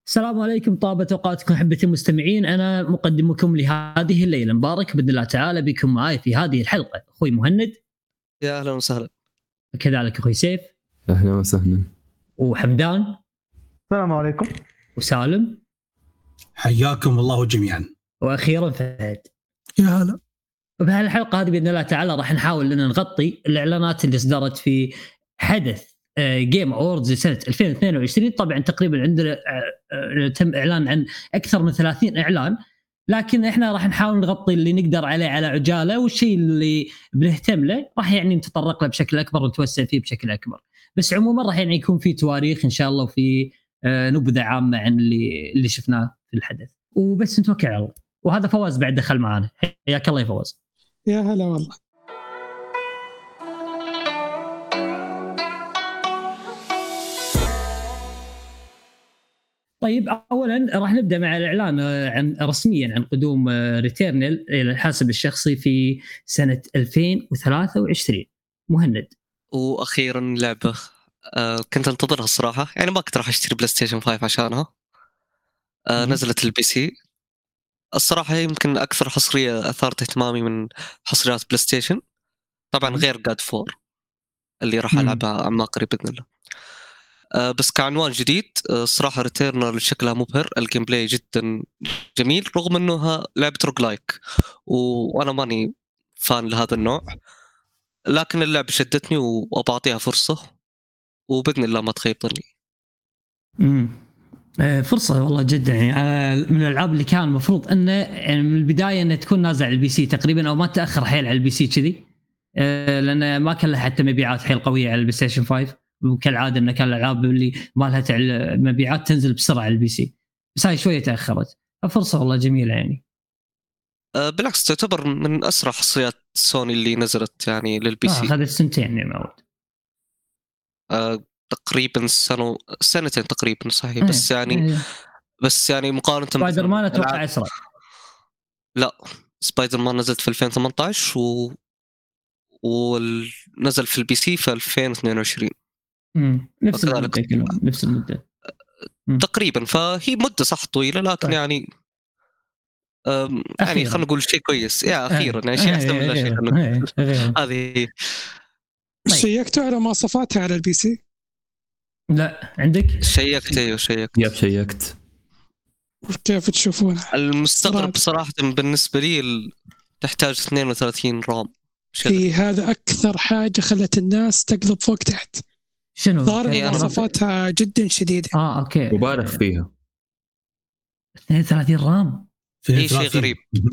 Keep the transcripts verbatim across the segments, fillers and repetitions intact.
السلام عليكم، طابت اوقاتكم احبتي المستمعين. انا مقدمكم لهذه الليله المبارك باذن الله تعالى بكم معي في هذه الحلقه اخوي مهند. يا اهلا وسهلا. كذلك اخوي سيف. اهلا وسهلا. وحمدان. السلام عليكم. وسالم. حياكم الله جميعا. واخيرا فهد. يا هلا. بهالحلقه هذه باذن الله تعالى راح نحاول لنا نغطي الاعلانات اللي صدرت في حدث جيم اووردز سنه ألفين واثنين وعشرين. طبعا تقريبا عندنا تم اعلان عن اكثر من ثلاثين اعلان، لكن احنا راح نحاول نغطي اللي نقدر عليه على عجاله، والشيء اللي بنهتم له راح يعني نتطرق له بشكل اكبر ونتوسع فيه بشكل اكبر. بس عموما راح يعني يكون في تواريخ ان شاء الله وفي نبذه عامه عن اللي اللي شفناه في الحدث، وبس نتوكل على الله. وهذا فواز بعد دخل معنا. حياك الله يا فواز. يا هلا والله. طيب اولا راح نبدا مع الاعلان عن رسميا عن قدوم ريتيرنال الى الحاسب الشخصي في سنه ألفين وثلاثة وعشرين. مهند. واخيرا لعبه أه كنت انتظرها الصراحه، يعني ما كنت راح اشتري بلاي ستيشن خمسة عشانها. أه نزلت البي سي الصراحه، هي يمكن اكثر حصريه اثارت اهتمامي من حصريات بلاي ستيشن، طبعا غير جاد فور اللي راح العبها عما قريب باذن الله. أه بس كعنوان جديد الصراحه ريتيرنال شكلها مبهر، الجيم بلاي جدا جميل رغم انها لعبه روج لايك وانا ماني فان لهذا النوع، لكن اللعبه شدتني وابعطيها فرصه وباذن الله ما تخيب ظني. امم فرصه والله جدا، يعني من الالعاب اللي كان المفروض انه يعني من البدايه انها تكون نازله على البي سي تقريبا، او ما تاخر حيل على البي سي كذي، لان ما كان لها حتى مبيعات حيل قويه على البلاي ستيشن خمسة، وكالعاده انه كان الالعاب اللي ما لها مبيعات تنزل بسرعه على البي سي، بس هاي شويه تاخرت. فرصه والله جميله يعني. أه بالعكس تعتبر من اسرع حصريات سوني اللي نزلت يعني للبي سي. اخذت سنتين يا معود. أه تقريبا سنه سنتين تقريبا صحيح. بس يعني بس يعني مقارنه سبايدر مان اتوقع اسرع. لا سبايدر مان نزلت في ألفين وثمانية عشر و ونزل في البي سي في ألفين واثنين وعشرين. امم نفس المده نفس المده تقريبا، فهي مده صح طويله لكن طيب. يعني يعني خلينا نقول شيء كويس يا اخيرا، يعني شيء احسن من لا شيء. هذه شيكتوا على مواصفاتها على البي سي؟ لا عندك؟ شيكت ايوه شيكت ياب شيكت. كيف تشوفون؟ المستغرب بصراحه بالنسبه لي تحتاج اثنين وثلاثين رام. في هذا اكثر حاجه خلت الناس تقلب فوق تحت. شنو؟ ظاهر مواصفاتها جدا شديده. اه اوكي مبالغ فيها. اثنين وثلاثين رام في شيء غريب.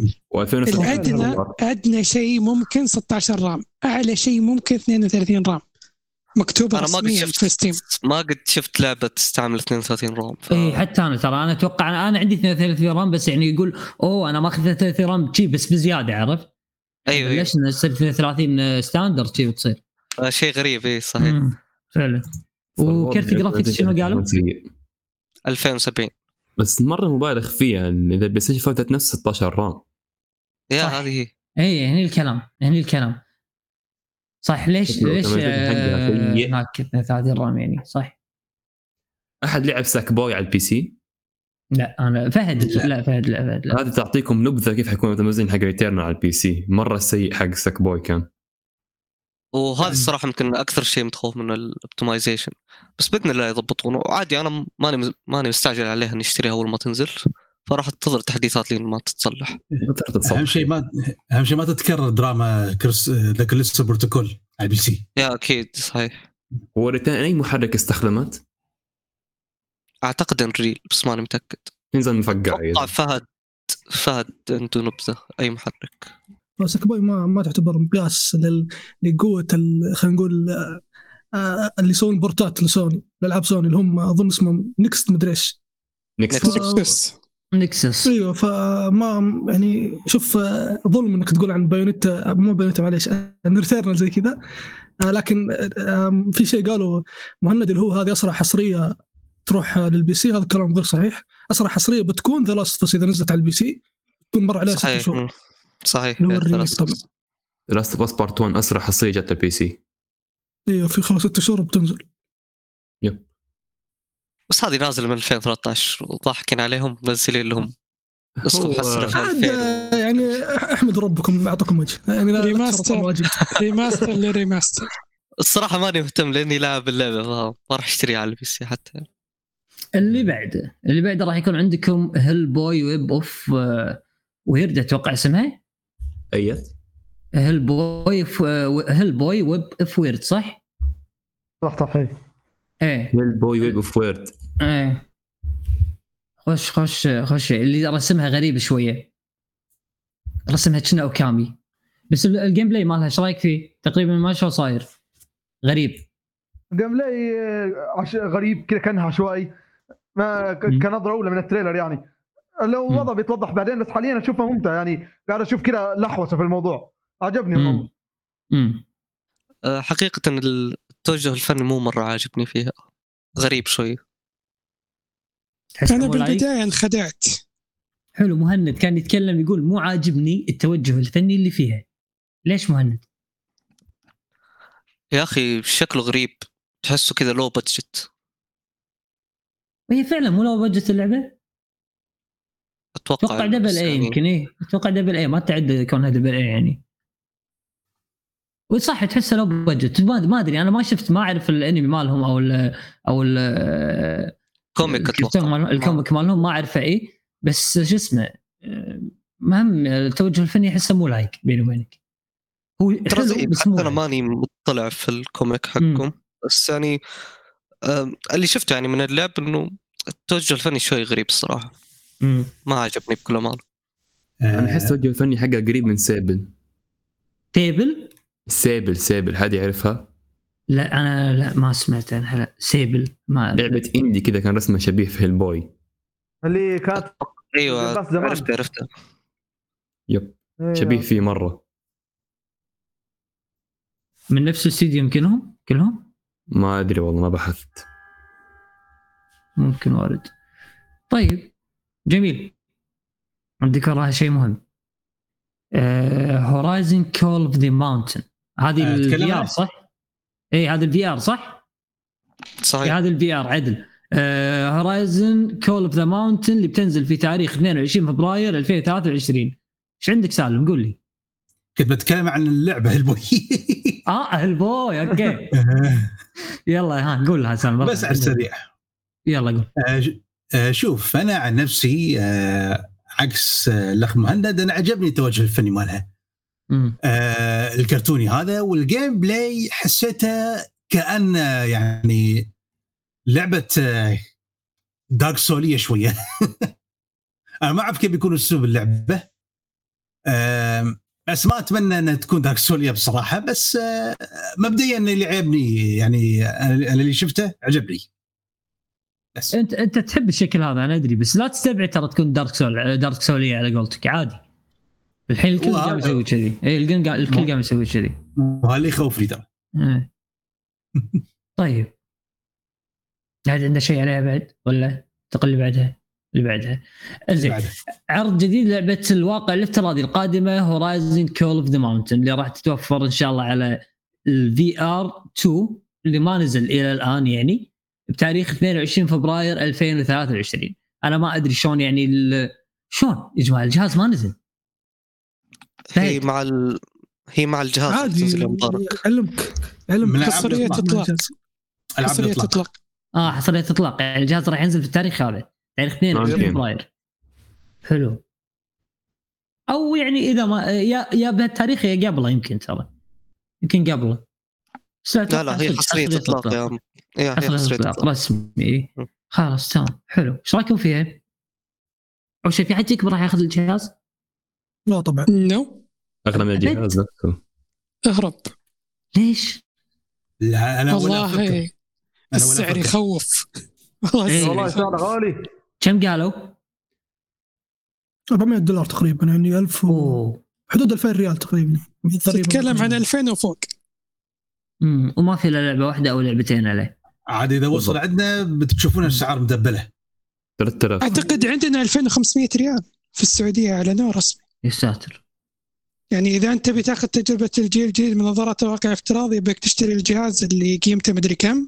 الادنى ادنى شيء ممكن ستة عشر رام، اعلى شيء ممكن اثنين وثلاثين رام مكتوبه رسميا في ستيم. ما قد شفت لعبه تستعمل اثنين وثلاثين رام ف... اي حتى انا ترى انا اتوقع انا, أنا عندي اثنين وثلاثين رام، بس يعني يقول اوه انا ماخذ اثنين وثلاثين رام تشي بس بزياده، عرفت؟ ايوه ليش نصير اثنين وثلاثين ستاندرد تشي وتصير آه شيء غريب. اي صحيح فعلا. وكرت جرافيكس شنو قالوا؟ ألفين وسبعين بس مره مبالغ فيها. اذا بلاي ستيشن فاتت نفس ستة عشر رام يا هذه اي هني الكلام هني الكلام صح. ليش ليش هناك اثنين وثلاثين رام يعني صح. احد لعب ساك بوي على البي سي؟ لا انا فهد لا, لا فهد لا فهد لا. هذه تعطيكم نبذه كيف حيكون متميزين حق ريتيرن على البي سي. مره سيء حق ساك بوي كان، وهذا الصراحه يمكن اكثر شيء متخوف من الاوبتمايزيشن، بس باذن الله يضبطونه عادي. انا ماني ماني مستعجل عليها نشتريها اول ما تنزل، فراح انتظر تحديثات لين ما تتصلح. اهم شيء ما اهم شيء ما تتكرر دراما كريس ذاك لسه بروتوكول على البي سي. يا اكيد صحيح. هو ريتيرن اي محرك استخدمت؟ اعتقد انريل بس ماني متاكد. ينزل مفقع يعني. فهد فهد عنده نبذه اي محرك. ساك بوي ما ما تعتبر مقياس لقوه خلينا نقول اللي يسوون بورتات لسوني للعاب سوني اللي هم اظن اسمهم نيكست مدري ايش نيكسس نيكسس ايوه. فما يعني شوف ظلم انك تقول عن بايونيتا مو بايونيتا معليش ريتيرنال زي كذا، لكن في شيء قالوا مهند اللي هو هذه اسرع حصريه تروح للبي سي. هذا الكلام غير صحيح. اسرع حصريه بتكون ذا لاست اوف اس اذا نزلت على البي سي تكون مر عليها ست شهور. صحيح. لاست اوف اس بارت واحد اسرع حصريه جت البي سي. ايوه في خلاص ست شهور بتنزل. يب بس هذه نازله من ألفين وثلاثة عشر وضاحكين عليهم منزلين لهم نسخه محسنه في ألفين. يعني احمد ربكم اعطاكم وجه يعني ريماستر ريماستر لريماستر. الصراحه ماني مهتم لاني لاعب اللعبه ما راح اشتريها على البي سي حتى. اللي بعده اللي بعده راح يكون عندكم هيل بوي ويب اوف ويرد اتوقع اسمها ايت هيل بوي هيل بوي ويب اوف ويرد صح صح صح ايه هيل بوي ويب اوف ويرد ايه خش خش خش اللي رسمها غريب شويه رسمها كنا اوكامي بس الجيم بلاي مالها ايش رايك فيه تقريبا ما شو صاير غريب الجيم بلاي عش... غريب كذا كانها عشوائي ما كنظره اولى من التريلر يعني لو الوضع بيتوضح بعدين بس حاليا اشوفه ممتع يعني قاعد اشوف كذا لحوسه في الموضوع عجبني الموضوع. امم حقيقه التوجه الفني مو مره عاجبني فيها غريب شوي. انا بالبدايه انخدعت. حلو مهند كان يتكلم يقول مو عاجبني التوجه الفني اللي فيها. ليش مهند؟ يا اخي شكله غريب تحسه كذا لو بادجت. وهي فعلا مو لو بادجت اللعبه. اتوقع اتوقع دبل اي يمكن ايه اتوقع دبل اي ما تعد كونها دبل اي يعني. وصح تحسه لو بادجت ما ادري انا ما شفت ما اعرف الانمي مالهم او ال او ال كوميك اتوقع الكوميك مالهم ما اعرفه ايه بس شو اسمه مهم التوجه الفني احسه مو لايق بيني وبينك. هو حلو بس انا ماني مطلع في الكوميك حقكم بس يعني اللي شفته يعني من اللعب انه التوجه الفني شوي غريب الصراحه. مم. ما عجبني بكل مال. انا احس التوجه الفني حقه قريب من سيبل. تيبل سيبل سيبل هذه عرفها؟ لا انا لا ما سمعت عنها. لا سيبل ما لعبه اندي كذا كان رسمه شبيه في هيلبوي اللي كانت ايوه عرفت عرفتها يب شبيه فيه مره من نفس الاستديو يمكنهم كلهم ما ادري والله ما بحثت ممكن وارد. طيب جميل عندك وراها شيء مهم هورايزن كول اوف ذا ماونتن هذه الفي ار صح؟ اي هذا الفي ار صح؟ صحيح هذا الفي ار عدل. هورايزن كول اوف ذا ماونتن اللي بتنزل في تاريخ اثنين وعشرين فبراير ألفين وثلاثة وعشرين. ايش عندك سالم قول لي؟ كنت بتكلم عن اللعبه هالبوي. اه هالبوي اوكي يلا ها قول لها سالم بس على السريع يلا قول. آه شوف انا عن نفسي آه عكس الاخ مهند انا عجبني التوجه الفني مالها آه الكرتوني هذا والجيم بلاي حسيته كأن يعني لعبه آه دارك سوليه شويه. انا ما اعرف كيف بيكون اسلوب اللعبه آه بس ما اتمنى انها تكون دارك سوليه بصراحه بس آه مبدئيا اللي عجبني يعني انا اللي شفته عجبني. بس. انت انت تحب الشكل هذا انا ادري بس لا تستبعد ترى تكون دارك سول دارك سوليه على قولتك عادي. الحين الكل قاعد يسوي كذي اي الكل قاعد الكل قاعد يسوي كذي وهذا يخوفني ترى. طيب هذا عنده شيء عليها بعد ولا تقل اللي بعدها اللي بعدها زين. عرض جديد لعبه الواقع الافتراضي القادمه هورايزن كول اوف ذا ماونتن اللي راح تتوفر ان شاء الله على الفي ار اثنين اللي ما نزل الى الان يعني بتاريخ اثنين وعشرين فبراير ألفين وثلاثة وعشرين. انا ما ادري شلون يعني شلون يا جماعه الجهاز ما نزل. هي مع ال... هي مع الجهاز عادي علمك علم حصريه اطلاق حصريه اطلاق اه حصريه اطلاق يعني الجهاز راح ينزل في التاريخ هذا تاريخ اثنين وعشرين فبراير. حلو او يعني اذا ما يا يا بهالتاريخ يا قبله يمكن ترى يمكن قبله. لا لا هي حصريه اطلاق يا ايه هي حصريه اطلاق رسمي. خلاص تمام حلو. ايش رايكم فيها؟ اول شيء في حد يكبر راح ياخذ الجهاز؟ لا طبعا نو اغلى من الجهاز نفسه. اهرب ليش؟ لا انا والله السعر يخوف والله سعر غالي. كم قالوا؟ أربعمية دولار تقريبا يعني ألف و... حدود ألفين ريال تقريبا. تتكلم عن ألفين وفوق. امم وما في الا لعبه واحده او لعبتين عليه عاد اذا وصل عندنا بتشوفون السعر مدبله. ثلاثة آلاف اعتقد عندنا ألفين وخمسمية ريال في السعوديه على نور رسمي. يا ساتر. يعني اذا انت بتاخذ تجربه الجيل الجديد من نظارات واقع افتراضي بدك تشتري الجهاز اللي قيمته مدري كم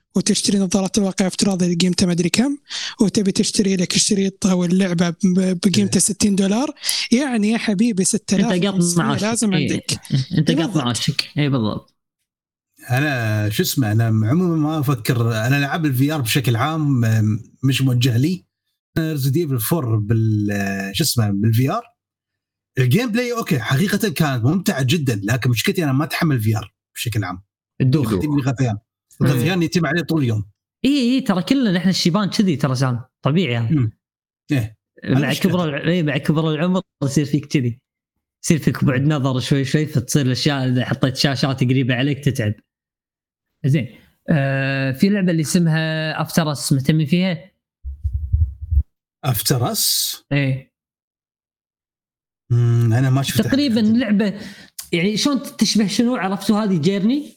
وتشتري نظارات الواقع افتراضي اللي قيمتها ما ادري كم، وتبي تشتري لك الشريط او اللعبه بقيمته ستين دولار، يعني يا حبيبي ستة آلاف انت قط معاشك لازم إيه. عندك انت قط معاشك اي بالضبط. انا شو اسمه انا عموما ما افكر، انا العاب الفي ار بشكل عام مش موجه لي. ريزيدنت ايفل فور بال شو اسمه بالفي ار الجيم بلاي اوكي حقيقه كانت ممتعه جدا، لكن مشكلتي انا ما اتحمل في ار بشكل عام. الدوخ يتم غثيان غثيان يتم عليه طول اليوم. اي اي ترى كلنا احنا الشيبان كذي ترى سام طبيعي يعني. ايه مع كبر اي مع كبر العمر يصير فيك كذي، يصير فيك بعد نظر شوي شوي، فتصير الاشياء اذا حطيت شاشات قريبه عليك تتعب. زين آه في لعبه اللي اسمها افتر اس مهتمين فيها؟ افتر اس ايه امم انا ما شفتها تقريبا لعبه يعني شلون تشبه شنو عرفتوا هذه جيرني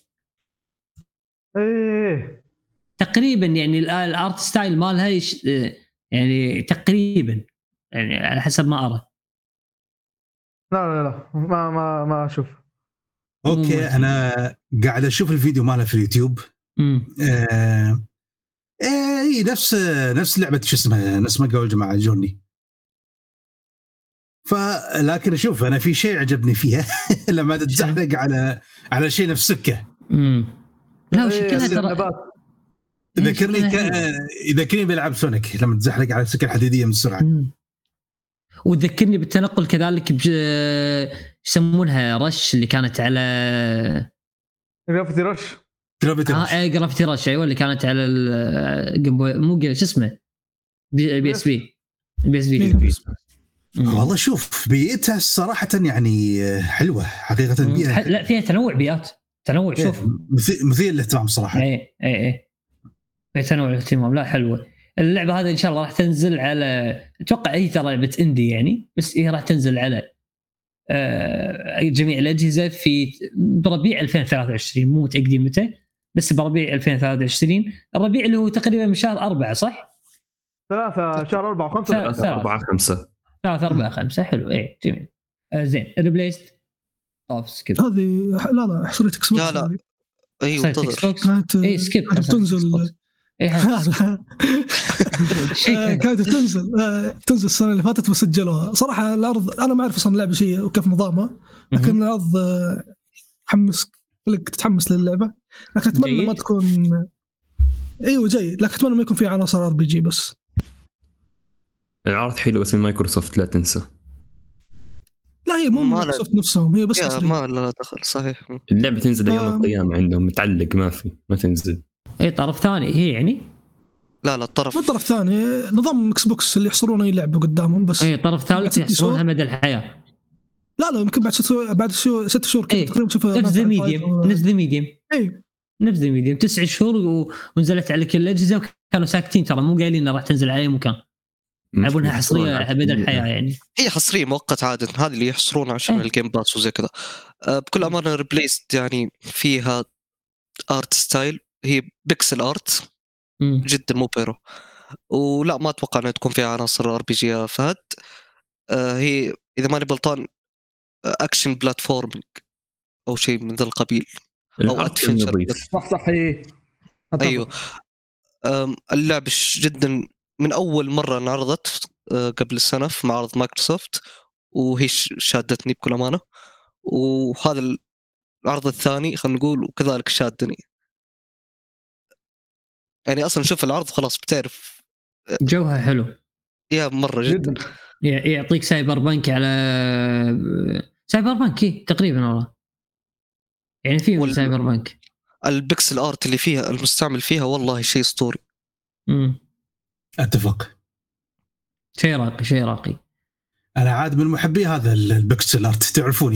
ايه تقريبا يعني الارت ستايل مالها يش... يعني تقريبا يعني على حسب ما ارى. لا لا لا ما ما ما اشوف. اوكي انا قاعد اشوف الفيديو مالها في اليوتيوب. امم آه... ايه نفس نفس لعبه شو اسمها نفس ما قالوا الجماعه جورني. فلكن اشوف انا في شيء عجبني فيها لما تتزحلق على على شيء نفس سكه. امم لا وشكلها ترى ذكرني ك... يذكرني بيلعب سونيك لما تزحلق على السكه الحديديه من السرعه. مم. وتذكرني بالتنقل كذلك بج... يسمونها رش اللي كانت على جرافيتي رش. جرافيتي رش اه جرافيتي رش ايوه اللي كانت على ال... مو شو اسمه بي... بي اس بي بي اس بي. والله شوف بيئتها صراحه يعني حلوه حقيقه. بيئة لا فيها تنوع بيئات تنوع شوف مثير للاهتمام صراحه. اي اي اي في تنوع الاهتمام. لا حلوه اللعبه هذه ان شاء الله راح تنزل على اتوقع اي ترى لعبه اندي يعني، بس هي راح تنزل على آه جميع الاجهزه في بربيع ألفين وثلاثة وعشرين، مو متاكدين متى بس بربيع ألفين وثلاثة وعشرين. الربيع اللي هو تقريبا من شهر أربعة صح؟ ثلاثة شهر أربعة خمسة ثلاثة أربعة خمسة ثلاثة أربعة خمسة حلو ايه جميل. آه زين ريبليست اوفس كذا هذه لا لا حصرية اكس بوكس. لا لا ايوه انتظر كانت اي سكيب تنزل كانت تنزل تنزل السنة اللي فاتت وسجلوها. صراحة العرض أنا ما أعرف أصلا اللعبة شيء وكيف نظامها، لكن العرض حمس لك تتحمس للعبة، لكن أتمنى ما تكون أيوة جيد، لكن أتمنى ما يكون فيه عناصر ار بي جي. بس العرض حلو بس من مايكروسوفت لا تنسى. لا هي مو مايكروسوفت نفسهم، هي بس حصرية ما لا دخل صحيح. اللعبة تنزل أيام القيامة عندهم متعلق ما في ما تنزل. اي طرف ثاني هي يعني لا لا الطرف ما طرف ثاني نظام اكس بوكس اللي يحصرون اي لعبه قدامهم بس. اي طرف ثالث يحصرونها مدى الحياه. لا لا يمكن بعد ست بعد شهور ست شهور كذا تقريبا تشوفها نفس الميديم نفس الميديم اي نفس الميديم تسع شهور ونزلت على كل الاجهزه وكانوا ساكتين ترى مو قايلين انه راح تنزل على اي مكان. يبونها حصريه مدى الحياه يعني. هي حصريه مؤقت عاده هذه اللي يحصرونها عشان أه. الجيم باس وزي كذا. أه بكل امانه ريبليست يعني فيها ارت ستايل هي بيكسل ارت م. جدا مو بيرو، ولا ما اتوقع انها تكون فيها عناصر ار بي جي فهد. أه هي اذا ماني بلطان اكشن بلاتفورمينج او شيء من ذا القبيل او ادفنشر. صح صح هي ايوه. اللعبه جدا من اول مره انعرضت قبل السنه في معرض مايكروسوفت وهي شادتني بكل امانه، وهذا العرض الثاني خلينا نقول وكذلك شادني. يعني اصلا شوف العرض خلاص بتعرف جوها حلو يا مره جدا, جداً. يعطيك سايبر بانك على سايبر بانك تقريبا والله يعني في وال... سايبر بانك البكسل ارت اللي فيها المستعمل فيها والله شيء اسطوري. امم اتفق شيء راقي شيء راقي. انا عاد من محبي هذا البكسل ارت تعرفوني.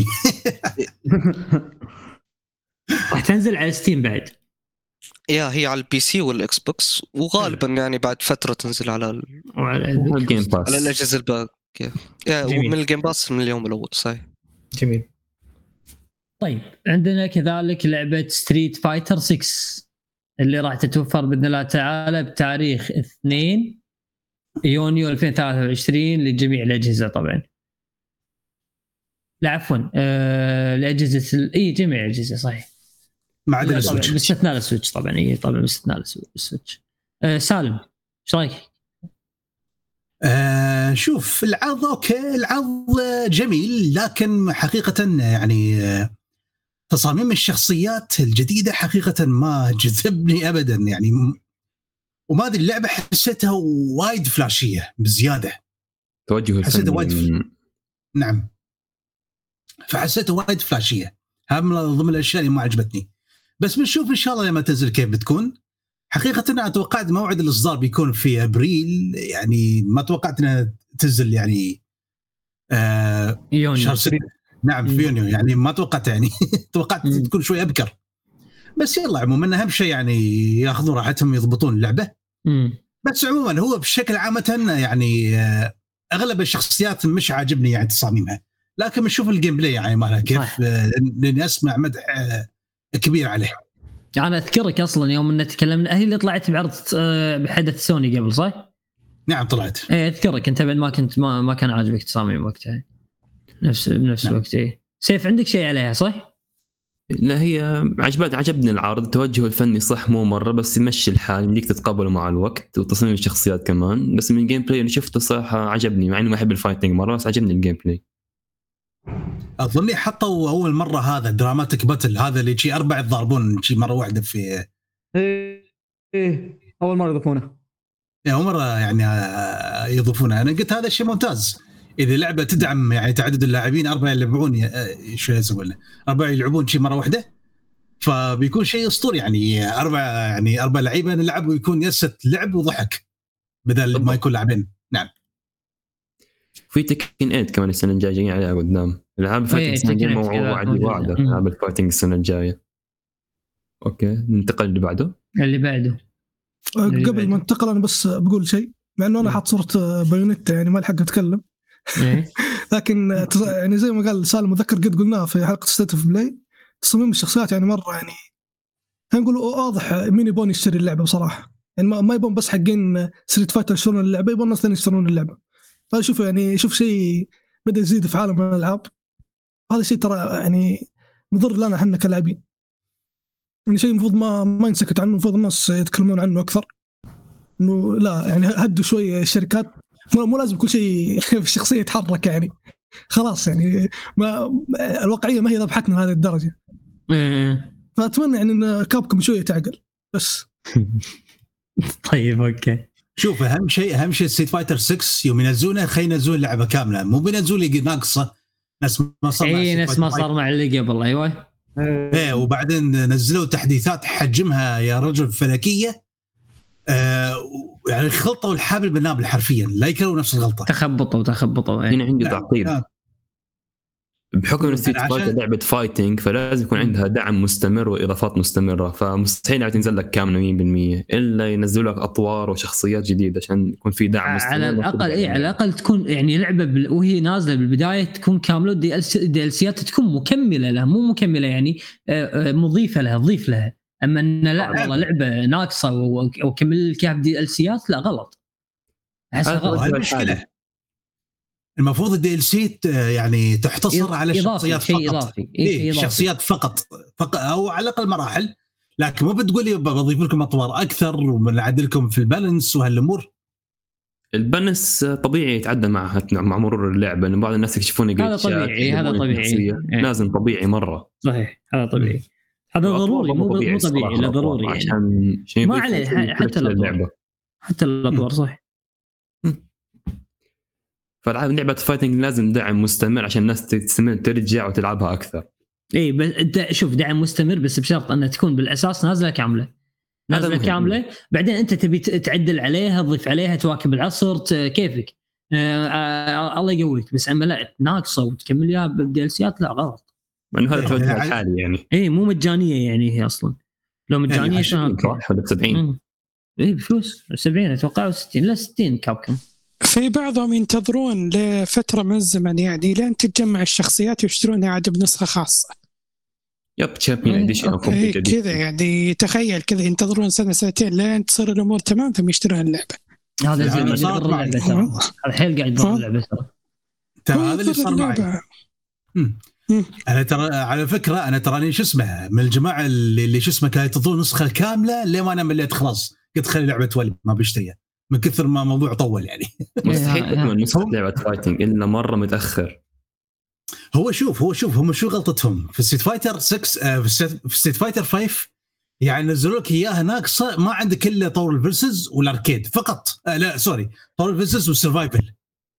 راح تنزل على ستيم بعد يا هي على البي سي والاكس بوكس وغالبا يعني بعد فتره تنزل على ال... الجيم باس على الاجهزه الباقيه ومن الجيم باس من اليوم الاول صحيح. جميل. طيب عندنا كذلك لعبه ستريت فايتر ستة اللي راح تتوفر باذن الله تعالى بتاريخ اثنين يونيو ألفين وثلاثة وعشرين لجميع الاجهزه طبعا. لا عفوا آه... لاجهزه ال... اي جميع الاجهزه صحيح. ما عدا السويتش باستثناء السويتش طبعا. اي طبعا باستثناء السويتش. أه سالم ايش رايك؟ آه شوف العرض اوكي، العرض جميل، لكن حقيقه يعني تصاميم الشخصيات الجديده حقيقه ما جذبني ابدا يعني. وما ادري اللعبه حسيتها وايد فلاشيه بزياده، توجه حسيتها وايد الفني ف... نعم فحسيتها وايد فلاشيه. هذا من ضمن الاشياء اللي ما عجبتني. بس بنشوف ان شاء الله لما تنزل كيف بتكون. حقيقه انا توقعت موعد الاصدار بيكون في ابريل، يعني ما توقعت انها تنزل يعني آه يونيو. نعم في يونيو، يعني ما توقعت يعني توقعت تكون شوي ابكر. بس يلا عموما اهم شيء يعني ياخذون راحتهم يضبطون اللعبه. مم. بس عموما هو بشكل عامه يعني اغلب الشخصيات مش عاجبني يعني تصاميمها، لكن بنشوف الجيم بلاي يعني مالها كيف، لاني اسمع مدح كبير عليه. انا اذكرك اصلا يوم ان تكلمنا هي اللي طلعت بعرض بحدث سوني قبل صح؟ نعم طلعت. ايه اذكرك انت بعد ما كنت ما, ما كان عاجبك تصاميم وقتها نفس بنفس نعم. الوقت. ايه سيف عندك شيء عليها صح؟ لا هي عجبت عجبني العرض، التوجه الفني صح مو مرة بس يمشي الحال، يمديك تتقبله مع الوقت، وتصميم الشخصيات كمان. بس من الجيم بلاي اللي شفته صراحة عجبني، مع اني ما احب الفايتنج مرة بس عجبني الجيم بلاي. اظني حطوا اول مرة هذا دراماتيك باتل هذا اللي شيء اربع يضربون شيء مرة واحدة في ايه ايه اول مرة يضيفونه اول مرة يعني يضيفونه. انا قلت هذا شيء ممتاز إذا لعبة تدعم يعني تعدد اللاعبين أربعة يلعبون شو يسمونه أربعة يلعبون شيء مرة واحدة، فبيكون شيء أسطوري يعني. أربعة يعني أربعة لعيبة نلعب ويكون يست لعب وضحك بدل ما يكون لاعبين. نعم. في تكين إيد كمان السنة الجاية جايين عليها قدام. العاب الفايتنج السنة الجاية وعد وعد العاب الفايتنج السنة الجاية. أوكي ننتقل اللي بعده. اللي بعده قبل ما ننتقل أنا بس بقول شيء، مع إنه أنا حاط صورة بايونيتا يعني ما لحق أتكلم. لكن يعني زي ما قال سالم مذكر قد قلناه في حلقة ستيت اوف بلاي، تصميم الشخصيات يعني مرة يعني هنقول واضح مين يبون يشتري اللعبة بصراحة. يعني ما يبون بس حقين ستريت فايتر يشترون اللعبة، يبون ناس ثانيين يشترون اللعبة. فشوفوا يعني شوف شيء بدأ يزيد في عالم الألعاب. هذا شيء ترى يعني مضر لنا احنا كلاعبين، يعني شيء المفروض ما ما ينسكت عنه، المفروض الناس يتكلمون عنه أكثر. إنه لا يعني هدوا شوية الشركات، مو لازم كل شيء في الشخصية يتحرك يعني خلاص يعني ما الواقعية ما هي ذبحتنا لهذه الدرجة. فأتمنى يعني إن كابكم شوية تعقل بس. طيب أوكي. شوف أهم شيء أهم شيء ستريت فايتر ستة يوم ينزلونه خلينا ننزل لعبة كاملة، مو بينزلوا لي ناقصة ناس ما صار. إيه ناس ما صار مع اللي قبل. أيوة. إيه وبعدين نزلوا تحديثات حجمها يا رجل فلكية. آه يعني خلطوا الحبل بالنابل حرفيا، لا يكرروا نفس الغلطة. تخبطوا تخبطوا. هنا عندي تعقيب. بحكم ان ستريت فايتر لعبه فايتنج فلازم يكون عندها دعم مستمر واضافات مستمره، فمستحيل تنزل لك كامله مية بالمية الا ينزلوا لك اطوار وشخصيات جديده عشان يكون في دعم مستمر. على الاقل اي على الاقل تكون يعني لعبه بال... وهي نازله بالبدايه تكون كامله، دي ال سيات تكون مكمله لها، مو مكمله يعني مضيفه لها تضيف لها. اما ان لا والله لعبه ناقصه وكمل لك بدي ال سيات لا غلط. هذه المشكله. المفروض الدي ال سي يعني تحتصر على الشخصيات شيء فقط. إضافي. إيه شخصيات فقط فقط او على الاقل مراحل، لكن مو بتقولي بضيف لكم اطوار اكثر وبنعدلكم في البالانس وهالامور. البالانس طبيعي يتعدى مع مع مرور اللعبه، لان بعض الناس يكتشفون هذا طبيعي. هذا طبيعي لازم طبيعي مره. صحيح هذا طبيعي. هذا ضروري مو طبيعي, طبيعي لا ضروري يعني. عشان شيء ما عليه حتى اللعبه حتى الاطوار صح. فالعاب لعبة فايتنج لازم دعم مستمر عشان الناس تستمر ترجع وتلعبها أكثر. إيه بس أنت شوف دعم مستمر بس بشرط أنها تكون بالأساس نازلة كاملة. نازلة كاملة بعدين أنت تبي تعدل عليها تضيف عليها تواكب العصر كيفك. آه آه الله يقويك. بس أما لا ناقصة وتكملها بالديلسيات لا غلط. لأنه هذا توجه الحالي يعني. إيه مو مجانية يعني هي أصلا. لو مجانية شنو؟ صح ولا سبعين؟ إيه بفلوس سبعين أتوقع ستين لا ستين كابكم. في بعضهم ينتظرون لفترة من الزمن يعني لين تتجمع الشخصيات ويشترونها عاد بنسخة خاصة. يب تشامبيون اديشن او كومبليت كذا يعني تخيل كذا ينتظرون سنة سنتين لين تصير الأمور تمام ثم يشترون اللعبة. هذا زي اللي صار اللعبة ترى. الحين قاعد يضر اللعبة ترى. هذا اللي صار معي. انا ترى على فكره انا تراني شو اسمه من الجماعه اللي, اللي شو اسمه كانت تطول نسخه كامله ليه ما انا مليت خلاص قلت خلي لعبه تولي ما بشتريها من كثر ما موضوع طول يعني. مستحيل تكون نسخه لعبه فايتنج الا مره متاخر. هو شوف هو شوف هم شو غلطتهم في ستريت فايتر ستة آه في ستريت فايتر خمسة يعني نزلوا لك اياها ناقصه ما عندك الا طور الفيرسز والاركيد فقط. آه لا سوري طور الفيرسز والسرفايفل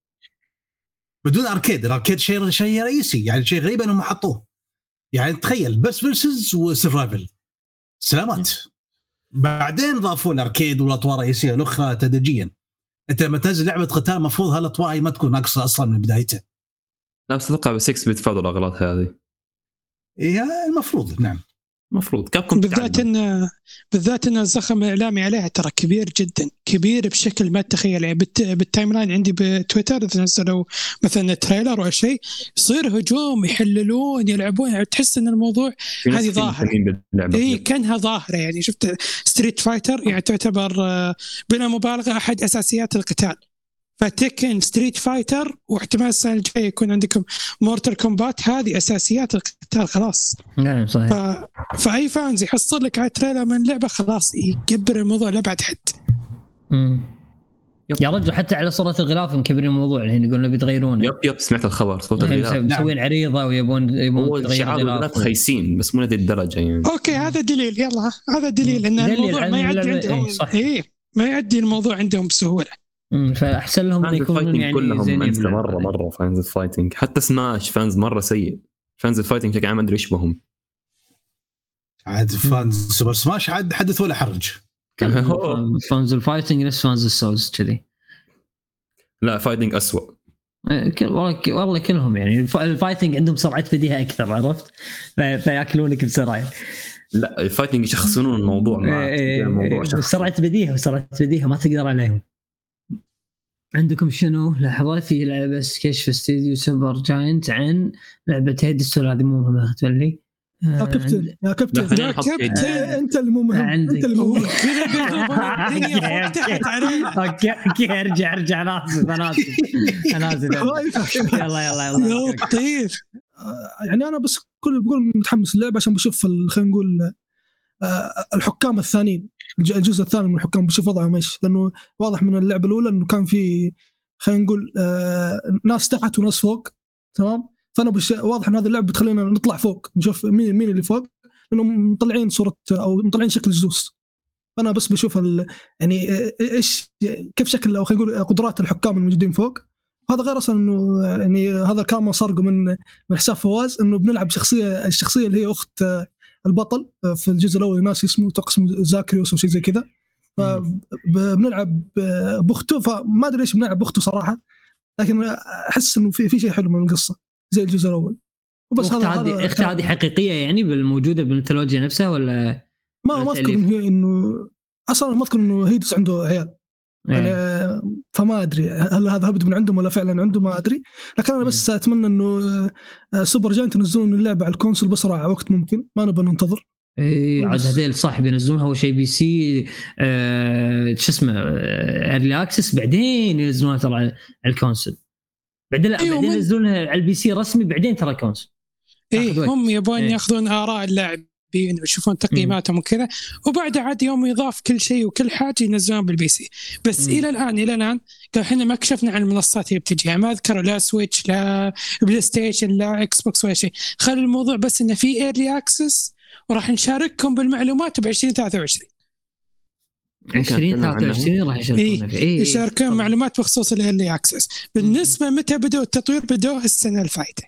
بدون اركيد. الاركيد شيء شيء رئيسي يعني شيء غريب انهم حطوه يعني تخيل بس فيرسز وسرفايفل سلامات. بعدين ضافوا الاركيد والاطوار الرئيسيه الاخرى تدريجيا. انت لما تنزل لعبه قتال مفروض هالاطوار ما تكون ناقصه اصلا من بدايتها. لا بس اتوقع ب ستة بيتفادوا الاغلاط هذه. ايه المفروض نعم مفروض كابكم بالذات ان بالذات ان الزخم الاعلامي عليها ترى كبير جدا كبير بشكل ما تتخيل. يعني بالت... بالتايم لاين عندي بتويتر اذا نزلوا مثلا تريلر او شيء يصير هجوم يحللون يلعبون يعني تحس ان الموضوع هذه ظاهره اي كانها ظاهره. يعني شفت ستريت فايتر يعني تعتبر بلا مبالغه احد اساسيات القتال. فتكن ستريت فايتر واحتمال السنة الجاية يكون عندكم مورتال كومبات هذه أساسيات القتال خلاص. نعم صحيح. ف... فأي فانز يحصل لك على تريلر من لعبة خلاص يكبر الموضوع لبعد حد. امم يا رجل حتى على صورة الغلاف مكبرين الموضوع الحين يقولون بيتغيرون. يب يب سمعت الخبر صوت الغلاف مسوين عريضة ويبون يبون يتغير الغلاف خيسين بس مو لهذه الدرجة يعني. أوكي هذا دليل يلا هذا دليل إن الموضوع ما يعدي عندهم إيه ما يعدي الموضوع عندهم بسهولة. امم فاحسن لهم يكونون يعني كلهم انسى مره مره فانز الفايتنج. حتى سماش فانز مره سيء. فانز الفايتنج بشكل عام ما ادري ايش بهم عاد. فانز سوبر سماش عاد حدث ولا حرج. فانز الفايتنج نفس فانز السولز كذي. لا فايتنج اسوأ والله والله كلهم يعني الفايتنج عندهم سرعه بديهه اكثر عرفت فياكلونك بسرعه. لا الفايتنج يشخصنون الموضوع مع الموضوع سرعه بديهه وسرعه بديهه ما تقدر عليهم. عندكم شنو لحظة في لعبة كشف استديو سوبر جاينت عن لعبة هيدس هذه مو مهمة تولي يا كابتن يا كابتن يا كابتن انت اللي مو مهم انت اللي مو مهم. اوكي ارجع ارجع انا اسف انا اسف انا اسف يلا يلا يلا لطيف. يعني انا بس كل بقول متحمس اللعبة عشان بشوف خلينا نقول الحكام الثانيين الجزء الثاني من الحكام بشوف وضعهم ايش. لانه واضح من اللعبه الاولى انه كان في خلينا نقول آه ناس تحت وناس فوق تمام. فانا بش واضح ان هذه اللعبه بتخلينا نطلع فوق نشوف مين مين اللي فوق لانهم مطلعين صوره او مطلعين شكل زوس. فانا بس بشوف يعني ايش كيف شكل او خلينا نقول قدرات الحكام الموجودين فوق. هذا غير اصلا انه يعني هذا كان صارقه من من حساب فواز انه بنلعب شخصيه الشخصيه اللي هي اخت البطل في الجزء الاول ناس اسمه تقسم زاكريوس او شيء زي كذا. فبنلعب بأخته فما ادري ليش بنلعب بأخته صراحه لكن احس انه في في شيء حلو من القصه زي الجزء الاول. وبس هذا هذه اختها هذه حقيقيه يعني بالموجوده بالميثولوجيا نفسها ولا ما ما اذكر انه اصلا ما اذكر انه هيدس عنده عيال يعني فما ادري هل هذا هبد من عندهم ولا فعلا عنده ما ادري. لكن انا بس اتمنى انه سوبر جاينت ينزلون اللعبه على الكونسول بسرعه وقت ممكن ما نبغى ننتظر. اي عاد هذول صح بينزلونها اول شيء بي سي آه شو اسمه ايرلي اكسس بعدين ينزلونها ترى على الكونسول بعدين لا بعدين ينزلونها على البي سي رسمي بعدين ترى كونسول. اي هم يبون إيه. ياخذون اراء اللاعبين ويشوفون تقييماتهم وكذا وبعد عاد يوم يضاف كل شيء وكل حاجه ينزلون بالبي سي. بس م. الى الان الى الان قال احنا ما كشفنا عن المنصات اللي بتجي يعني ما اذكر لا سويتش لا بلاي ستيشن لا اكس بوكس ولا شيء. خلي الموضوع بس انه في ايرلي اكسس وراح نشارككم بالمعلومات ب عشرين ثلاثة وعشرين عشرين ثلاثة وعشرين راح يشاركون فيه إيه يشاركون معلومات بخصوص الايرلي اكسس. بالنسبه متى بدأوا التطوير بدأوا السنه الفايته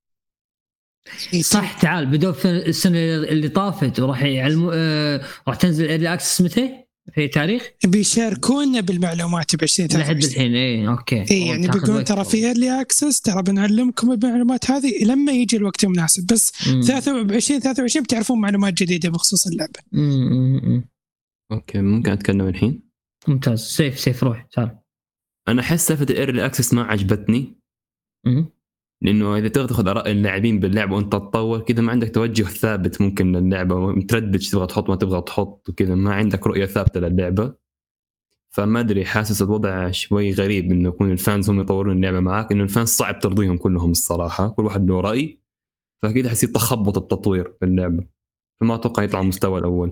صح. تعال بدأوا في السنة اللي طافت وراح يعلموا آه راح تنزل الايرلي اكسس متى في تاريخ بيشاركونا بالمعلومات ب عشرين ثلاثة وعشرين لحد الحين. اي اوكي اي يعني بيقولون ترى في ايرلي اكسس ترى بنعلمكم المعلومات هذه لما يجي الوقت المناسب. بس عشرين ثلاثة وعشرين بتعرفون معلومات جديده بخصوص اللعبه. امم اوكي ممكن اتكلم الحين. ممتاز سيف سيف روح تعال. انا احس سالفه الايرلي اكسس ما عجبتني امم لانه اذا تاخذ اراء اللاعبين باللعبه وانت تتطور كذا ما عندك توجه ثابت ممكن للعبه متردد تبغى تحط ما تبغى تحط وكذا ما عندك رؤيه ثابته للعبه. فما ادري حاسس الوضع شوي غريب انه يكون الفانز هم يطورون اللعبه معاك انه الفانز صعب ترضيهم كلهم الصراحه كل واحد له راي. فاكيد حيصير تخبط التطوير في اللعبه، فما اتوقع يطلع المستوى الاول.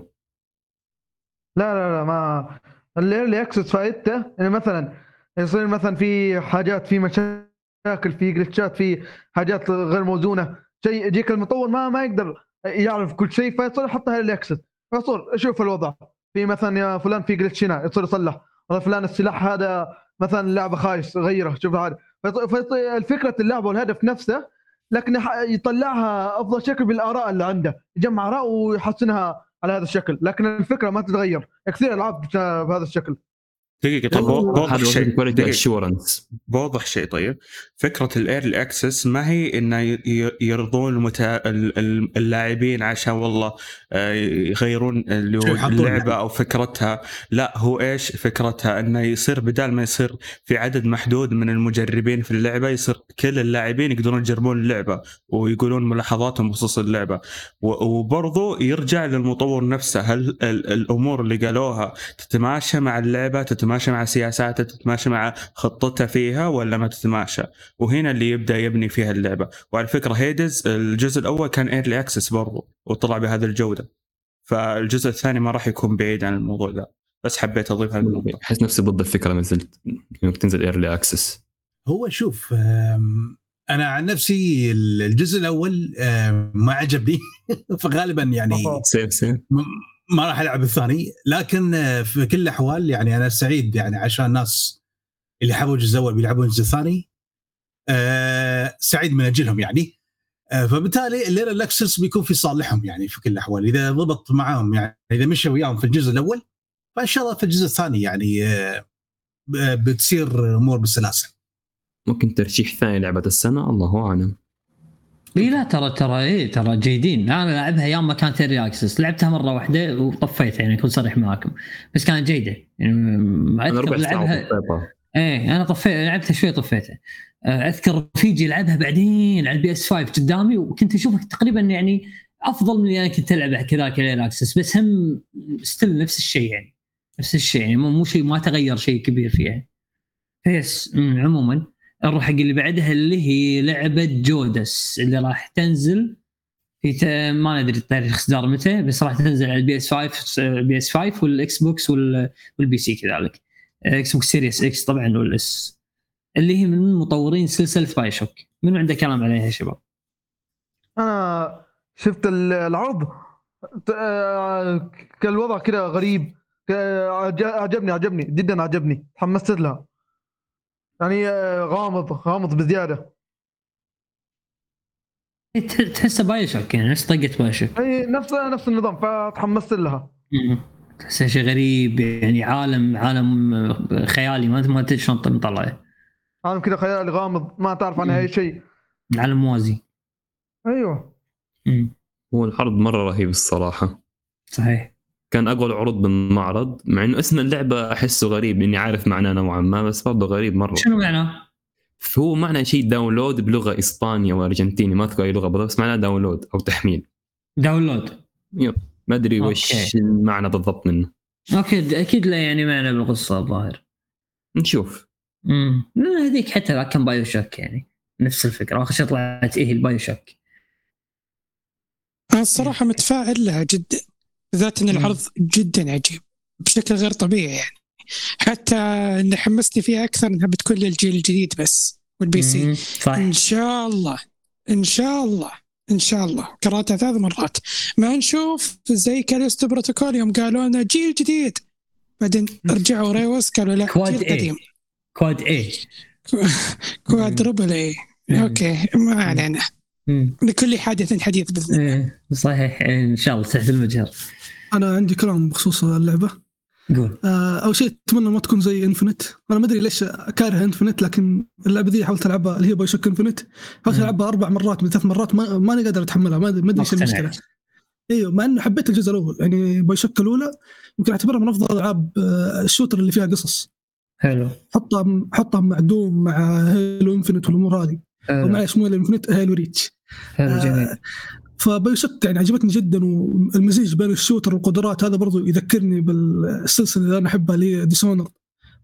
لا لا لا ما اللي اكسس فايدته يعني مثلا يصير مثلا في حاجات في مشاكل في جلتشات في حاجات غير موزونه شيء يجيك المطور ما ما يقدر يعرف كل شيء فيصير يحطها اللي اكسس فيصير شوف الوضع في مثلا يا فلان في جلتش هنا يصير يصلح والله فلان السلاح هذا مثلا اللعبه خايس غيره شوف هذا فالفكره اللعبه والهدف نفسه لكن يطلعها افضل شكل بالاراء اللي عنده يجمع اراء ويحسنها على هذا الشكل لكن الفكره ما تتغير كثير العاب بهذا الشكل. دقيقة طب بوضح شيء بوضح شيء طيب فكرة الايرلي اكسس ما هي انه يرضون المتا... اللاعبين عشان والله يغيرون اللعبة او فكرتها لا هو ايش فكرتها انه يصير بدال ما يصير في عدد محدود من المجربين في اللعبة يصير كل اللاعبين يقدرون يجربون اللعبة ويقولون ملاحظاتهم بخصوص اللعبة وبرضو يرجع للمطور نفسه هل الامور اللي قالوها تتماشى مع اللعبة تتماشى مع سياساته تتماشى مع خطتها فيها ولا ما تتماشى وهنا اللي يبدأ يبني فيها اللعبة. وعلى فكرة هيدز الجزء الأول كان ايرلي اكسس برضو وطلع بهذا الجودة فالجزء الثاني ما راح يكون بعيد عن الموضوع ده بس حبيت أضيف هذا الموضوع. أحس نفسي ضد الفكرة نزلت إنك تنزل ايرلي اكسس. هو شوف أنا عن نفسي الجزء الأول ما عجبني فغالبا يعني سيف سيف ما راح ألعب الثاني لكن في كل الأحوال يعني أنا سعيد يعني عشان الناس اللي حبوا الجزء الأول بيلعبون الجزء الثاني أه سعيد من أجلهم يعني أه فبالتالي الليرة الأكسس بيكون في صالحهم يعني في كل الأحوال إذا ضبط معهم يعني إذا مشوا وياهم في الجزء الأول فإن شاء الله في الجزء الثاني يعني أه بتصير أمور بالسلاسل. ممكن ترشيح ثاني لعبة السنة الله أعلم. إيه لا ترى ترى إيه ترى جيدين أنا لعبها يوم ما كانت ايرلي اكسس لعبتها مرة واحدة وطفيتها يعني أكون صريح معاكم بس كانت جيدة يعني أنا ربع ساعة إيه أنا طفيت لعبتها شوي طفيتها أذكر رفيجي لعبها بعدين على البي اس خمسة قدامي وكنت أشوفك تقريبا يعني أفضل من اللي أنا كنت ألعبها كذاك ايرلي اكسس بس هم ستيل نفس الشيء يعني نفس الشيء يعني مو شيء ما تغير شيء كبير فيها. بس عموما نروح حق اللي بعدها اللي هي لعبة جودس اللي راح تنزل في ت... ما ندري التاريخ إصدار متى بس راح تنزل على البي اس خمسة البي اس خمسة والإكس بوكس وال... والبي سي كذلك إكس بوكس سيريس إكس طبعا والإس اللي هي من مطورين سلسلة باي شوك. منو عنده كلام عليها يا شباب؟ أنا شفت العرض كان الوضع كده غريب عجبني عجبني جدا عجبني تحمست لها يعني غامض غامض بزيادة تحس باي شوك يعني نفس طقة باي شوك اي نفس نفس النظام فتحمست لها تحس شيء غريب يعني عالم عالم خيالي ما ما تدري شلون مطلعه عالم كذا خيالي غامض ما تعرف عنها اي شيء عالم موازي. ايوه مم. هو العرض مرة رهيب الصراحة صحيح كان أقوى العروض بالمعرض مع إنه اسم اللعبة أحسه غريب إني عارف معناه نوعا ما بس برضه غريب مرة. شنو معناه؟ هو معنى شيء داونلود بلغة إسبانيا وأرجنتيني ما أذكر أي لغة بالضبط بس معناه داونلود أو تحميل. داونلود يب ما أدري وش المعنى بالضبط منه. أوكي أكيد لا يعني معنى بالقصة الظاهر نشوف. امم هذيك حتى كان بايو شوك يعني نفس الفكرة آخر شيء طلعت إيه البايو شوك. أنا الصراحة متفائل لها جدا ذات إن العرض جدا عجيب بشكل غير طبيعي يعني حتى إن حمستني فيها أكثر إنها بتكون للجيل الجديد بس والبي سي إن شاء الله إن شاء الله إن شاء الله قرأتها ثلاث مرات ما نشوف زي كاليستو بروتوكول يوم قالوا لنا جيل جديد بعدين رجعوا ريوس قالوا لا جيل قديم كواد إيه كواد ربل إيه أوكي ما علينا لكل حادث حديث بإذن الله. صحيح إن شاء الله تحت المجهر. أنا عندي كلام بخصوص اللعبة. قول. أول شيء أتمنى ما تكون زي إنفينيت. أنا ما أدري ليش كاره إنفينيت لكن اللعبة دي حاولت ألعبها اللي هي باي شوك إنفينيت حاولت ألعبها أربع مرات من ثلاث مرات ما ما أنا قادر أتحملها ما ما أدري إيش المشكلة. أيوة مع إنه حبيت الجزء الأول يعني باي شوك الأولى يمكن أعتبرها من أفضل ألعاب الشوتر اللي فيها قصص. حلو. حطها حطها مع دوم مع هيلو إنفينيت والأمور هذه. ومع اسمه الإنفينيت هيلو ريتش. حلو جميل. آه فبيشك يعني عجبتني جدا والمزيج بين الشوتر والقدرات هذا برضو يذكرني بالسلسلة اللي أنا أحبها اللي ديسونر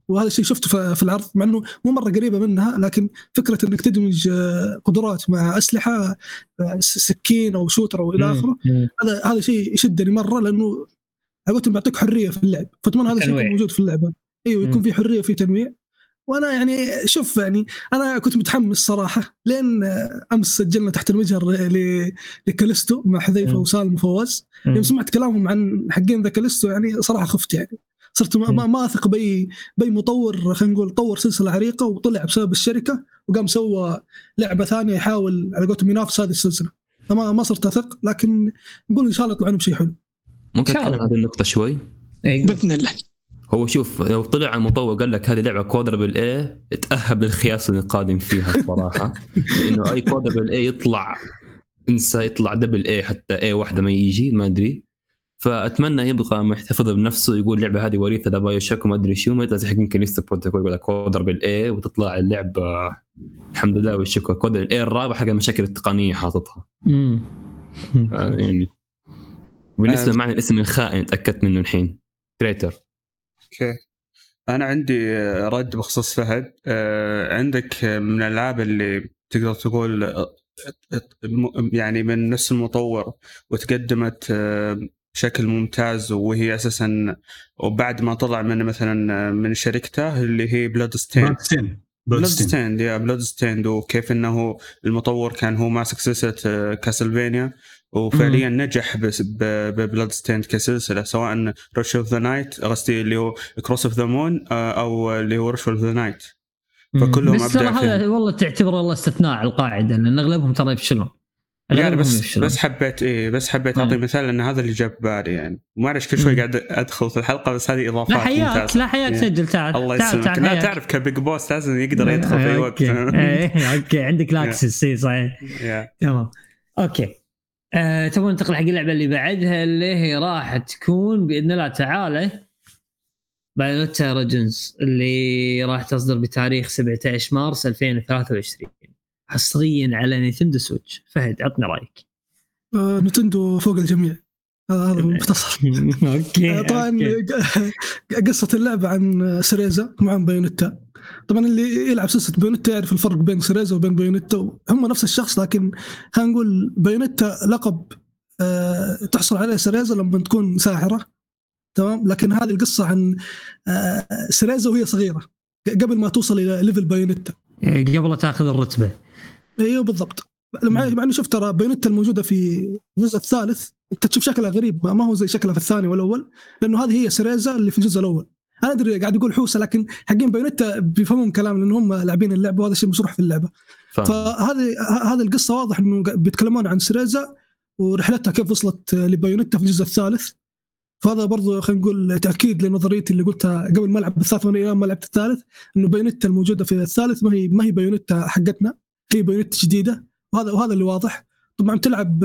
وهذا الشيء شفته في العرض، مع انه مو مره قريبه منها، لكن فكره انك تدمج قدرات مع اسلحه سكين او شوتر او الى اخره، هذا هذا شيء يشدني مره، لانه قلت بيعطيك حريه في اللعب، فاتمنى هذا الشيء يكون موجود في اللعبه. ايوه يكون في حريه وفي تنويع. وانا يعني شوف يعني انا كنت متحمس صراحه، لين امس سجلنا تحت المجهر لكاليستو مع حذيفه وسالم وفواز، يوم سمعت كلامهم عن حقين ذا كاليستو يعني صراحه خفت، يعني صرت ما, ما اثق باي باي مطور، خلينا نقول طور سلسله عريقه وطلع بسبب الشركه وقام سوى لعبه ثانيه يحاول على قولتهم ينافس هذه السلسله، فما ما صرت اثق، لكن نقول ان شاء الله يطلعون بشيء حلو. ممكن اتكلم عن هذه النقطه شوي؟ باذن الله. هو شوف لو طلع عن مطور قال لك هذه لعبه كوادربل اي، اتاهب للخياس القادم فيها صراحه، لانه اي كوادربل اي يطلع انسى، يطلع دبل اي حتى اي واحده ما يجي ما ادري. فاتمنى يبقى محتفظ بنفسه، يقول اللعبه هذه وريثه لبايو شوك وما ادري شو، ما يطلع زي حق كاليستو بروتوكول يقول لك كوادربل اي وتطلع اللعبه الحمد لله والشكر كوادربل اي الرابع حق المشاكل التقنيه حاططها. امم يعني بالنسبه معنى الاسم الخائن تاكدت منه الحين كريتر. اوكي انا عندي رد بخصوص فهد. آه عندك من الالعاب اللي تقدر تقول يعني من نفس المطور وتقدمت بشكل ممتاز، وهي اساسا وبعد ما طلع من مثلا من شركته اللي هي بلودستين بلودستين يا بلودستين وكيف انه المطور كان هو ماسك سلسله كاسلفينيا، وفعليا مم. نجح ببلودستين كسلسله، سواء رش اوف ذا نايت غستي اللي هو كروس اوف ذا مون او اللي هو رش اوف ذا نايت، فكلهم بس ترى هذا والله تعتبر الله استثناء على القاعده، لان اغلبهم ترى يفشلون يعني. بس يفشلون. بس حبيت ايه بس حبيت اعطي مثال ان هذا اللي جاب بالي يعني. ما اعرف كل شوي قاعد ادخل في الحلقه، بس هذه اضافات. لا حياك لا حياك يعني. سجل تعال الله يسلمك. لا تعرف كبيج بوس لازم يقدر يدخل في اي وقت. اوكي عندك لاكسس اي صحيح تمام. اوكي أه، تبون ننتقل حق اللعبه اللي بعدها اللي هي راح تكون باذن الله تعالى بايونيتا أوريجينز، اللي راح تصدر بتاريخ سبعة عشر مارس ألفين وثلاثة وعشرين حصريا على نينتندو سويتش. فهد عطنا رايك. آه، نينتندو فوق الجميع، هذا المختصر. اوكي طبعا قصه اللعبه عن سيريزا مع بايونيتا. طبعا اللي يلعب سلسله بايونيتا يعرف الفرق بين سيريزا وبين بايونيتا، هم نفس الشخص، لكن خلينا نقول بايونيتا لقب أه تحصل عليه سيريزا لما تكون ساحره، تمام. لكن هذه القصه عن أه سيريزا وهي صغيره قبل ما توصل الى ليفل بايونيتا، قبل تاخذ الرتبه. ايوه بالضبط. مع انه شفت ترى بايونيتا الموجوده في الجزء الثالث انت تشوف شكلها غريب، ما هو زي شكلها في الثاني والاول، لانه هذه هي سيريزا اللي في الجزء الاول. انا ادري قاعد يقول حوسه، لكن حقين بايونيتا بيفهمون كلام لان هم لاعبين اللعبه، وهذا الشيء مشروح في اللعبه. فهذه هذه القصه واضح انه بيتكلمون عن سيريزا ورحلتها كيف وصلت لبايونيتا في الجزء الثالث. فهذا برضو خلينا نقول تاكيد لنظريتي اللي قلتها قبل ما العب الثالث وانا ما لعبت الثالث، انه بايونيتا الموجوده في الثالث ما هي ما هي بايونيتا حقتنا، هي بايونيتا جديده، وهذا وهذا اللي واضح. طبعا تلعب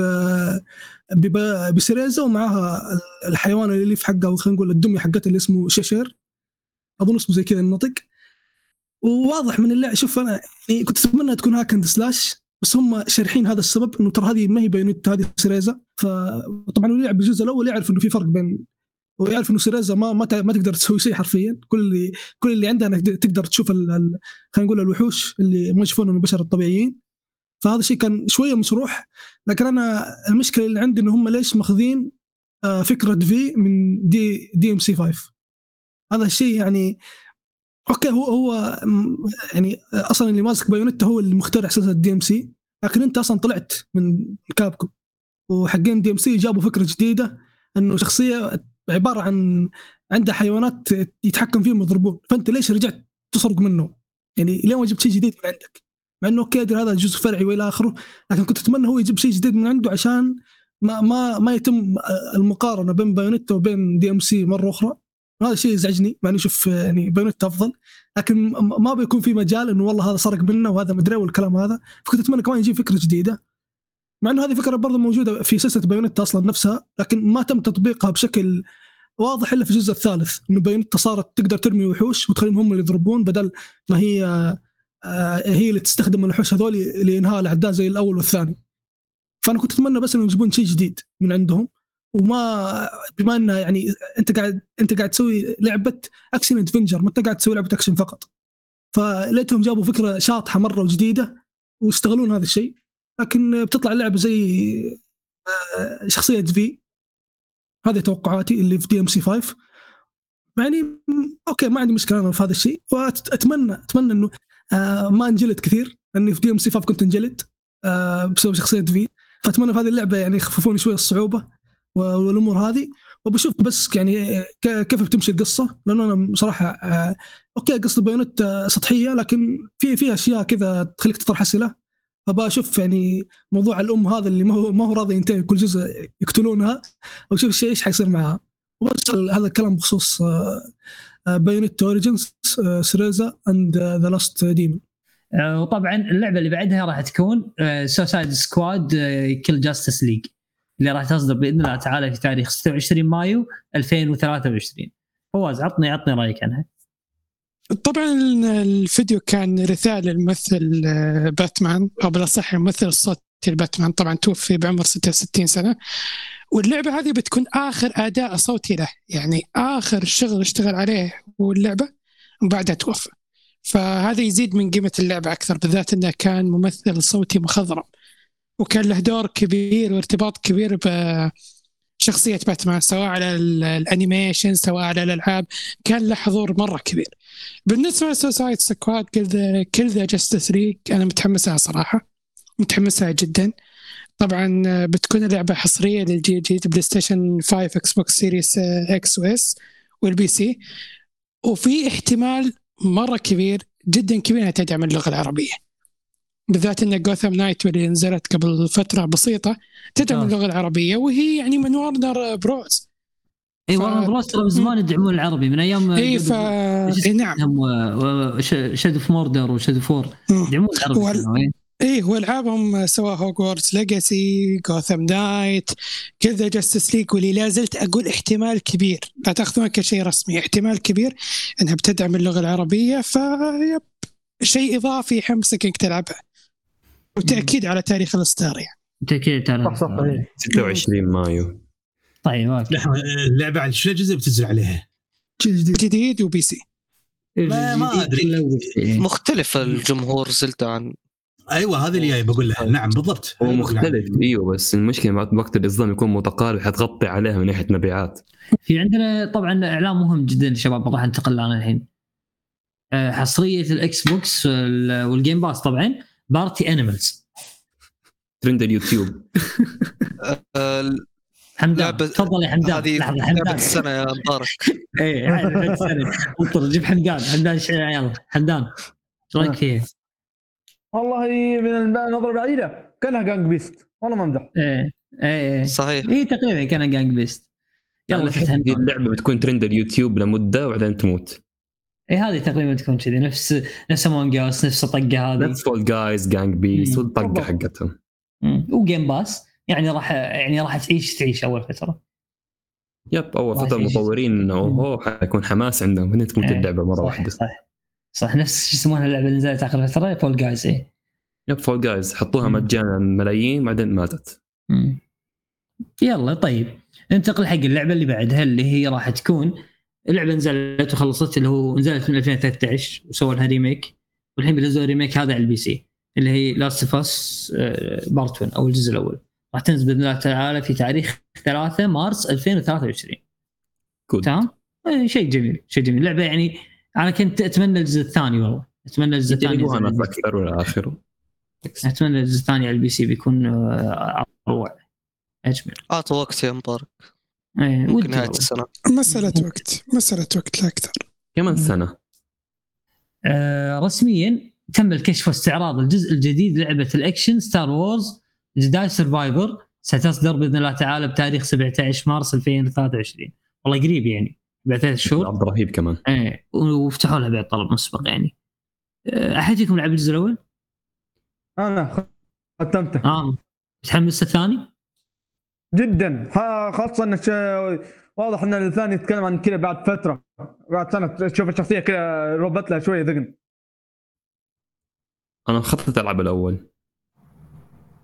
بسيريزا ومعها الحيوان اللي في حقها، وخلينا نقول الدميه حقتها اللي اسمه شيشير، اظن اسمه زي كذا النطق. وواضح من اللعب، شوف انا يعني كنت اتمنى تكون هاكند سلاش، بس هم شارحين هذا السبب انه ترى هذه ما هي بايونيتا، هذه سيريزا. فطبعا اللي يلعب بالجزء الاول يعرف انه في فرق بين، ويعرف انه سيريزا ما ما, ما تقدر تسوي شيء حرفيا. كل اللي كل اللي عندها انك تقدر تشوف خلينا نقول الوحوش اللي ما يشوفونهم البشر الطبيعيين. فهذا الشيء كان شويه مشروح، لكن انا المشكله اللي عندي انه هم ليش ماخذين فكره في من دي دي ام سي خمسة. هذا الشيء يعني اوكي، هو هو يعني اصلا اللي ماسك بايونيتا هو اللي مخترع سلسله دي ام سي، لكن انت اصلا طلعت من كابكم وحقين دي ام سي جابوا فكره جديده انه شخصيه عباره عن عندها حيوانات يتحكم فيهم ويضربون، فانت ليش رجعت تسرق منه؟ يعني ليه ما جبت شيء جديد من عندك؟ مع انه اوكي هذا جزء فرعي والى اخره، لكن كنت اتمنى هو يجيب شيء جديد من عنده عشان ما ما ما يتم المقارنه بين بايونيتا وبين دي ام سي مره اخرى. هذا الشيء يزعجني، مع اني اشوف يعني بايونيتا افضل، لكن ما بيكون في مجال انه والله هذا سرق منا وهذا مدري والكلام هذا. فكنت اتمنى كمان يجيب فكره جديده، مع انه هذه فكره برضه موجوده في سلسله بايونيتا اصلا نفسها، لكن ما تم تطبيقها بشكل واضح الا في الجزء الثالث، انه بايونيتا صارت تقدر ترمي وحوش وتخليهم هم اللي يضربون، بدل ما هي هي اللي تستخدم الوحوش هذول لإنهاء الأعداء زي الأول والثاني. فأنا كنت أتمنى بس إنه يجيبون شيء جديد من عندهم، وما بما انها يعني انت قاعد انت قاعد تسوي لعبه اكشن ادفنجر، ما انت قاعد تسوي لعبه اكشن فقط. فليتهم جابوا فكره شاطحه مره وجديده ويشتغلون هذا الشيء، لكن بتطلع اللعبه زي شخصيه في هذه توقعاتي اللي في دي ام سي خمسة. يعني اوكي ما عندي مشكله انا في هذا الشيء، واتمنى اتمنى انه ما انجلد كثير، لاني في دي ام سي خمسة كنت انجلد بسبب شخصيه في. فاتمنى في هذه اللعبه يعني يخففون شويه الصعوبه والامور هذه، وبشوف بس يعني كيف بتمشي القصه، لانه انا بصراحه اوكي قصه بيونت سطحيه، لكن في فيها اشياء كذا تخليك تطرح اسئله. فبشوف يعني موضوع الام هذا اللي ما هو ما هو راضي ينتهي، كل جزء يقتلونها، وشوف الشيء ايش حيصير معها. وبس هذا الكلام بخصوص بيونت اوريجينز سيريزا اند ذا لاست ديمون. وطبعا اللعبه اللي بعدها راح تكون سوسايد سكواد كيل جاستس ليج اللي راح تصدر باذن الله تعالى في تاريخ ستة وعشرين مايو ألفين وثلاثة وعشرين. فواز عطني عطني رايك عنها. طبعا الفيديو كان رساله للممثل باتمان، او بالاصح الممثل الصوتي الباتمان، طبعا توفي بعمر ستة وستين سنه. واللعبه هذه بتكون اخر اداء صوتي له، يعني اخر شغل اشتغل عليه واللعبه وبعدها توفى. فهذا يزيد من قيمه اللعبه اكثر، بالذات انه كان ممثل صوتي مخضرم وكان له دور كبير وارتباط كبير بشخصيه باتمان، سواء على الانيميشن سواء على الالعاب، كان له حضور مره كبير. بالنسبه لسوسايد سكواد كل ذا جاستس ليج انا متحمسها صراحه، متحمسها جدا. طبعا بتكون اللعبه حصريه للجيل الجديد، بلاي ستيشن خمسة، اكس بوكس سيريس اكس واس والبي سي، وفي احتمال مره كبير جدا كبير انها تدعم اللغه العربيه، بالذات ان جوثام نايت واللي نزلت قبل فتره بسيطه تدعم آه. اللغه العربيه، وهي يعني من وارنر بروز. اي ف... وارنر بروز ترى زمان يدعمون العربي من ايام اي ف اي نعم شادو اوف موردر وشادو فور يدعمون العربي وال... ايه والعابهم سواء هوغورتس ليجاسي، جوثام نايت، كذا جاستس ليج، واللي لا زلت اقول احتمال كبير، لا تاخذونه كشيء رسمي، احتمال كبير انها بتدعم اللغه العربيه. فيب شيء اضافي يحمسك انك تلعبها، وتاكيد على تاريخ الاصدار يعني. تاكيد على ستة وعشرين مايو. طيب اللعبه على شو جزء بتنزل عليها؟ جديد جديد وبي سي. ما ما ادري مختلف الجمهور زلت عن ايوه هذا اللي جاي بقول لها. نعم بالضبط هو مختلف. ايوه بس المشكله مع وقت الاصدار يكون متقارب حتغطي عليها من ناحيه مبيعات. في عندنا طبعا اعلان مهم جدا شباب راح ننتقل لنا الحين، حصريه الاكس بوكس والجيم باس. طبعا بارتي انيمالز ترند اليوتيوب. حمدان تفضل يا حمدان. لحظه حمدان السنه يا مبارك. ايه هذه السنه انطر جيب حمدان. حمدان يلا حمدان ايش رايك فيه؟ والله من النظره بعيده كانها جانج بيست، والله ما امدح. ايه ايه صحيح ايه تقريبا كان جانج بيست. يلا هذه اللعبه بتكون ترند اليوتيوب لمده وبعدين تموت. ايه هذه تقريبا تكون كذي نفس نفس مونجاس نفس الطقه هذه. نفس فول جايز جانج بيست والطقه حقتهم. وجيم باس يعني راح يعني راح تعيش تعيش اول فتره. يب اول فتره المطورين اوه حيكون حماس عندهم هنا تموت اللعبه مره واحده. صح صح نفس شو يسمونها اللعبه اللي نزلت اخر فتره فول جايز. ايه يب فول جايز حطوها مجانا ملايين بعدين ماتت. مم. يلا طيب ننتقل حق اللعبه اللي بعدها اللي هي راح تكون اللعبه نزلت وخلصت اللي هو نزلت من ألفين وثلاثة عشر وسووا لها ريميك، والحين بينزلوا ريميك هذا على البي سي اللي هي لاست اوف اس بارت واحد او الجزء الاول. راح تنزل باذن الله تعالى في تاريخ ثلاثة مارس ألفين وثلاثة وعشرين. تمام شيء جميل شيء جميل لعبه يعني انا كنت اتمنى الجزء الثاني، والله اتمنى الجزء الثاني انا اكثر ولا اخره. اتمنى الجزء الثاني على البي سي بيكون اروع اجمل. اعطوا وقت يا مبارك. ايه ممكن نهايه السنه. مساله وقت مساله وقت لا اكثر. كمان سنه. آه رسميا تم الكشف واستعراض الجزء الجديد لعبه الاكشن ستار وورز جداي سرفايفر، ستصدر باذن الله تعالى بتاريخ سبعة عشر مارس ألفين وثلاثة وعشرين. والله قريب يعني بعد ثلاث شهور. عبد رهيب كمان. ايه وفتحوا لها بعد طلب مسبق يعني. احد فيكم لعب الجزء الاول؟ انا ختمته. اه متحمس الثاني جدا، خاصه ان واضح ان الثاني يتكلم عن كذا بعد فتره بعد سنه تشوف الشخصيه كذا ربط لها شويه ذقن. انا خططت العب الاول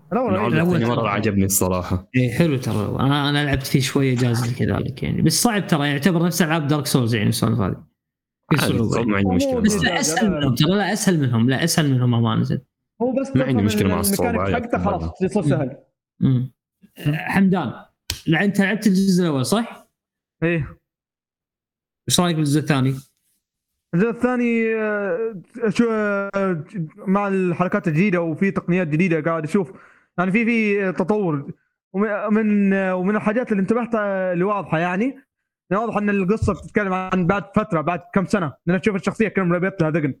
الاول مره عجبني الصراحه. اي حلو ترى، انا انا لعبت فيه شويه جاز كذلك يعني، بس صعب ترى، يعتبر نفس العاب دارك سولز يعني السولف هذه في صعوبه ما عندي مشكله، بس لا اسهل منهم ترى، لا اسهل منهم لا اسهل منهم امانه. هو بس ما عندي مشكله مع الصعوبه حقته خلاص يصير سهل. امم حمدان لا انت لعبت الجزء الاول صح؟ ايه. ايش رايك بالجزء الثاني؟ الجزء الثاني شو مع الحركات الجديده وفي تقنيات جديده قاعد اشوف يعني في في تطور، ومن ومن الحاجات اللي انتبهت اللي واضحه يعني واضح ان القصه بتتكلم عن بعد فتره بعد كم سنه، لان تشوف الشخصيه كم ربيت لها ذقن.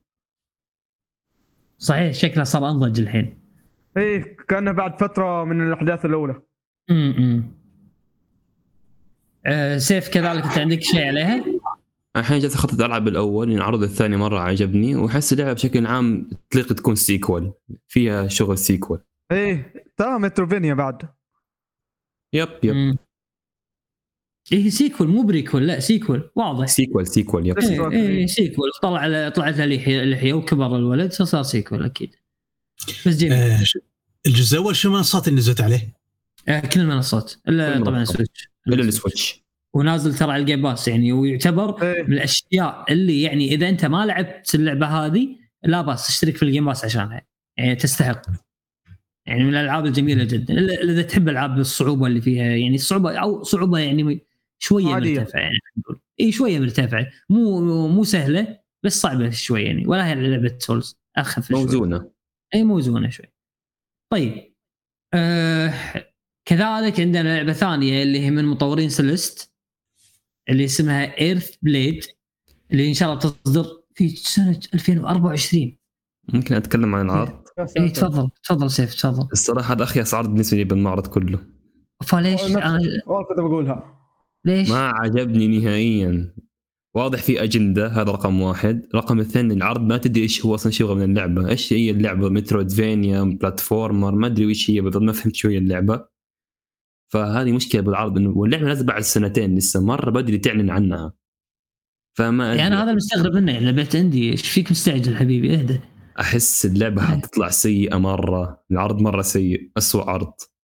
صحيح شكلها صار انضج الحين. ايه كانه بعد فتره من الاحداث الاولى. امم أه سيف كذلك انت عندك شيء عليها؟ الحين جالس اخطط العب الاول، العرض الثاني مره عجبني، واحس اللعبه بشكل عام تليق تكون سيكوال، فيها شغل سيكوال. ايه ترى متروفينيا بعد. يب يب مم. ايه سيكول مو بريكول، لا سيكول واضح. سيكول سيكول يب. ايه, إيه سيكول، طلع على طلعت له لحيه لحيه وكبر الولد صار سيكول اكيد. بس جميل. آه الجزء الاول شو المنصات اللي نزلت عليه؟ آه كل المنصات الا طبعا سويتش الا السويتش، ونازل ترى على الجيم باس يعني، ويعتبر إيه. من الاشياء اللي يعني اذا انت ما لعبت اللعبه هذه لا باس تشترك في الجيم باس عشانها يعني، تستحق يعني، من الالعاب الجميله جدا اذا تحب العاب الصعوبه اللي فيها يعني، الصعوبه او صعوبه يعني شويه مرتفعه يعني، اي شويه مرتفعه، مو مو سهله بس صعبه شويه يعني، ولا هي لعبه سولز اخف موزونه. اي موزونه شوي. طيب آه كذلك عندنا لعبه ثانيه اللي هي من مطورين سيليست اللي اسمها ايرث بليد، اللي ان شاء الله تصدر في سنه ألفين وأربعة وعشرين. ممكن اتكلم عن العرض؟ اي تفضل تفضل سيف تفضل. الصراحه هذا اخي عرض بالنسبه لي بالمعرض كله. فليش انا كنت بقولها ليش ما عجبني نهائيا. واضح في اجنده، هذا رقم واحد. رقم اثنين العرض ما تدري ايش هو اصلا، شو من اللعبه، ايش هي اللعبه، مترويدفانيا بلاتفورمر ما ادري ايش هي بالضبط، ما فهمت شو هي اللعبه. فهذه مشكله بالعرض، انه واللعبه نازله بعد سنتين لسه مره بدري تعلن عنها. فما يعني انا هذا مستغرب منه يعني، لعبت عندي ايش فيك مستعجل حبيبي اهدى. احس اللعبه حتطلع سيئه مره، العرض مره سيء، اسوأ عرض.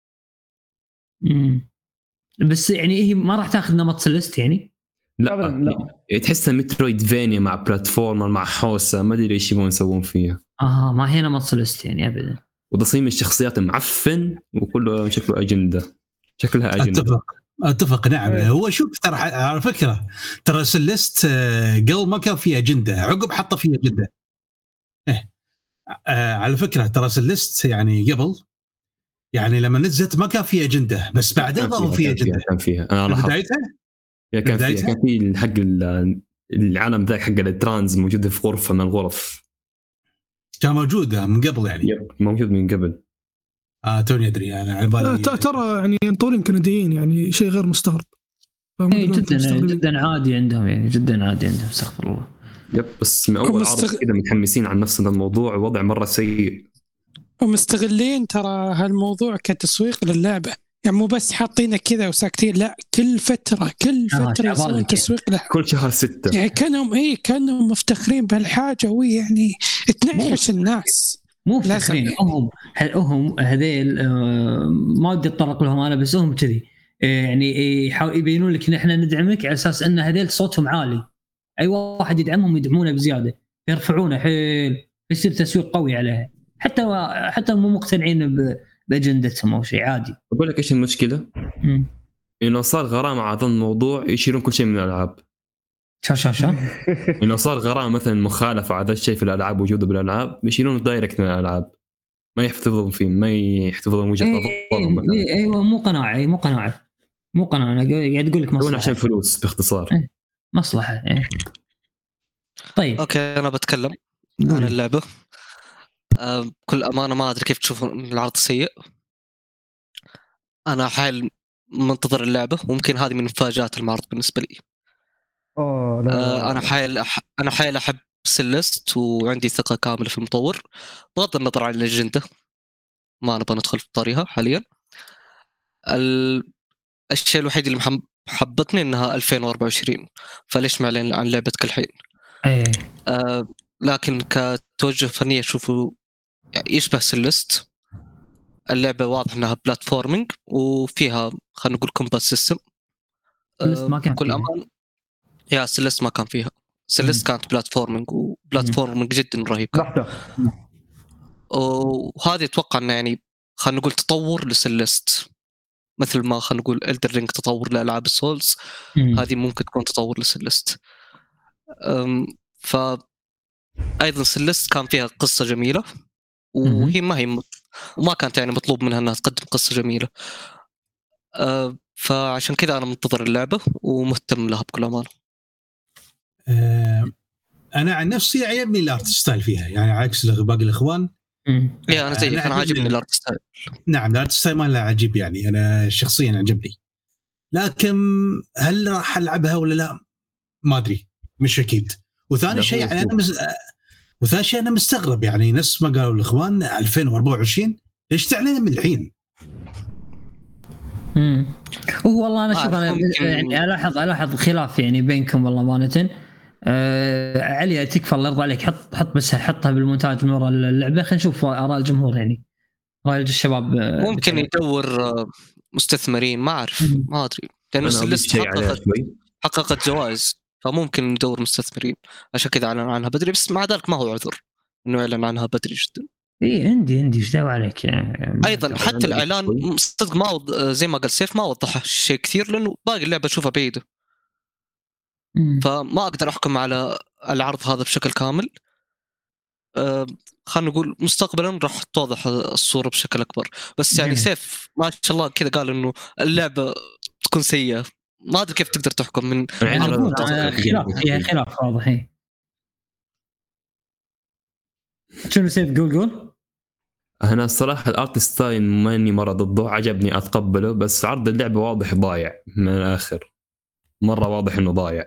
امم بس يعني هي ما راح تاخذ نمط سيليست يعني؟ لا لا تحسها مترويدفانيا مع بلاتفورمر مع حوسه، ما ادري ايش يبون يسوون فيها. اه ما هي نمط سيليست يعني ابدا. وتصميم الشخصيات معفن وكله شكله اجنده، شكلها اجنده. اتفق اتفق نعم. هو شوف ترى على فكره ترى سيليست قبل ما كان فيه اجنده، عقب حطه فيه اجنده. إيه. آه على فكره ترى سيليست يعني قبل يعني لما نزلت ما كان فيه اجنده، بس بعدين ضافوا فيه اجنده. كان فيها انا بدايتها كان فيها كان في حق العالم ذاك حق الترانز موجود في غرفه من الغرف، كان موجوده من قبل يعني. يب موجود من قبل. اه توني ادري انا على بالي. ترى يعني ينطون كنديين يعني شيء غير مستغرب. اي جدا جدا عادي عندهم يعني، جدا عادي عندهم استغفر الله. يب بس من اول مستغ... عرض كذا متحمسين عن نفس الموضوع، ووضع مره سيء ومستغلين ترى هالموضوع كتسويق للعبه يعني، مو بس حاطينه كذا وساكتين، لا كل فتره كل فتره آه يسوون تسويق له كل شهر ستة يعني، كانوا اي كانوا مفتخرين بهالحاجه، ويعني تنعش الناس. مو مفتخرين هم هم هذيل آه ما ودي اتطرق لهم انا، بس هم كذي يعني يحاولوا يبينون لك ان احنا ندعمك على اساس ان هذيل صوتهم عالي، اي واحد يدعمهم يدعمونه بزياده، يرفعونه حيل، يصير تسويق قوي عليها، حتى حتى مو مقتنعين باجندتهم او شيء عادي. اقول لك ايش المشكله؟ امم انه صار غرامه على هذا الموضوع، يشيلون كل شيء من الالعاب. شا شا شا انه صار غرامه مثلا مخالفه على هذا الشيء في الالعاب، وجوده بالالعاب يشيلون دايركت من الالعاب، ما يحتفظون فيه، ما يحتفظون وجهه نظرهم. اي ايوه مو قناعه مو قناعه مو قناعه انا قاعد اقول لك مصلحه عشان فلوس باختصار. ايه. مصلحه ايه. طيب اوكي انا بتكلم عن اللعبه. أه بكل امانه ما ادري كيف تشوفون العرض السيء. انا حال منتظر اللعبه، وممكن هذه من مفاجات المعرض بالنسبه لي. اه لا أه انا حال أح... انا حال احب سيليست، وعندي ثقه كامله في المطور بغض النظر عن الاجنده، ما نبغى ندخل في طريقها حاليا. ال... الشيء الوحيد اللي محب... حبطني انها ألفين وأربعة وعشرين، فليش معلن عن لعبتك الحين؟ ايه أه لكن كتوجه فني اشوفه يعني يشبه سيليست، اللعبه واضح انها بلاتفورمينج وفيها خلينا نقول كومبات سيستم. سلست ما كان كل فيها. امان يا سلست ما كان فيها. سلست كانت بلاتفورمينج وبلاتفورمينج جدا رهيب كان. وهذه اتوقع انه يعني خلينا نقول تطور لسلست مثل ما خلينا نقول إلدر رينج تطور لألعاب السولز. هذه ممكن تكون تطور لسلست. ف ايضا سلست كان فيها قصه جميله وهي ما هي وما كانت يعني مطلوب منها انها تقدم قصه جميله. أه فعشان كذا انا منتظر اللعبه ومهتم لها بكل امانه. أه انا عن نفسي عجبني الارت ستايل فيها يعني عكس باقي الاخوان. يا انا زيك انا عاجبني الارت ستايل. نعم الارت ستايل ما له عجيب يعني انا شخصيا عجبني لكن هل راح العبها ولا لا ما ادري مش اكيد. وثاني شيء يعني انا مز... وثاني شيء انا مستغرب يعني نفس ما قالوا الاخوان ألفين وأربعة وعشرين ليش تعلن من الحين؟ امم هو والله انا شوف انا يعني الاحظ الاحظ خلاف يعني بينكم والله امانه. آه علي تكفى الله يرضى عليك حط حط بس حطها بالمونتاج من وراء اللعبه خلينا نشوف اراء الجمهور يعني راي الشباب. ممكن يدور مستثمرين ما اعرف ما ادري لانه سلست حققت حققت جوائز فممكن ندور مستثمرين عشان كذا اعلن عنها بدري. بس مع ذلك ما هو عذر انه يعلن عنها بدري جدا. اي عندي عندي ايش دعوه عليك يعني. ايضا حتى الاعلان صدق ما وض... زي ما قال سيف ما وضح شيء كثير لانه باقي اللعبه اشوفها بعيده فما اقدر احكم على العرض هذا بشكل كامل. أه خلينا نقول مستقبلا راح توضح الصوره بشكل اكبر. بس يعني سيف ما شاء الله كذا قال انه اللعبه تكون سيئه ما ادري كيف تقدر تحكم من خلاف فيها خلاف واضح. شنو سيف قول قول. انا الصراحه الارت ستايل ماني مره ضده عجبني اتقبله بس عرض اللعبه واضح ضايع من الاخر مره واضح انه ضايع.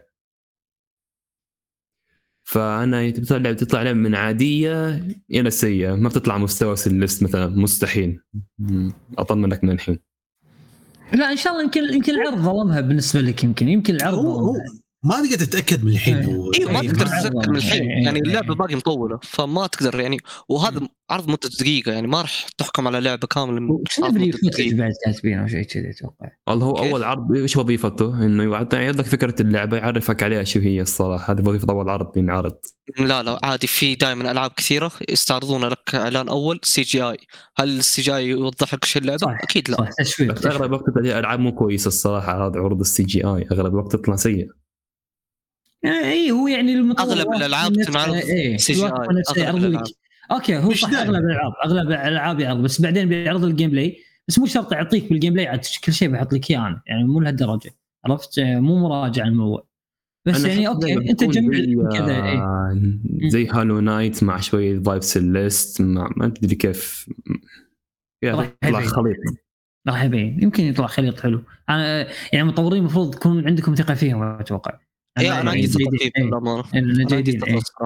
فانا تطلع لعبه تطلع لعبه من عاديه الى سيئه ما بتطلع مستوى سلست مثلا مستحيل. اطمنك من الحين. لا ان شاء الله يمكن يمكن العرض ظلمها بالنسبه لك يمكن يمكن العرض ما تقدر تتاكد من الحين. ايوه ما تقدر تتاكد من الحين يعني اللعبه باقي مطوله فما تقدر يعني وهذا عرض مده دقيقه يعني ما راح تحكم على لعبه كامله من بعد كاتبين او شيء كذا اتوقع. والله هو اول عرض ايش وظيفته انه يعطيك فكره اللعبه يعرفك عليها شو هي الصراحه هذه وظيفه اول عرض من عرض. لا لا عادي في دائما العاب كثيره يستعرضون لك اعلان اول سي جي اي. هل السي جي اي يوضح لك شيء اللعبه؟ صح. اكيد لا. بس اغلب وقت تلاقي العاب مو كويسه الصراحه هذا عروض السي جي اي اغلب وقت تطلع سيء. اي هو يعني المطور اغلب الالعاب تنعرض سي جي اي. اوكي هو صح اغلب الالعاب اغلب الالعاب يعرض بس بعدين بيعرض الجيم بلاي بس مو شرط يعطيك بالجيم بلاي عاد كل شيء بيحط لك اياه يعني مو لهالدرجه عرفت مو مراجع الموضوع بس يعني اوكي انت جمع كذا ايه زي هالو نايت مع شويه فايب سيلست مع ما ادري كيف يطلع خليط راح يبين يمكن يطلع خليط حلو. انا يعني المطورين المفروض تكون عندكم ثقه فيهم اتوقع. انا انا عندي ثقه فيهم انه جيدين.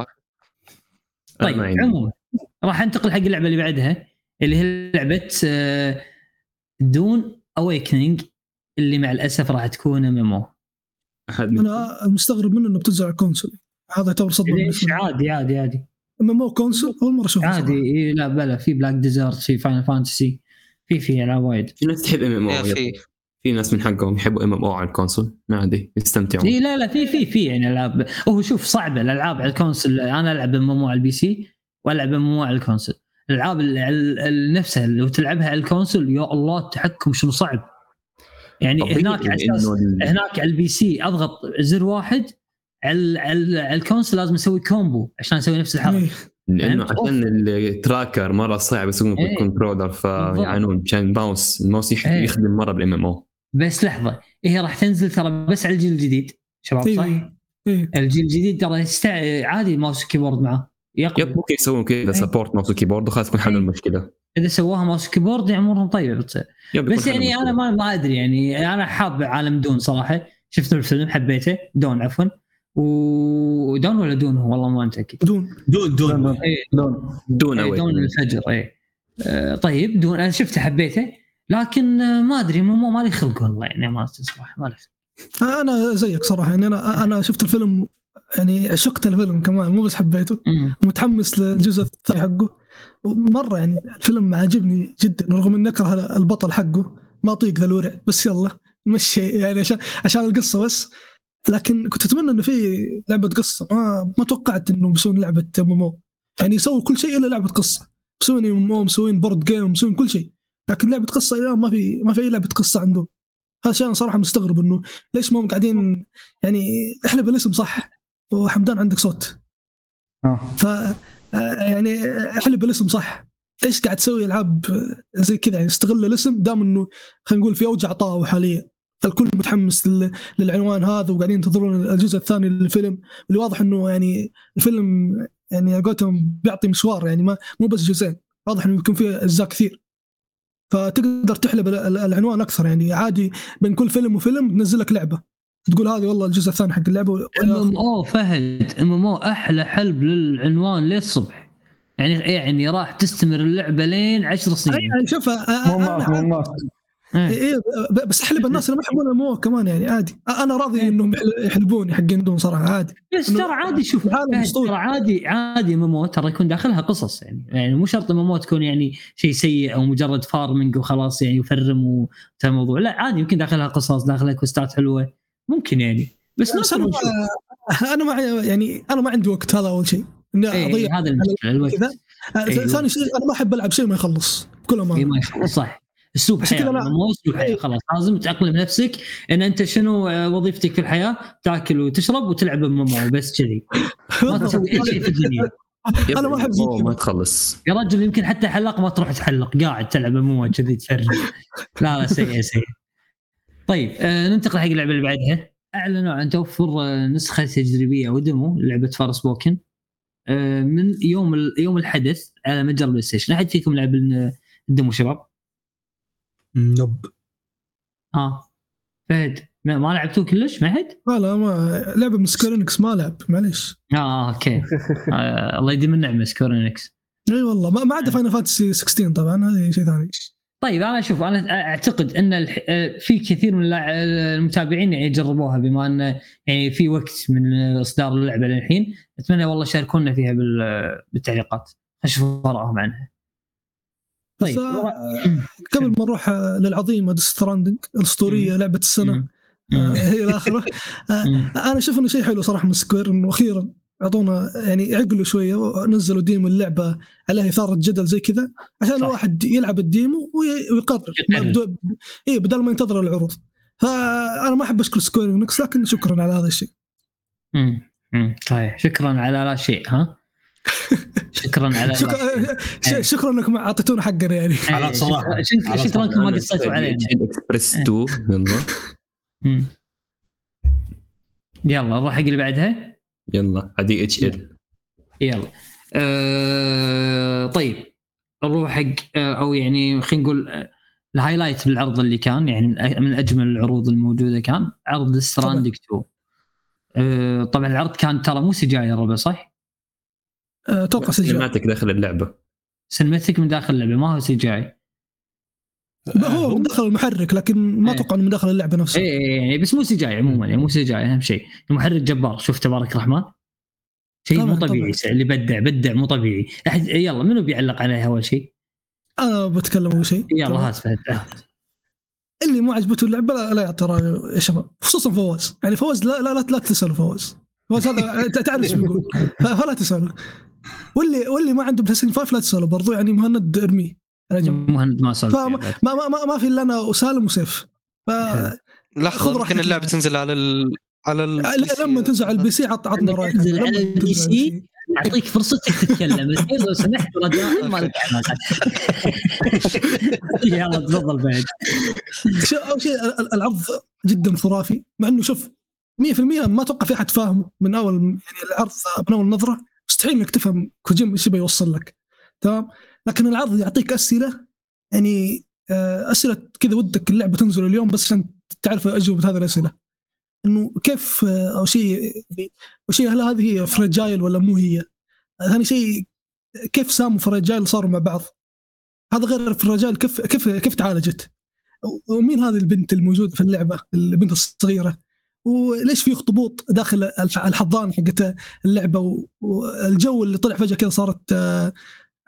طيب عموما راح انتقل حق اللعبه اللي بعدها اللي هي لعبه دون اويكنينج اللي مع الاسف راح تكون ام ام او. انا مستغرب منه انه بتنزل على الكونسول هذا يعتبر صدمه بالنسبه لي. عادي عادي عادي ام ام او كونسول اول مره اشوفه عادي إيه لا بلا في بلاك ديزرت في فاينل فانتسي في في العاب وايد. في ناس تحب ام ام او في ناس من حقهم يحبوا ام ام او على الكونسول عادي يستمتعون. إيه لا لا في في في يعني العاب هو شوف صعبه الالعاب على الكونسول. انا العب ام ام او على البي سي والعب ام ام او على الكونسول. الالعاب نفسها لو تلعبها على الكونسول يا الله التحكم شنو صعب يعني هناك على اساس هناك على البي سي اضغط زر واحد على على الكونسول لازم اسوي كومبو عشان اسوي نفس الحركه لانه عشان التراكر مره صعب يسوون ايه. بالكنترولر فيعانون عشان الماوس الماوس يخدم ايه. مره بالام ام او. بس لحظه هي راح تنزل ترى بس على الجيل الجديد شباب صح ايه. ايه. الجيل الجديد ترى يستع... عادي ماوس كيبورد معه يب ممكن يسوون كذا سبورت ماوس كيبورد وخلاص يكون حل المشكله. اذا سواها ماوس كيبورد امورهم طيبه بتصير بس يعني انا ما ما ادري يعني انا حاب عالم دون صراحه شفت الفيلم حبيته دون عفوا ودون ولا دون هو والله ما متاكد دون دون دون دون اي دون دون ايه دون الفجر اي آه طيب دون انا شفته حبيته لكن آه ما ادري مو ما لي خلق والله يعني ما صراحه ما لي انا زيك صراحه يعني انا انا شفت الفيلم يعني عشقت الفيلم كمان مو بس حبيته متحمس للجزء الثاني حقه مره يعني الفيلم عجبني جدا رغم ان نكره البطل حقه ما طيق ذا الورع بس يلا مشي يعني عشان عشان القصه بس. لكن كنت اتمنى انه في لعبه قصه ما ما توقعت انه بيسوون لعبه ممو يعني يسووا كل شيء الا لعبه قصه مسوين ممو مسوين بورد جيم مسوين كل شيء لكن لعبه قصه اليوم ما في ما في اي لعبه قصه عندهم. هذا شيء صراحه مستغرب انه ليش ما هم قاعدين يعني احلب الاسم صح وحمدان عندك صوت اه ف يعني احلب الاسم صح ايش قاعد تسوي العاب زي كذا يعني استغل الاسم دام انه خلينا نقول في اوج عطاء حاليا الكل متحمس للعنوان هذا وقاعدين ينتظرون الجزء الثاني للفيلم اللي واضح انه يعني الفيلم يعني قلتهم بيعطي مشوار يعني ما مو بس جزئين واضح انه يكون فيه اجزاء كثير فتقدر تحلب العنوان اكثر يعني عادي بين كل فيلم وفيلم تنزل لك لعبه تقول هذه والله الجزء الثاني حق اللعبه. ام او فهد ام او احلى حلب للعنوان للصبح يعني يعني راح تستمر اللعبه لين عشر سنين يعني شوف إيه بس احلب الناس اللي ما يحبون المو كمان يعني عادي انا راضي انهم يحلبون حقين دون صراحه عادي بس ترى عادي شوف ترى عادي عادي ممو ترى يكون داخلها قصص يعني يعني مو شرط ممو تكون يعني شيء سيء او مجرد فارمنج وخلاص يعني يفرم الموضوع لا عادي يمكن داخلها قصص داخلها كوستات حلوه ممكن يعني بس أنا, انا ما يعني انا ما عندي وقت هذا اول شيء اني اضيع هذا الوقت أيوه. ثاني شيء انا ما احب العب شيء ما يخلص كل ما ما يخلص صح اسلوب حياه مو اسلوب حياه خلاص لازم تأقلم نفسك ان انت شنو وظيفتك في الحياه تاكل وتشرب وتلعب بمومو بس كذي ما تسوي اي شيء في الدنيا. انا ما احب ما تخلص يا رجل يمكن حتى حلق ما تروح تحلق قاعد تلعب بمومو كذي تفرج لا لا سيء سيء. طيب آه ننتقل حق اللعبه اللي بعدها. اعلنوا عن توفر آه نسخه تجريبيه ودمو لعبه فارسبوكن آه من يوم يوم الحدث على متجر بلاي ستيشن. احد فيكم لعب الدمو شباب؟ نوب اه فهد ما, ما لعبتوه كلش ما حد؟ لا لا ما لعبه من سكويرينكس ما لعب معليش. اه اوكي آه الله يديم النعمه سكويرينكس. اي والله ما ما عدا فاينل فانتسي ستة عشر طبعا هذا شيء ثاني. طيب انا اشوف انا اعتقد ان في كثير من المتابعين يعني جربوها بما ان يعني في وقت من اصدار اللعبه للحين. اتمنى والله شاركونا فيها بالتعليقات اشوف ارائهم عنها. طيب قبل ما نروح للعظيمه ديث ستراندنج الاسطوريه لعبه السنه آه هي الاخره آه انا اشوف انه شيء حلو صراحه من سكوير انه اخيرا اعطونا يعني عقلوا شويه ونزلوا ديمو اللعبه عليها اثاره جدل زي كذا عشان الواحد يلعب الديمو ويقرر اي بدل ما ينتظر العروض. فانا ما احب اشكر سكوير نكس لكن شكرا على هذا الشيء. امم طيب شكرا على لا شيء ها شكرا على شكرا, شكرا انكم اعطيتونا حقنا يعني على صراحه شكرا انكم ما قصيتوا علينا اكسبرس اثنين يلا يلا نروح حق اللي بعدها يلا عادي اتش ال يلا أه طيب نروح حق او يعني خلينا نقول الهايلايت بالعرض اللي كان يعني من اجمل العروض الموجوده كان عرض ستراندنج اثنين. أه طبعا العرض كان ترى مو سجاي يا ربع صح؟ اتوقع سجاي سينماتيك داخل اللعبه سينماتيك من داخل اللعبه ما هو سجاي هو من داخل المحرك لكن ما اتوقع انه من داخل اللعبه نفسها اي يعني بس مو سجاي عموما يعني مو سجاي اهم شيء المحرك جبار شوف تبارك الرحمن شيء مو طبيعي اللي بدع بدع مو طبيعي. احد يلا منو بيعلق عليها اول شيء؟ انا بتكلم اول شيء يلا هات فهد اللي مو عجبته اللعبه لا, لا ترى يا شباب خصوصا فواز يعني فواز لا لا لا, لا تسال فواز فواز هذا تعرف ايش بيقول فلا تساله واللي واللي ما عنده بلاي ستيشن خمسة لا تساله برضو يعني مهند ارمي مهند ما سال ما ما ما, ما في الا انا وسالم وسيف ف لحظه ممكن اللعبه تنزل على ال على ال لما تنزل على البي سي عط عطنا رايك تنزل على البي سي اعطيك فرصتك تتكلم لو سمحت رجاء ما لك علاقه يلا تفضل بعد. اول شيء العرض جدا خرافي مع انه شوف مية بالمية ما اتوقع في احد فاهمه من اول يعني العرض من اول نظره مستحيل انك تفهم كوجيما ايش بيوصل لك تمام. لكن العرض يعطيك اسئله يعني اسئله كذا ودك اللعبه تنزل اليوم بس عشان تعرف اجوبه هذه الاسئله انه كيف او شيء او شيء هل هذه هي فريجايل ولا مو هي. ثاني شيء كيف سام وفريجايل صاروا مع بعض هذا غير فريجايل كيف كيف كيف تعالجت ومين هذه البنت الموجوده في اللعبه البنت الصغيره وليش في اخطبوط داخل الحضانه حقت اللعبه والجو اللي طلع فجاه كذا صارت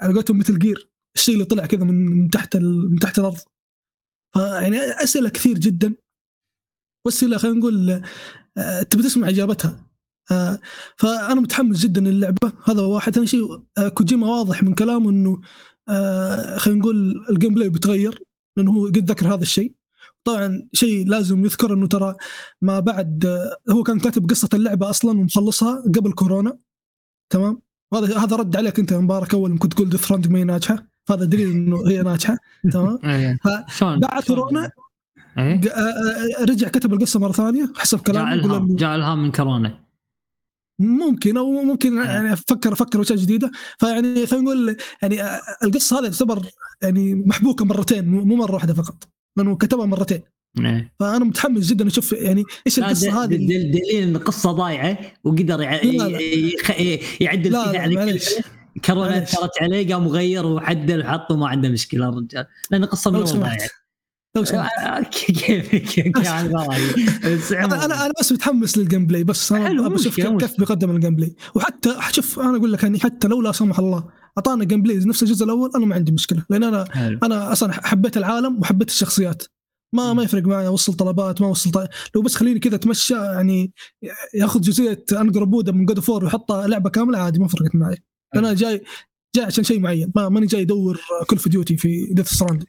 على قولتهم مثل جير، الشيء اللي طلع كذا من تحت من تحت الارض. فيعني اسئله كثير جدا، والاسئله خلينا نقول تبي تسمع اجابتها. فانا متحمس جدا للعبه، هذا واحد. ثاني شيء كوجيما واضح من كلامه انه خلينا نقول الجيم بلاي بيتغير، لانه هو قد ذكر هذا الشيء. طبعا شيء لازم يذكر انه ترى ما بعد هو كان كاتب قصه اللعبه اصلا ومخلصها قبل كورونا، تمام. هذا هذا رد عليك انت يا مبارك اول ما كنت تقول ديث ستراندنج ما هي ناجحه، فهذا دليل انه هي ناجحه، تمام. بعد كورونا رجع كتب القصه مره ثانيه حسب كلامه، يقول جاء الهام من كورونا ممكن او ممكن يعني افكر افكر اشياء جديده. فيعني خلينا نقول يعني القصه هذه تعتبر يعني محبوكه مرتين مو مره واحده فقط، لانه كتبها مرتين. نعم. فانا متحمس جدا اشوف يعني ايش القصه هذه. دليل ان القصه ضايعه وقدر يعدل فيها على كورونا اثرت عليه، قام مغير وعدل وحطه ما عنده مشكله الرجال، لان القصه من ضايعه. كيف كيف انا انا بس متحمس للجيم بلاي، بس انا بشوف كيف بيقدم الجيم بلاي. وحتى شوف انا اقول لك يعني حتى لو لا سمح الله اعطانا جيم بلاي نفس الجزء الاول انا ما عندي مشكله، لان انا حلو. انا اصلا حبيت العالم وحبيت الشخصيات، ما ما يفرق معي اوصل طلبات ما اوصل طلب. لو بس خليني كذا اتمشى يعني ياخذ جزئيه انقر بوده من جود اوف وور ويحطها لعبه كامله عادي ما فرقت معي. انا جاي جاي عشان شيء معين، ما ماني جاي ادور كل في ديوتي في ديث ستراندنج.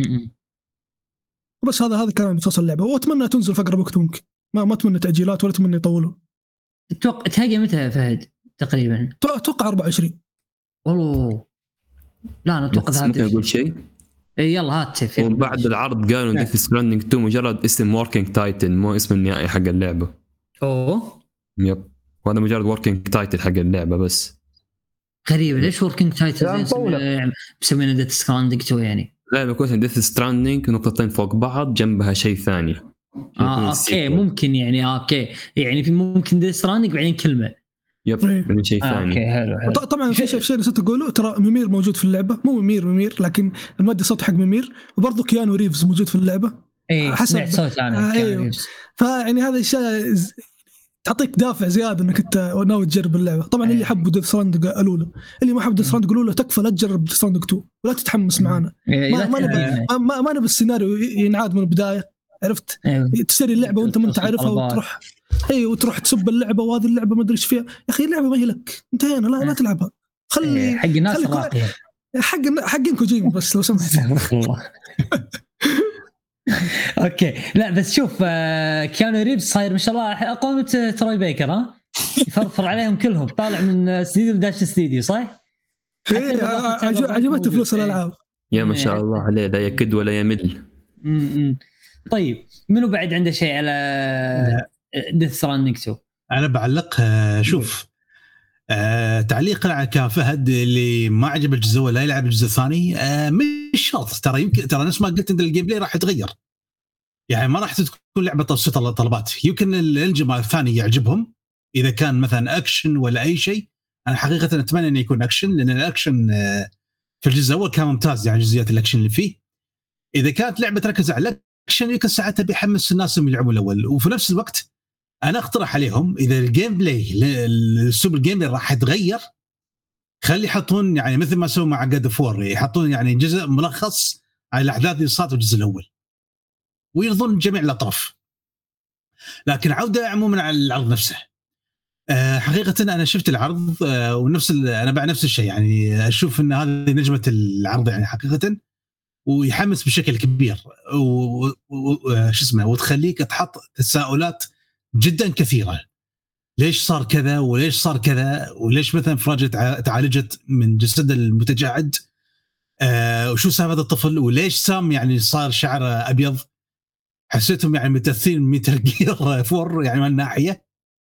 بس هذا هذا كلام بخصوص اللعبه، واتمنى تنزل في اقرب وقت ممكن. ما ما اتمنى تاجيلات ولا اتمنى يطولوا. اتوقع تهاجم متى فهد تقريبا؟ اتوقع أربعة وعشرين. والله لا انا اتوقع هذا. ممكن اقول شيء؟ اي يلا هات. وبعد العرض قالوا ديث ستراندنج تو مجرد اسم وركينج تايتل مو اسم النهائي حق اللعبه. اوه يب، وهذا مجرد وركينج تايتل حق اللعبه بس. غريب ليش وركينج تايتل مسمينه ديث ستراندنج تو يعني؟ لا بكون ديث ستراندنج نقطتين فوق بعض جنبها شيء ثاني. اه اوكي ممكن يعني اوكي يعني في ممكن ديث ستراندنج بعدين كلمه. يب من شيء آه ثاني. اوكي حلو حلو. طبعا في شيء شيء نسيت اقوله، ترى ميمير موجود في اللعبه، مو ميمير ميمير لكن المؤدي الصوت حق ميمير، وبرضه كيانو ريفز موجود في اللعبه. اي حسب صوت انا. آه أيوه. فيعني هذا الشيء تعطيك دافع زياده انك انت ناوي تجرب اللعبه. طبعا أيه. اللي حب ديث ستراندنج قالوا له، اللي ما حب ديث ستراندنج قالوا له تكفى لا تجرب ديث ستراندنج تو ولا تتحمس معانا. أيه. ما ما نبي ما, ما نبي السيناريو ينعاد من البدايه، عرفت؟ أيه. تشتري اللعبه وانت ما انت عارفها وتروح اي وتروح تسب اللعبه وهذه اللعبه ما ادري ايش فيها. يا اخي اللعبه ما هي لك، انتهينا، لا لا تلعبها. خلي أيه. حق الناس راقيه، حق حق كوجيما بس لو سمحت. اوكي لا بس شوف كيانو ريفز صاير ما شاء الله اقوى تروي بيكر، ها يفرفر عليهم كلهم، طالع من استديو داش استديو صح؟ ايه عجبته فلوس الالعاب يا ما شاء الله عليه، لا يكد ولا يمل. امم طيب منو بعد عنده شيء على ديث ستراندنج تو؟ انا بعلق شوف آه تعليقا على كان فهد اللي ما عجب الجزء ولا يلعب الجزء الثاني، آه مش شرط، ترى يمكن ترى نفس ما قلت ان الجيم بلاي راح يتغير، يعني ما راح تكون لعبه توصيل طلبات. يمكن الانجن الثاني يعجبهم اذا كان مثلا اكشن ولا اي شيء. انا حقيقه اتمنى انه يكون اكشن، لان الاكشن آه في الجزء الاول كان ممتاز، يعني جزئيات الاكشن اللي فيه. اذا كانت لعبه تركز على الاكشن يمكن ساعتها بيحمس الناس اللي يلعبوا الاول. وفي نفس الوقت انا اقترح عليهم اذا الجيم بلاي السوبر جيم بلاي راح يتغير، خلي يحطون يعني مثل ما سووا مع جاد فور، يحطون يعني جزء ملخص على الاحداث اللي صارت في الجزء الاول ويرضون جميع الاطراف. لكن عوده عموما على العرض نفسه، أه حقيقه انا شفت العرض أه ونفس انا بعد نفس الشيء، يعني اشوف ان هذه نجمه العرض يعني حقيقه، ويحمس بشكل كبير وش اسمه، وتخليك تحط تساؤلات جدا كثيره. ليش صار كذا وليش صار كذا وليش مثلا فراجة تعالجت من جسد المتجعد، آه وشو سبب هذا الطفل، وليش سام يعني صار شعره ابيض. حسيتهم يعني متأثرين من ميتال جير فور يعني من الناحيه.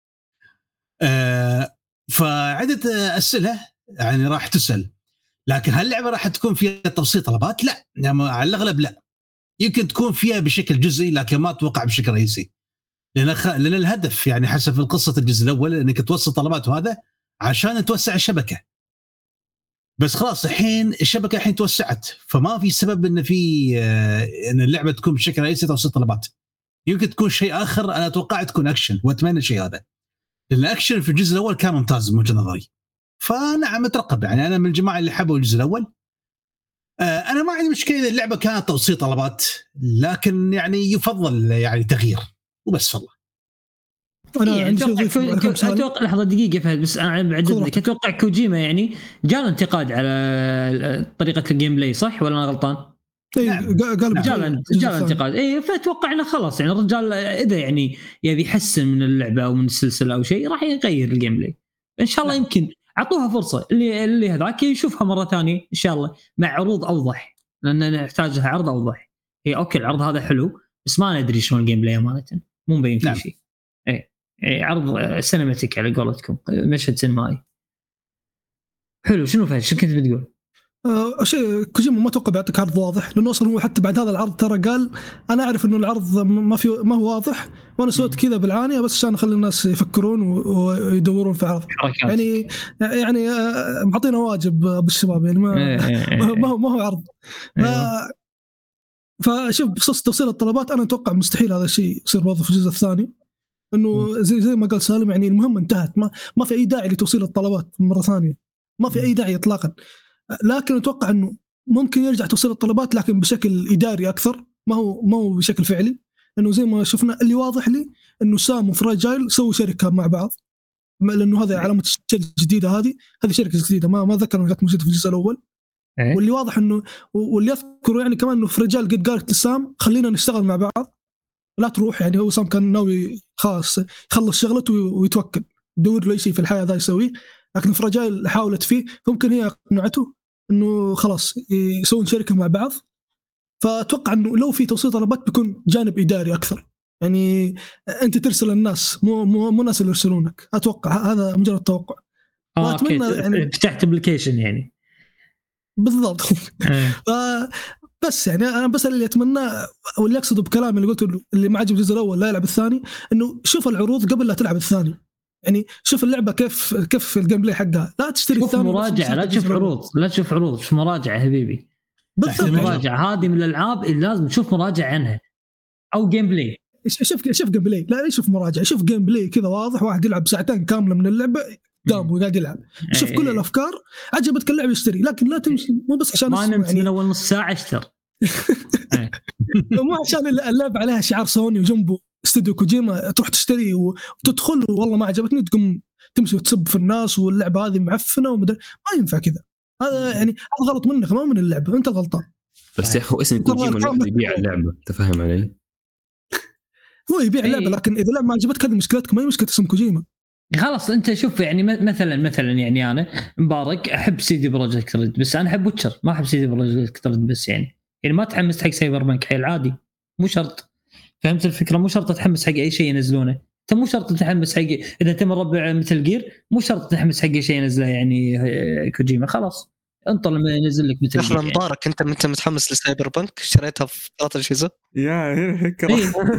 آه فعدة اسئله يعني راح تسال، لكن هل اللعبه راح تكون فيها تفصيل طلبات؟ لا يعني على الاغلب لا. يمكن تكون فيها بشكل جزئي لكن ما اتوقع بشكل رئيسي، لأن خ... لأن الهدف يعني حسب القصة الجزء الأول أنك توصل طلبات وهذا عشان توسع الشبكة. بس خلاص الحين الشبكة الحين توسعت، فما في سبب أن في آه أن اللعبة تكون بشكل رئيسي توصل طلبات. يمكن تكون شيء آخر، أنا أتوقع تكون أكشن، وأتمنى شيء هذا، لأن الأكشن في الجزء الأول كان ممتاز من وجهة نظري. فنعم اترقب يعني انا من الجماعه اللي حبوا الجزء الاول. آه انا ما عندي مشكله اذا اللعبه كانت توصيل طلبات، لكن يعني يفضل يعني تغيير وبس. والله انا إيه عندي اتوقع لحظه دقيقه فهد بس انا بعدد لك. اتوقع كوجيما يعني جاء انتقاد على طريقه الجيم بلاي صح ولا انا غلطان؟ اي قال جاء جاء انتقاد اي فاتوقع انه خلاص يعني الرجال اذا يعني يبي يحسن من اللعبه او من السلسله او شيء راح يغير الجيم بلاي ان شاء الله. يمكن اعطوها فرصه اللي اللي هذاك يشوفها مره ثانيه ان شاء الله مع عروض اوضح، لان نحتاج لها عرض اوضح. هي اوكي العرض هذا حلو بس ما ندري شلون الجيم بلاي امانه مو مبين فيه شيء. اي عرض سينماتيك على قولتكم، مشهد سينمائي حلو. شنو فهد شو كنت بتقول؟ أه شيء كوجيما ما توقع بيعطيك عرض واضح، لانه اصلا هو حتى بعد هذا العرض ترى قال انا اعرف انه العرض ما في ما هو واضح وانا سويت كذا بالعانيه بس عشان اخلي الناس يفكرون ويدورون في عرض. يعني يعني معطينا واجب بالشباب يعني ما ما هو ما هو عرض. فشوف بخصوص توصيل الطلبات انا اتوقع مستحيل هذا الشيء يصير برضه في الجزء الثاني، انه زي زي ما قال سالم يعني المهمه انتهت، ما ما في اي داعي لتوصيل الطلبات مره ثانيه، ما في اي داعي اطلاقا. لكن اتوقع انه ممكن يرجع توصيل الطلبات لكن بشكل اداري اكثر، ما هو ما هو بشكل فعلي. انه زي ما شفنا اللي واضح لي انه سام وفراجايل سووا شركه مع بعض، لانه هذا علامه الشركه الجديده، هذه هذه شركه جديده ما ما ذكر انها كانت موجوده في الجزء الاول. واللي واضح انه واللي يذكروا يعني كمان انه فراجايل قد قالت لسام خلينا نشتغل مع بعض لا تروح، يعني هو سام كان ناوي خلاص يخلص شغلته ويتوكل يدور له أي شيء في الحياة ذا يسويه، لكن فراجايل حاولت فيه فممكن هي أقنعته إنه خلاص يسوون شركة مع بعض. فأتوقع إنه لو في توصيل طلبات بيكون جانب إداري أكثر، يعني أنت ترسل الناس مو مو مو الناس اللي يرسلونك. أتوقع هذا مجرد توقع. آه أوكي يعني فتحت أبليكيشن يعني بالضبط. بس يعني أنا بس اللي أتمنى أو اللي أقصده بكلامي اللي قلته اللي ما عجب الجزء الأول لا يلعب الثاني، إنه شوف العروض قبل لا تلعب الثاني. يعني شوف اللعبة كيف كيف الجيم بلاي حقها، لا تشتري الثاني مراجعة، لا تشوف عروض لا تشوف عروض شوف مراجعة حبيبي. بالضبط المراجعة هذه من الألعاب اللي لازم تشوف مراجعة عنها أو جيم بلاي. شوف شوف جيم بلاي لا يشوف مراجعة، شوف جيم بلاي كذا واضح، واحد يلعب ساعتين كاملة من اللعبة قام وقاعد يلعب شوف كل الأفكار عجبتك اللعبة يشتري، لكن لا تمشي مو بس عشان ما نمت يعني من أول نص ساعة اشتر مو عشان اللعبة عليها شعار سوني وجنبه استوديو كوجيما تروح تشتري وتدخل والله ما عجبتني تقوم تمشي وتسب في الناس واللعبة هذه معفنة ومدري ما ينفع كذا. هذا يعني هذا غلط منك ما من اللعبة، أنت الغلطان. بس يا أخو اسم كوجيما يبيع اللعبة تفهم علي؟ هو يبيع اللعبة لكن إذا اللعبة ما عجبتك هذه مشكلتك ما هي مشكلة اسم كوجيما. خلاص انت شوف يعني مثلا مثلا يعني انا مبارك احب سيدي بروجكت ريد بس انا احب ويتشر ما احب سيدي بروجكت ريد بس يعني يعني ما تحمس حق سايبر بانك حيل عادي مو شرط. فهمت الفكره؟ مو شرط تحمس حق اي شيء ينزلونه، انت مو شرط تحمس حق اذا انت مربع مثل جير مو شرط تحمس حق شيء ينزله يعني كوجيما. خلاص انطر لما ينزل لك مثل جير. مبارك انت انت متحمس لسايبر بانك شريتها في ثلاث اجهزه يا فكره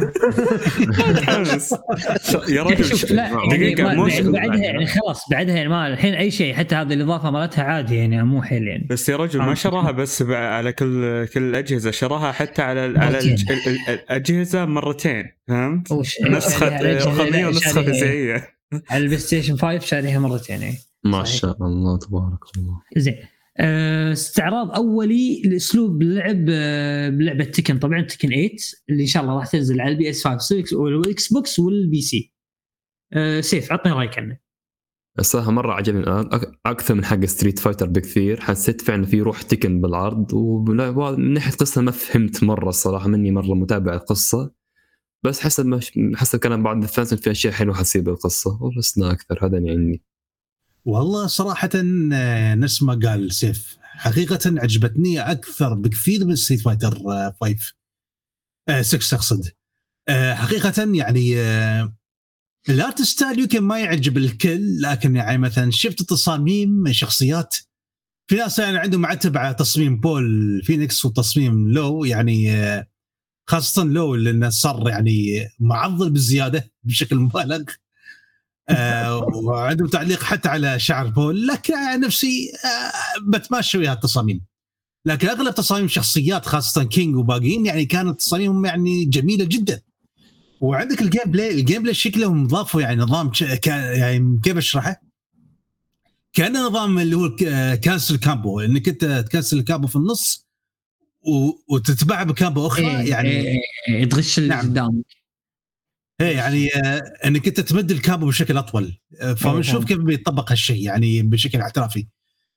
متحمس يا رجل دقيقه مو بعدها يعني خلاص بعدها يعني ما الحين اي شيء حتى هذه الاضافه مالتها عادي يعني مو حيل يعني. بس يا رجل ما شراها بس على كل كل الاجهزه، شراها حتى على على الاجهزه مرتين فهمت؟ نسخه رقميه ونسخه فيزيائيه. على البلاي ستيشن خمسة شاريها مرتين يعني ما شاء الله تبارك الله. زين استعراض اولي لاسلوب اللعب بلعبه تكن طبعا تكن ثمانية اللي ان شاء الله راح تنزل على البي اس خمسة والاكس بوكس والبي سي. سيف عطني رايك عنه. الصراحه مره عجبني الان اكثر من حق ستريت فايتر بكثير، حسيت فعلا في روح تكن بالعرض، ومن ناحيه قصه ما فهمت مره الصراحه مني مره متابع القصه، بس حسب ما حسب كلام بعض الفانز في اشياء حلوه حتصير بالقصه وبس لا اكثر. هذا يعني والله صراحة نفس ما قال سيف حقيقة عجبتني أكثر بكثير من ستريت فايتر خمسة آه ستة أقصد. آه حقيقة يعني آه الارت ستايل يمكن ما يعجب الكل، لكن يعني مثلا شفت تصاميم شخصيات في ناس يعني عندهم معتب على تصميم بول فينيكس وتصميم لو يعني آه خاصة لو لأنه صار يعني معضل بالزيادة بشكل مبالغ. آه وعندهم تعليق حتى على شعر بول، لكن نفسي آه بتماشى ويا التصاميم، لكن أغلب تصاميم شخصيات خاصة كينج وباقين يعني كانت تصاميمهم يعني جميلة جدا. وعندك الجيم بلاي الجيم بلاي شكله مضاف يعني نظام يعني كيف أشرحه كان نظام اللي هو كانسل كامبو، انك انت تكنسل الكامبو في النص وتتبع بكامبو اخرى. إيه يعني إيه إيه تغش اللي نعم. قدامك. ايه يعني انك انت تمد الكامبو بشكل اطول. فبنشوف كيف بيطبق هالشيء يعني بشكل احترافي.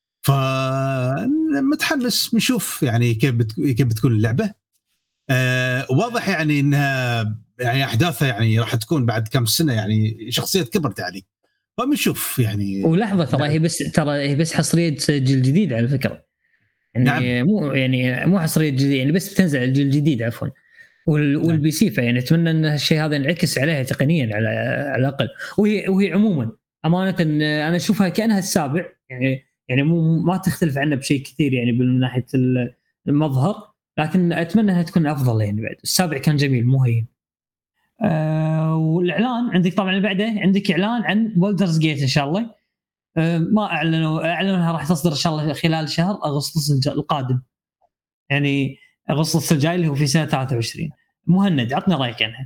فمتحمس نشوف يعني كيف بت... كيف بتكون اللعبه. آه واضح يعني انها يعني احداثها يعني راح تكون بعد كم سنه، يعني شخصيه كبرت يعني. فبنشوف يعني. ولحظه ترى هي بس ترى هي بس حصريه جيل جديد على فكره. يعني نعم. مو يعني مو حصريه جديد، يعني بس بتنزل على الجيل الجديد عفوا وال... نعم. والبي سي. فيعني اتمنى ان الشيء هذا ينعكس عليها تقنيا على على الاقل. وهي وهي عموما امانه انا اشوفها كانها السابع، يعني يعني مو ما تختلف عنه بشيء كثير يعني من ناحيه المظهر، لكن اتمنى انها تكون افضل. يعني بعد السابع كان جميل مو هين. آه والاعلان عندك طبعا اللي بعده عندك اعلان عن بولدرز جيت ان شاء الله. آه ما اعلنوا اعلنوا راح تصدر ان شاء الله خلال شهر اغسطس القادم، يعني اغسطس الجاي اللي هو في سنه ثلاثة وعشرين. مهند عطنا رايك عنها.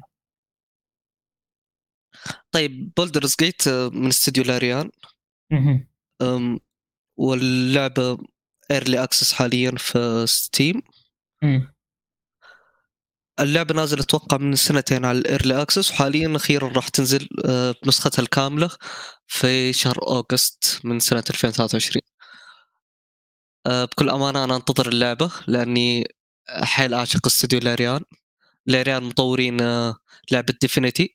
طيب بولدرز جيت من استوديو لاريان، أم واللعبه ايرلي اكسس حاليا في ستيم. مم. اللعبه نازله اتوقع من سنتين على الايرلي اكسس، وحاليا اخيرا راح تنزل بنسختها الكامله في شهر اوغست من سنه ألفين وثلاثة وعشرين. بكل امانه انا انتظر اللعبه لاني حيل اعشق استوديو لاريان. لاريان مطورين لعبه ديفينيتي،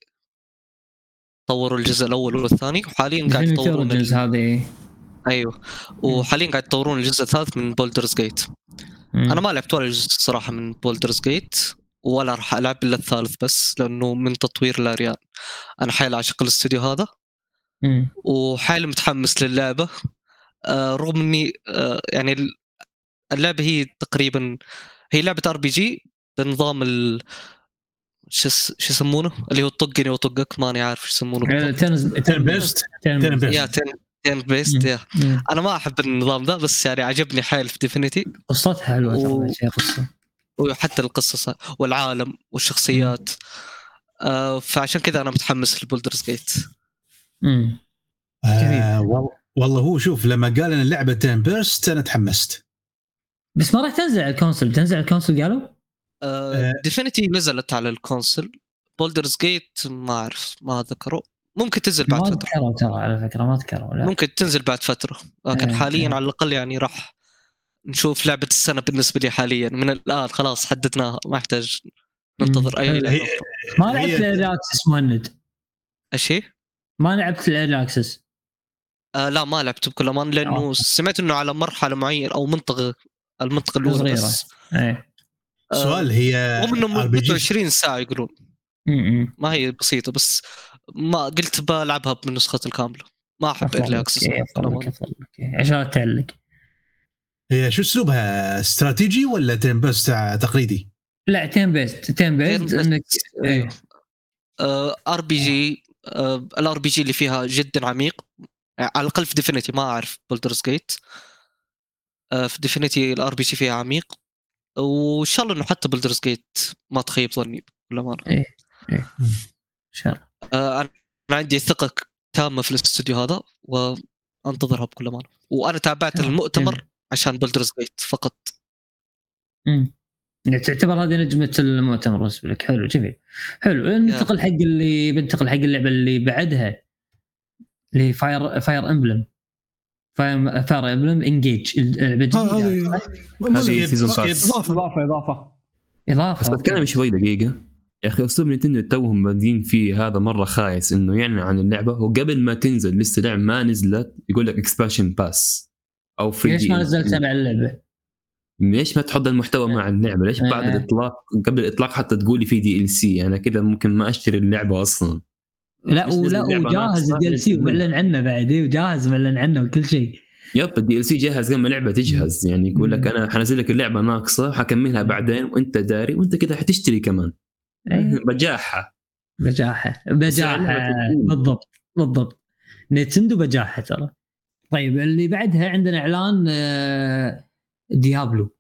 طوروا الجزء الاول والثاني، وحاليا قاعد يطورون الجزء هذه. ايوه، وحاليا قاعد يطورون الجزء الثالث من بولدرز جيت. انا ما لعبت ولا جزء صراحه من بولدرز جيت، ولا راح العب الا الثالث بس لانه من تطوير لاريان. انا حيل عاشق الاستوديو هذا مم. وحيل متحمس للعبه. آه رغم اني آه يعني اللعبه هي تقريبا هي لعبه ار بي جي بنظام ال شو شو يسمونه اللي هو طقني وطقك، ماني عارف شو يسمونه. تيرن بيست تيرن بيست تيرن بيست يا انا ما احب النظام ذا، بس يعني عجبني حيل في ديفينيتي. قصتها حلوه و... ترى قصه، وحتى القصص والعالم والشخصيات. آه فعشان كذا انا متحمس لبولدرز جيت. امم آه والله هو شوف لما قال ان اللعبه تيرن بيست انا تحمست، بس ما راح تنزل على الكونسول. تنزل على الكونسول قالوا؟ آه ديفينيتي نزلت على الكونسول، بولدرز جيت ما اعرف ما ذكروا، ممكن تنزل بعد ما فتره. ما ترى على فكره ما ذكروا، ممكن تنزل بعد فتره، لكن ايه حاليا ايه. على الاقل يعني راح نشوف لعبه السنه بالنسبه لي حاليا. من الان خلاص حددناها، ما احتاج ننتظر اي لعبه. ما لعبت الاكسس مهند؟ اشي ما لعبت الاكسس؟ آه لا ما لعبت بكل امان، لانه أوه. سمعت انه على مرحله معينه او منطقه المنطقه الاولى بس. ايه. آه سؤال هي هم انه مدة عشرين ساعه يقولون، م-م. ما هي بسيطه، بس ما قلت بلعبها بنسخه الكامله، ما احب ايرلي اكسس عشان تعلق. هي شو اسلوبها، استراتيجي ولا تيرن بيست تقليدي؟ لا تيرن بيست. تيرن بيست انك ايوه ار بي جي. الار بي جي اللي فيها جدا عميق، على الاقل في ديفينيتي، ما اعرف بولدرز جيت. في ديفينيتي الار بي جي فيها عميق، وان شاء الله انه حتى بولدرز جيت ما تخيب ظني بالامانه. ايه ايه ان شاء الله. آه انا عندي ثقه تامه في الاستوديو هذا وانتظرها بكل امانه، وانا تابعت المؤتمر جميل. عشان بولدرز جيت فقط. امم تعتبر هذه نجمه المؤتمر بالنسبه لك؟ حلو جميل حلو. ننتقل حق اللي بنتقل حق اللعبه اللي بعدها، اللي فاير فاير امبلم فاير فاير امبلم انجيج. اللعبه جديده هذه سيزون باس، اضافه اضافه اضافه اضافه. بس اتكلم شوي دقيقه يا اخي. اسلوب نينتندو توهم بادين فيه هذا مره خايس، انه يعني عن اللعبه وقبل ما تنزل لسه اللعبه ما نزلت يقول لك اكسبانشن باس او فري. ليش ما نزلت مع اللعبه؟ ليش ما تحط المحتوى مع اللعبه؟ ليش بعد آه. الاطلاق قبل الاطلاق حتى تقولي في دي ال سي؟ انا كذا ممكن ما اشتري اللعبه اصلا. لا ولا وجاهز الدي ال سي ومعلن عنه بعد، وجاهز معلن عنه وكل شيء. يب الدي ال سي جاهز لما اللعبه تجهز، يعني يقول لك انا حنزل لك اللعبه ناقصه وحكملها بعدين وانت داري وانت كذا حتشتري كمان. أيه. بجاحه بجاحه بجاحه بالضبط بالضبط. نينتندو بجاحه ترى. طيب اللي بعدها عندنا اعلان ديابلو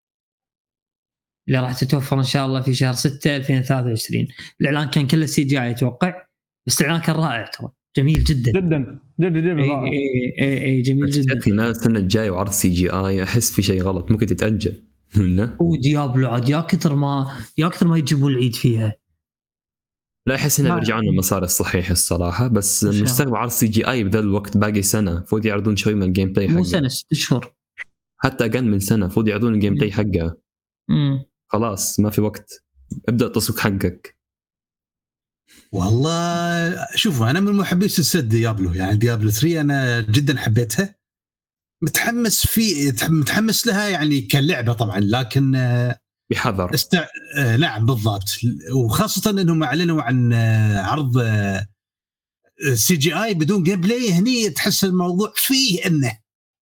اللي راح تتوفر ان شاء الله في شهر ستة ألفين وثلاثة وعشرين. الاعلان كان كله سي جي اي اتوقع، بس الاعلان كان رائع ترى جميل جدا جدا جدا جدا اي اي اي جميل جدا. شكلنا السنه الجايه وعرض سي جي اي احس في شيء غلط ممكن تتاجل. لا وديابلو عاد يا كثر ما يا كثر ما يجيبوا العيد فيها. لا احس انه بيرجعون المسار الصحيح الصراحه بس مستقبل عرض سي جي اي بذا الوقت باقي سنه فود يعرضون شوي من الجيم بلاي حقه. مو سنه ست اشهر حتى اقل من سنه فود يعرضون الجيم بلاي حقه. امم خلاص ما في وقت ابدا التسويق حقك. والله شوفوا انا من محبي سلسله ديابلو يعني ديابلو ثري انا جدا حبيتها متحمس في متحمس لها يعني كلعبه طبعا لكن بحذر است... نعم بالضبط وخاصه انهم اعلنوا عن عرض سي جي اي بدون جيم بلاي هني تحس الموضوع فيه انه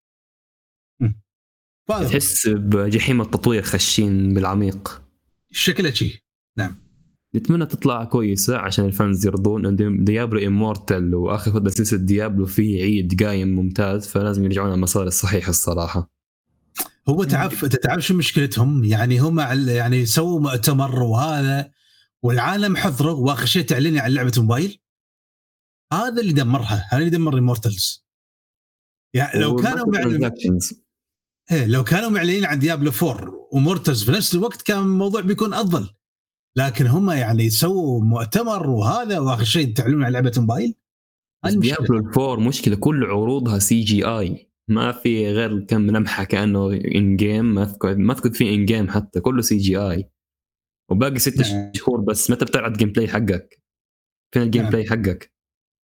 تحس بجحيم التطوير خشين بالعميق شكله شيء. نعم نتمنى تطلع كويسة عشان الفانز يرضون. ديابلو إمورتال وآخر فترة سلسلة ديابلو فيه عيد قايم ممتاز فلازم يرجعون على المسار الصحيح الصراحة. هو تعرف تعرف شو مشكلتهم يعني هم يعني سووا مؤتمر وهذا والعالم حضروا واخر شيء تعلني عن لعبة موبايل هذا اللي دمرها هذا اللي دمر إمورتالز. يعني لو كانوا معلنين إيه لو كانوا معلنين عن ديابلو فور ومورتالز في نفس الوقت كان الموضوع بيكون أفضل لكن هم يعني يسووا مؤتمر وهذا واخر شيء تعلنون عن لعبه موبايل. ديابلو فور مشكله كل عروضها سي جي اي ما في غير كم لمحه كانه ان جيم ما اذكر ما اذكر في ان جيم حتى كله سي جي اي وباقي ستة نعم. شهور بس متى بتعرض جيم بلاي حقك فين الجيم نعم. بلاي حقك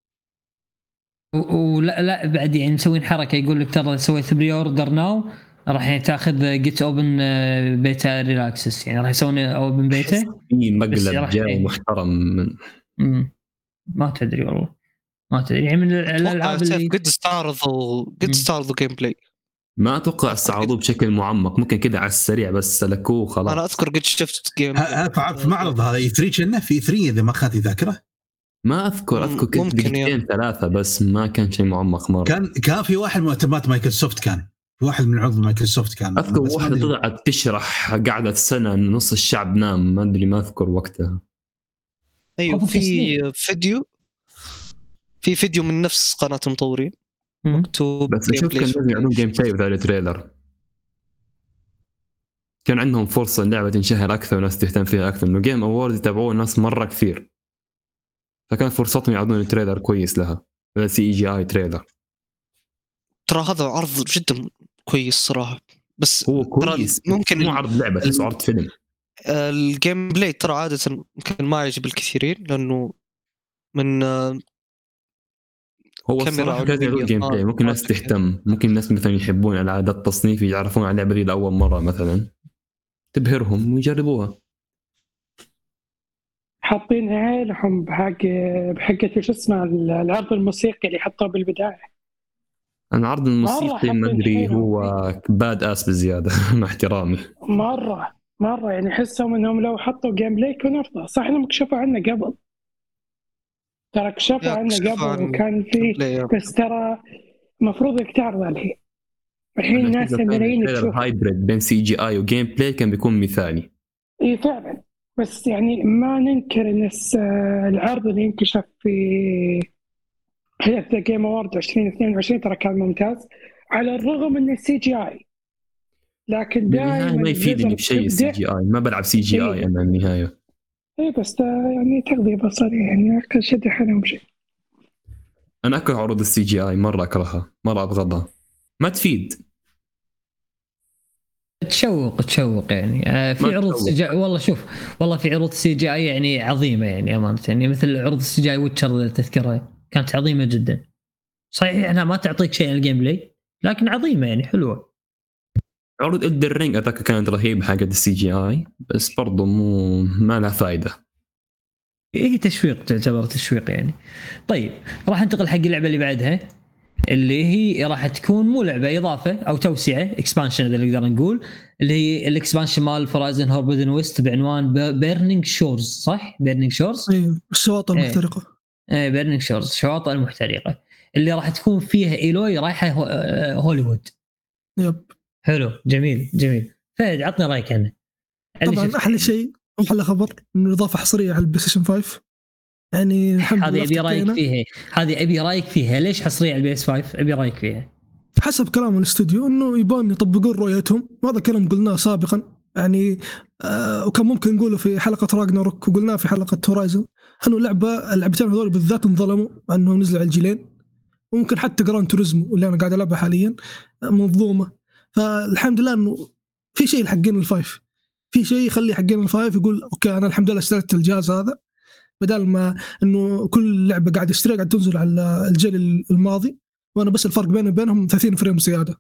ولا لا بعد يعني مسوين حركه يقول لك ترى سويت بري اوردر ناو راح تاخذ جيت اوبن بيتا ريلاكسس يعني راح يسوون اوبن بيتا في مقلب جاي محترم امم ما تدري والله ما تدري يعني من الالعاب اللي قد استعرضوا قد استعرضوا جيم بلاي ما اتوقع استعرضوه بشكل معمق ممكن كده على السريع بس سلكوه خلاص. انا اذكر قد شفت جيم في معرض هذا اي ثري كنا في ثري اذا ما خانت ذاكره ما اذكر اذكر كنت دقيقتين ثلاثه بس ما كان شيء معمق مره. كان كان في واحد مؤتمرات مايكروسوفت كان واحد من عضو مايكروسوفت كان اذكر واحده طلعت تشرح قعدت سنه نص الشعب نام ما ادري ما اذكر وقتها. ايوه في فيديو في فيديو من نفس قناه المطورين مكتوب بس اشوف كان لازم يعملون جيم بلاي بهذا التريلر كان عندهم فرصه اللعبه تنشهر اكثر وناس تهتم فيها اكثر انه جيم اوورد يتابعوه الناس مره كثير فكان فرصتهم يعرضون التريلر كويس لها هذا سي جي اي تريلر. ترى هذا عرض جدا كويس صراحه بس هو كويس ممكن مو عرض لعبه بس عرض فيلم. الجيم بلاي ترى عاده ممكن ما يعجب الكثيرين لانه من هو الصراحه كذا الجيم بلاي ممكن الناس تهتم ممكن الناس مثلا يحبون العاب التصنيف يعرفون عن اللعبه دي لاول مره مثلا تبهرهم ويجربوها. حاطين عيلهم بحق بحقة شو اسمه العرض الموسيقي اللي حطوه بالبدايه. العرض الموسيقي ما ادري هو باد اس بزياده مع احترامي مره مره يعني حسهم انهم لو حطوا جيم بلاي كان افضل. صح انهم كشفوا عنه قبل ترى كشفوا عنه قبل وكان في بس ترى المفروض انك تعرض الحين الحين الناس ملايين تشوف هايبريد بين سي جي اي وجيم بلاي كان بيكون مثالي. اي فعلا بس يعني ما ننكر ان العرض اللي انكشف في حدث جيم اوورد عشرين اثنين وعشرين ترى كان ممتاز على الرغم ان السي جي اي لكن دائما ما يفيدني بشيء السي جي اي ما بلعب سي جي اي انا النهايه اي بس يعني تغذية بصرية يعني اكل شد حالهم شيء. انا اكره عروض السي جي اي مره اكرهها مره ابغضها ما تفيد تشوق تشوق يعني آه في عروض سي جي والله شوف والله في عروض سي جي اي يعني عظيمه يعني امانه يعني مثل عروض السي جي اي ويتشر تذكرها كانت عظيمه جدا صحيح انها ما تعطيك شيء عن الجيم بلاي لكن عظيمه يعني حلوه. عروض إلدر رينج أتذكر كانت رهيبة حقت السي جي آي بس برضو مو ما لها فايدة. هي تشويق تعتبر تشويق يعني. طيب راح ننتقل حق اللعبة اللي بعدها اللي هي راح تكون مو لعبة إضافة أو توسعة إكسبانشن إذا نقدر نقول اللي هي الإكسبانشن مال فرايزن هوربدن ويست بعنوان بيرنينج شورز صح؟ بيرنينج شورز؟ أيوة الشواطئ المحترقة. إيه بيرنينج شورز الشواطئ المحترقة اللي راح تكون فيها إيلوي رايحة هوليوود. يب. حلو جميل جميل. فهد عطني رايك عنه. طبعا احلى شيء احلى خبر انه اضافه حصريه على البلاي ستيشن خمسة يعني هذه ابي رايك فيها هذه ابي رايك فيها ليش حصريه على البي اس خمسة؟ ابي رايك فيها. حسب كلام الاستوديو انه يبون يطبقون رؤيتهم، وهذا كلام قلناه سابقا يعني آه وكان ممكن نقوله في حلقه راجناروك وقلناه في حلقه هورايزن، انه لعبه اللعبتين هذول بالذات انظلموا انهم نزلوا على الجيلين، وممكن حتى جران توريزمو اللي انا قاعد العبها حاليا منظومه. فالحمد لله انه في شيء حقين الفايف، في شيء يخلي حقين الفايف يقول اوكي انا الحمد لله اشتريت الجهاز هذا، بدل ما انه كل لعبه قاعد اشتريها قاعد تنزل على الجيل الماضي وانا بس الفرق بيني وبينهم ثلاثين فريم زياده.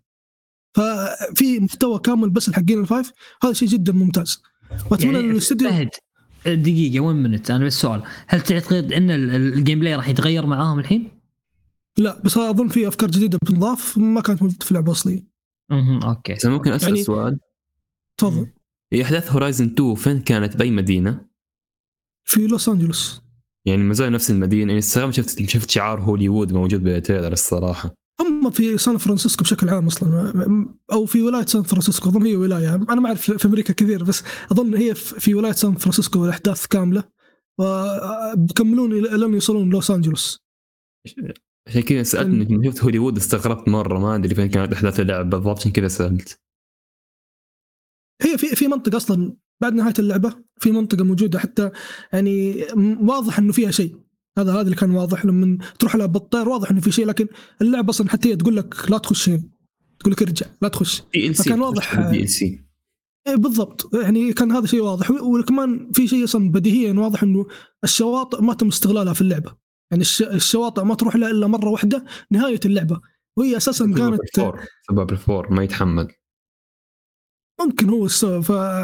ففي محتوى كامل بس الحقين الفايف، هذا شيء جدا ممتاز. واتمنى يعني الاستوديو دقيقه وين منت انا بس سؤال، هل تعتقد ان الجيم بلاي راح يتغير معاهم الحين؟ لا بس اظن في افكار جديده بتنضاف ما كانت موجوده في اللعبه الاصليه. اها اوكي. ممكن اسال يعني سؤال؟ تفضل. احداث هورايزن تو فين كانت؟ باي مدينه؟ في لوس أنجلوس. يعني ما زال نفس المدينه؟ يعني الصراحه شفت شفت شعار هوليوود موجود بالتريلر الصراحه. هم في سان فرانسيسكو بشكل عام اصلا، او في ولايه سان فرانسيسكو، اظن هي ولايه، انا ما اعرف في امريكا كثير بس اظن هي في ولايه سان فرانسيسكو والاحداث كامله، وبكملون لين يوصلون لوس أنجلوس. عشان كذا سالتني لما شفت هوليوود استغربت مره، ما ادري فين كانت احداث اللعبه بالضبط، عشان كذا سالت. هي في في منطقه اصلا بعد نهايه اللعبه، في منطقه موجوده حتى يعني واضح انه فيها شيء، هذا هذا اللي كان واضح لما تروح لها بالطير، واضح انه في شيء، لكن اللعبه اصلا حتى هي تقول لك لا تخش هنا، تقول لك ارجع لا تخش، فكان واضح دي ال سي بالضبط. يعني كان هذا شيء واضح، وكمان في شيء اصلا بديهيا واضح انه الشواطئ ما تم استغلالها في اللعبه، يعني الشواطئ ما تروح لها الا مره واحده نهايه اللعبه، وهي اساسا كانت سبب الفور ما يتحمل. ممكن هو السبب.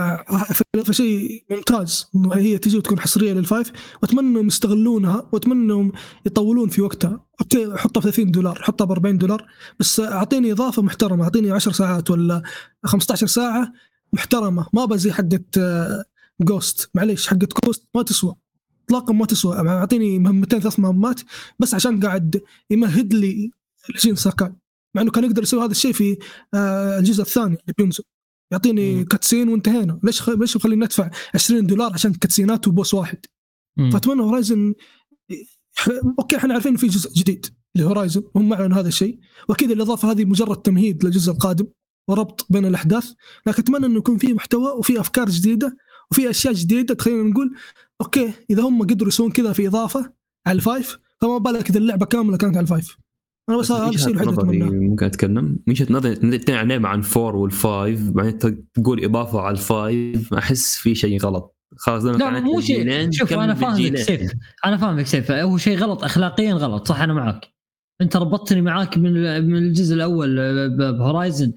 فشيء ممتاز انه هي تجي وتكون حصريه للفايف، واتمنى انهم يستغلونها، واتمنى انهم يطولون في وقتها. اوكي حطها ب ثلاثين دولار، حطها ب أربعين دولار، بس اعطيني اضافه محترمه، اعطيني عشر ساعات ولا خمسة عشر ساعه محترمه، ما بزي حقه جوست، معليش حقه كوست ما تسوى اطلاقا، ما تسوى. اعطيني مهمتين ثلاث مهمات بس عشان قاعد يمهد لي الجين ساكاي، مع انه كان يقدر يسوي هذا الشيء في الجزء الثاني اللي بينزل، يعطيني كاتسين وانتهينا. ليش خ... ليش خلينا ندفع عشرين دولار عشان كاتسينات وبوس واحد؟ مم. فاتمنى هورايزن ح... اوكي احنا عارفين في جزء جديد لهورايزن، هم معلن هذا الشيء، واكيد الاضافه هذه مجرد تمهيد للجزء القادم وربط بين الاحداث، لكن اتمنى انه يكون في محتوى وفي افكار جديده وفي اشياء جديده تخلينا نقول اوكي اذا هم قدروا يسوون كذا في اضافه على الفايف، فما بالك اذا اللعبه كامله كانت على الفايف. انا بس هذا الشيء الوحيد اللي اتمناه. ممكن اتكلم مش نظري عليه عن فور والفايف، بعدين تقول اضافه على الفايف، احس في شيء غلط خلاص. لا مو شيء، شوف انا فاهمك سيف، انا فاهمك سيف، هو شيء غلط اخلاقيا غلط صح، انا معك. انت ربطتني معاك من من الجزء الاول بهورايزن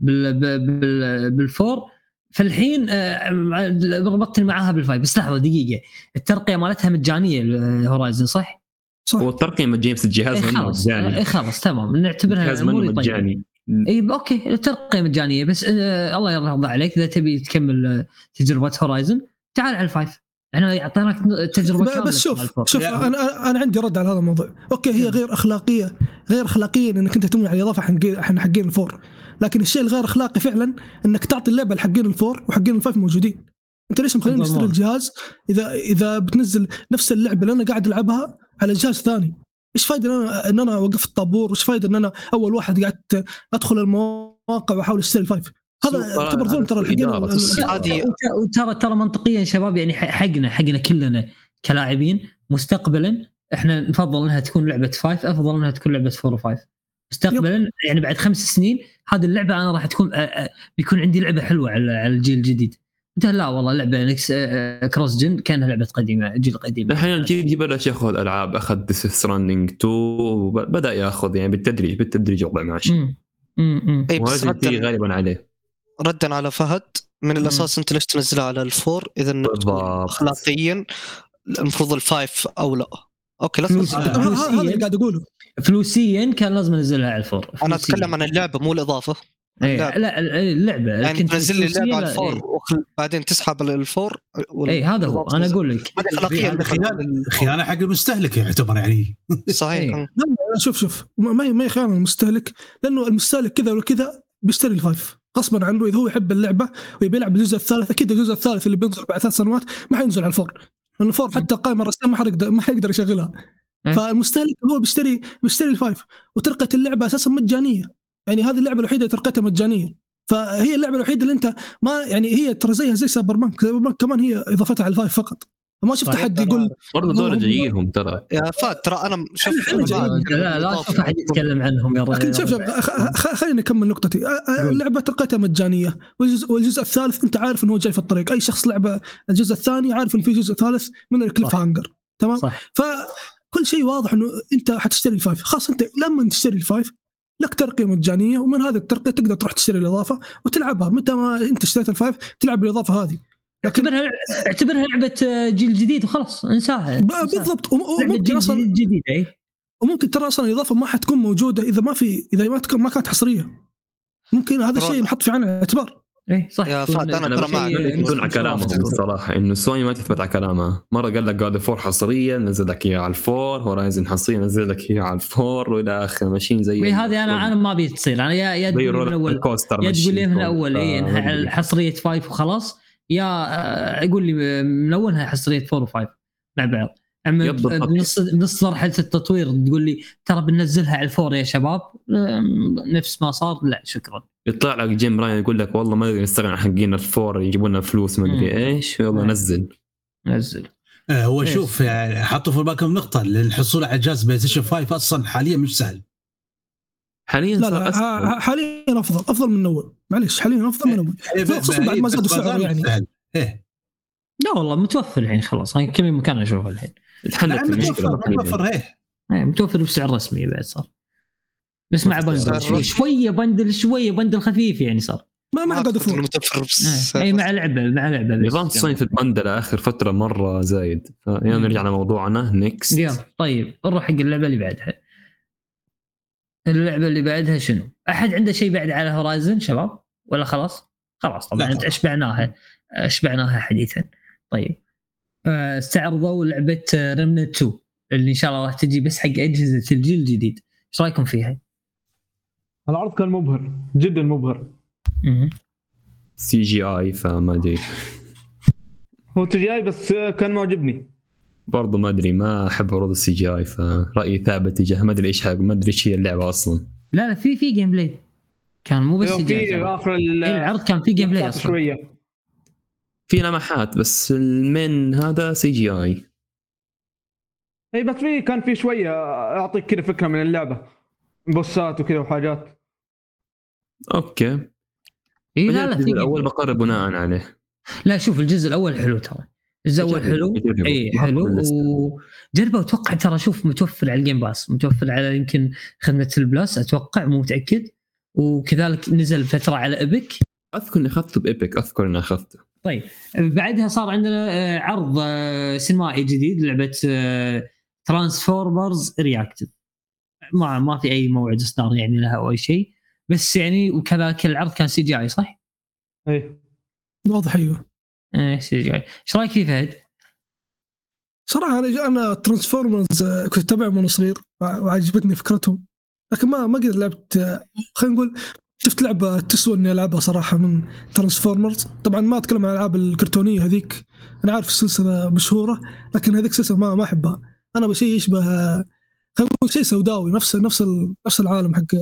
بالفور، فالحين ربطتني معاها بالفايف. بس لحظه دقيقه، الترقيه مالتها مجانيه هورايزن صح؟ والترقية من جيمس الجهاز مجاني. اي خلاص تمام نعتبرها مجاني. اي اوكي الترقية مجانية، بس آه الله يرضى عليك اذا تبي تكمل تجربة هورايزن تعال على الفايف، احنا يعطيناك تجربة كاملة. بس شوف شوف انا انا عندي رد على هذا الموضوع. اوكي هي غير اخلاقية، غير اخلاقيا انك انت تمنع الاضافة حق حقين الفور، لكن الشيء الغير اخلاقي فعلا انك تعطي اللعبة لحقين الفور وحقين الفايف موجودين. انت ليش مخليني اشتري الجهاز اذا اذا بتنزل نفس اللعبة اللي انا قاعد العبها على جهاز ثاني؟ ايش فايده ان انا ان انا وقفت الطابور؟ وايش فايده ان انا اول واحد قعدت ادخل المواقع واحاول اشتري الفايف؟ هذا يعتبر ظلم ترى الحين. وترى ترى منطقيا شباب، يعني حقنا حقنا كلنا كلاعبين مستقبلا احنا نفضل انها تكون لعبه فايف افضل انها تكون لعبه فور وفايف مستقبلا. يعني بعد خمس سنين هذه اللعبه انا راح تكون بيكون عندي لعبه حلوه على الجيل الجديد. انت لا والله لعبه نكس كروس جن كانها لعبه قديمه جيل قديم. الحين الجيل بلش ياخذ العاب، اخذ ديث ستراندينج تو وبدا ياخذ يعني بالتدريج بالتدريج وضع ماشي. امم وهذا في غالبا عليه ردا على فهد من الاساس انت ليش تنزلها على الفور اذا اخلاقيا المفروض الفايف او لا؟ اوكي لا هذا اللي قاعد اقوله. فلوسيا كان لازم انزلها على الفور. انا اتكلم عن اللعبه مو الاضافه. إيه لا اللعبه يعني تنزل لي اللعبه على الفور وبعدين تسحب الفور وال... اي هذا هو انا اقول لك خيانه حق المستهلك يعتبر يعني. صحيح. شوف شوف ما هي ما هي خيانه المستهلك، لانه المستهلك كذا ولا كذا بيشتري الفايف غصبا عنه. اذا هو يحب اللعبه ويبي يلعب الجزء الثالث اكيد الجزء الثالث اللي بينزل بعد ثلاث سنوات ما حينزل على الفور، لأن فور حتى قائمة الرسم ما حيقدر ما حيقدر يشغلها. فالمستهلك هو بيشتري بيشتري الفايف، وترقة اللعبة أساسا مجانية، يعني هذه اللعبة الوحيدة ترقتها مجانية، فهي اللعبة الوحيدة اللي أنت ما يعني هي ترى زيها زي سايبر بانك، سايبر بانك كمان هي إضافتها على الفايف فقط، فما شفت حد يقول برضه دور جايينهم ترى يا فات ترى انا شوف لا لا شوف احد يتكلم عنهم يا رجل. شوف خليني اكمل نقطتي. اللعبه ترقتها مجانيه، والجزء, والجزء الثالث انت عارف انه جاي في الطريق، اي شخص لعبه الجزء الثاني عارف انه في جزء ثالث من الكليف هانجر، تمام. فكل شيء واضح انه انت حتشتري الفايف، خاصه انت لما تشتري الفايف لك ترقيه مجانيه، ومن هذه الترقيه تقدر تروح تشتري الاضافه وتلعبها متى ما انت اشتريت الفايف تلعب الاضافه هذه. اعتبرها اعتبرها لعبه جيل جديد وخلاص انساها. بالضبط. وممكن اصلا جديد اي وممكن ترى اصلا الاضافه ما حتكون موجوده اذا ما في اذا ما تكون ما كانت حصريه، ممكن هذا الشيء نحط في عين الاعتبار. ايه صح. يا فات انا ترى معك يثبتون على كلامهم الصراحه، انه سوني ما تثبت على كلامها. مره قال لك جاد فور حصريا نزل لك اياها على الفور، هورايزن حصريا نزل لك اياها على الفور، والى اخره ماشيين زي هذه. انا انا ما ابي تصير انا يا يا تقول من اول يا تقول لي من اول ايه حصريه فايف وخلاص، يا اقول لي من اولها حصريه فور وفايف مع بعض. اما بنص بنص مرحله التطوير تقول لي ترى بننزلها على الفور يا شباب، نفس ما صار. لا شكرا. يطلع لك جيم راين يقول لك والله ما نقدر نستغنى عن حقين الفور، يجيبون لنا فلوس ما ادري ايش، يلا نزل نزل. آه هو إيه. شوف يعني حطوا في بالكم نقطه، للحصول على جهاز بلاي ستيشن خمسة اصلا حاليا مش سهل. حاليا لا لا حاليا افضل افضل من اول، معليش حاليا افضل من اول، خصوصا بعد ما زادوا سعره يعني. ايه لا والله متوفر الحين خلاص، هاي كم مكان اشوفه الحين الحلقه متوفر. ايه متوفر بسعر رسمي بعد صار، بس مع بندل شويه بندل شويه بندل خفيف يعني صار ما ما قاعد افهم متوفر اي مع لعبه مع لعبه. نظام صيني في البندل اخر فتره مره زايد. يلا نرجع لموضوعنا نيكست. يلا طيب نروح حق اللعبه اللي بعدها. اللعبه اللي بعدها شنو؟ احد عنده شيء بعد على هورايزن شباب ولا خلاص؟ خلاص طبعا انت اشبعناها اشبعناها حديثا. طيب استعرضوا لعبه ريمننت تو اللي ان شاء الله راح تجي بس حق اجهزه الجيل الجديد. ايش رايكم فيها؟ العرض كان مبهر جدا مبهر. سي جي اي فما ادري هو سي جي اي بس كان معجبني برضو، ما ادري ما احب عروض السي جي اي، فرايي ثابت تجاه ما ادري ايش حق ما ادري ايش هي اللعبه اصلا. لا لا في في جيم بلاي كان مو بس في اخر العرض كان في جيم بلاي اصلا شويه، في لمحات بس المين هذا سي جي اي. اي بس في كان في شويه اعطيك كذا فكره من اللعبه، بوسات وكذا وحاجات. اوكي إيه لا لا الجزء الاول بقرر بناء عليه. لا شوف الجزء الاول حلو ترى، الجزء الاول حلو اي حلو وجربه اتوقع ترى. شوف متوفر على الجيم باس، متوفر على يمكن خدمه البلاس اتوقع مو متاكد، وكذلك نزل فتره على ايبك. اذكر اني اخذته بايبك، اذكر اني اخذته. طيب بعدها صار عندنا عرض سينمائي جديد لعبه ترانسفورمرز رياكتيف، ما ما في اي موعد اصدار يعني لها او اي شيء، بس يعني وكذلك العرض كان سي جي اي صح؟ اي واضح. ايوه ايه سي جي اي. ايش رايك فيه فهد؟ صراحه انا انا ترانسفورمرز كنت اتابع من صغير وعجبتني فكرتهم، لكن ما ما قدرت لعبت. خلينا نقول شفت لعبه تسوى اني العبها صراحه من ترانسفورمرز. طبعا ما اتكلم عن الالعاب الكرتونيه هذيك، انا عارف السلسله مشهوره لكن هذيك السلسله ما ما احبها. انا بشيء يشبه خلينا نقول شيء سوداوي، نفس نفس نفس العالم حق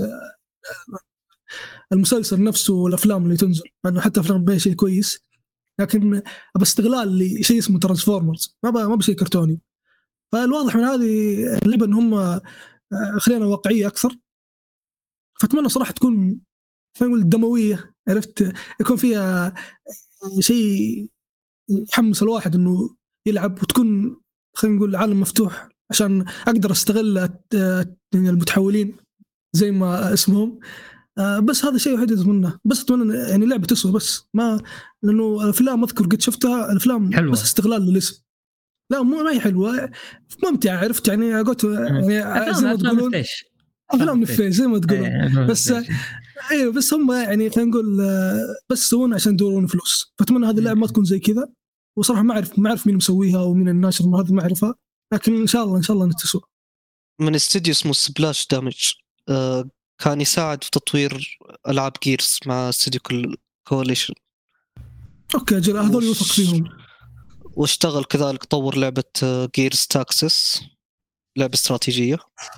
المسلسل نفسه والافلام اللي تنزل، انه حتى افلام بها شيء كويس، لكن باستغلال لشيء اسمه ترانسفورمرز ما ما بشيء كرتوني. فالواضح من هذه اللعبه ان هم خلينا واقعيه اكثر، فاتمنى صراحه تكون خلينا نقول دمويه، عرفت يعني يكون فيها شيء يحمس الواحد انه يلعب، وتكون خلينا نقول عالم مفتوح عشان اقدر استغل المتحولين زي ما اسمهم. بس هذا شيء واحد منه، بس اتمنى يعني لعبه تسوى، بس ما لانه الافلام اذكر قد شفتها الافلام حلوة. بس استغلال للاسم، لا مو ما هي حلوه ممتعه، عرفت يعني قلت يعني زي ما تقولون افلام نفاش زي ما تقولون، بس ايوه بس هم يعني خلينا نقول بس يسوون عشان يدورون فلوس. فاتمنى هذه اللعبه ما تكون زي كذا، وصراحه ما اعرف ما اعرف مين مسويها ومين الناشر، ما هذا ما اعرفها، لكن ان شاء الله ان شاء الله نتسوى. من استوديو اسمه سبلاش دامج، آه كان يساعد في تطوير العاب جيرز مع استوديو كوليشن. اوكي اجل هذول يوثق فيهم. واشتغل كذلك طور لعبة جيرز تاكسس، لعبة استراتيجية.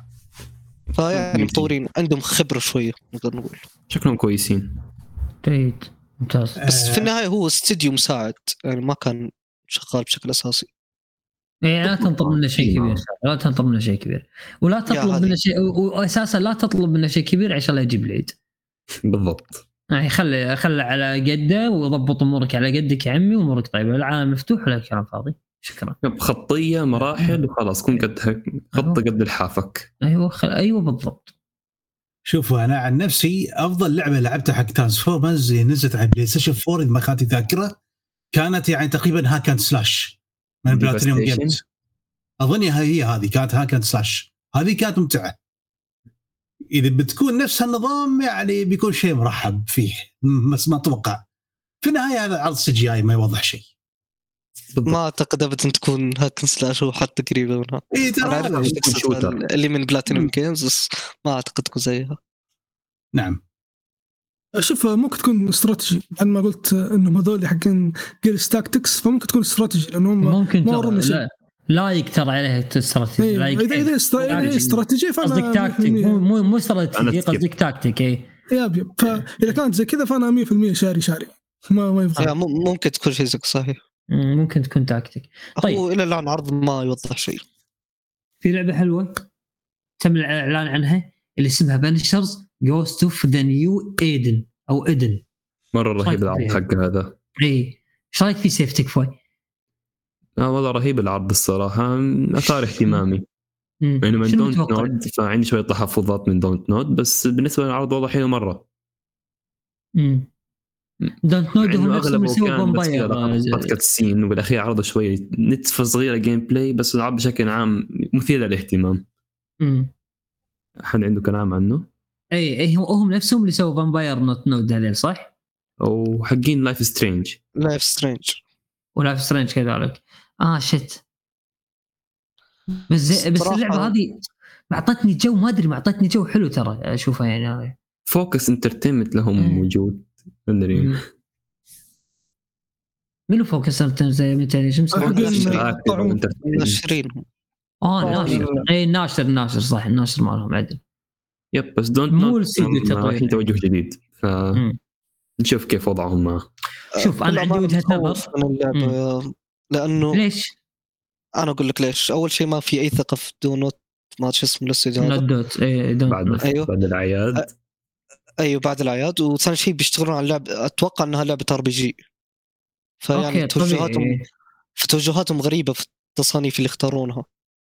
فيعني مطورين عندهم خبرة شوية نقدر نقول. شكلهم كويسين. جيد ممتاز. بس في النهاية هو استديو مساعد يعني ما كان شغال بشكل أساسي. يعني لا تنطر منه شيء كبير، لا تنطر منه شيء كبير، ولا تطلب منه شيء، وأساسا لا تطلب منه شيء كبير عشان لا يجيب العيد. بالضبط. يعني خلي خلي على قده وضبط امورك على قدك يا عمي وامورك طيبه، العالم مفتوح ولا كلام فاضي. شكرا. خطيه مراحل وخلاص كون قد خط قد الحافك. ايوه خل... ايوه بالضبط. شوفوا انا عن نفسي افضل لعبه لعبتها حق ترانسفورمرز نزلت على بلاي ستيشن فور اذا ما كانت ذاكره، كانت يعني تقريبا هاكن سلاش من بلاتينيوم جيمز. اظن هي هذه كانت هاكن سلاش، هذه كانت ممتعه. إذا بتكون نفس النظام يعني بيكون شيء مرحب فيه، بس ما أتوقع في النهاية هذا عرض سي جي آي ما يوضح شيء. ما أعتقد أبدا تكون هاكن سلاش وحتى قريبة منها. إيه ترى اللي من بلاتينيوم جيمز بس ما أعتقد تكون زيها. نعم. شوف ممكن تكون استراتيجي، أنا ما قلت إنهم هذول حقين جيرز تاكتكس، فممكن تكون استراتيجي لأنهم ممكن لا لا يكتر عليه استراتيجي. لا إذا إذا استراتيجي فأنا قصدك تاكتيك، مو مو مو استراتيجي، قصدك تاكتيك. إيه ياب ياب. فإذا كانت زي كذا فأنا مية في المية شاري شاري ما ما ينفع. ممكن تكون شيء زي صحيح، ممكن تكون تاكتيك. طيب هو إلى الآن عرض ما يوضح شيء. في لعبة حلوة تم الإعلان عنها اللي اسمها بانشرز جوست اوف ذا نيو ايدن او ايدن. مرة رهيب العرض حق هذا. اي ايش رايك في سيف تكفوي؟ اه والله رهيب العرض الصراحة، أثار اهتمامي. يعني من دونت نود فعندي شوية تحفظات من دونت نود، بس بالنسبة للعرض والله حلو مرة. امم دونت نود هم نفسهم يسووا بومباير كات سين، وبالأخير عرضوا شوية نتفة صغيرة جيم بلاي، بس العرض بشكل عام مثير للاهتمام. امم أحد عنده كلام عنه؟ اي اي هم نفسهم اللي سووا بومباير نوت نود هذول صح؟ أو حقين لايف سترينج. لايف سترينج ولايف سترينج كذلك. اه شت بس بس اللعبة هذه معطتني جو، ما أدري معطتني جو حلو ترى أشوفها يعني. فوكس انترتينمنت لهم مم. موجود مدري منو فوكس انترتينمنت زي مثلا شمس ناشرين. اه ناشر اي ناشر ناشر صح الناشر مالهم عدل. يب بس دونت مو الاستديو الحين توجه جديد فنشوف كيف وضعهم معه. شوف انا عندي وجهة نظر لانه ليش انا اقول لك ليش. اول شيء ما في اي ثقه في دونوت، ما شو اسمه الاستديو هذا دوت اي دونت بعد أيوه. بعد الاعياد أ... ايوه بعد الاعياد. وثاني شيء بيشتغلون على لعبه اتوقع انها لعبه ار بي جي، فيعني توجهاتهم في توجهاتهم غريبه في التصانيف اللي اختارونها،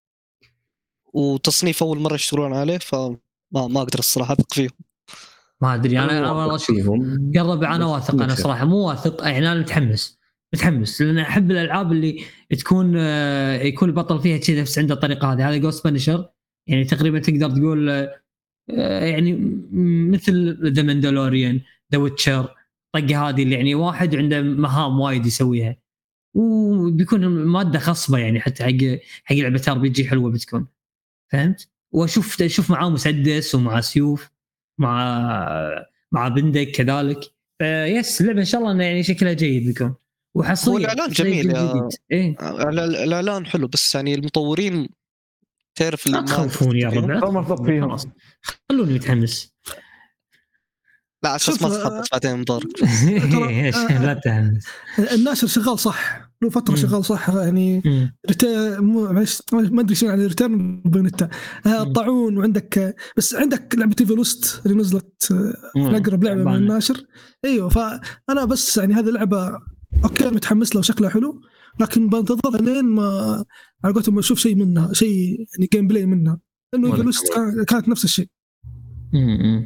وتصنيف اول مره يشتغلون عليه، فما ما اقدر الصراحه اثق فيهم. ما ادري انا انا والله اشوفهم قرب انا واثق، انا صراحه مو واثق يعني، انا متحمس متحمس لان احب الالعاب اللي تكون يكون البطل فيها كذا نفس عنده الطريقه هذه. هذا جوست بانشر يعني تقريبا تقدر تقول يعني مثل ذا ماندلوريان ذا ويتشر، طقه هذه اللي يعني واحد عنده مهام وايد يسويها، وبيكون ماده خصبه يعني حتى حق حق لعبه ار بي جي حلوه بتكون، فهمت؟ واشوف اشوف معاه مسدس ومع سيوف مع مع بندق كذلك. يس اللعبه ان شاء الله يعني شكلها جيد بيكون وحصريا. هو الاعلان جميل يا إيه؟ الاعلان حلو، بس يعني المطورين تعرف اللي ما تخوفون يا ربع خلوني متحمس. لا اساس ما تخبط بعدين مضارك لا تهمس. الناشر شغال صح له فتره شغال صح يعني ريتير ما ادري شو يعني ريتيرن بينتا الطاعون، وعندك بس عندك لعبه ايفلوست اللي نزلت اقرب لعبه من الناشر. ايوه فانا بس يعني هذه اللعبه اوكي متحمس لها وشكلها حلو، لكن بنتظر لين ما على قولتهم اشوف شيء منها، شيء يعني جيم بلاي منها، لانه ايفلوست كانت نفس الشيء. امم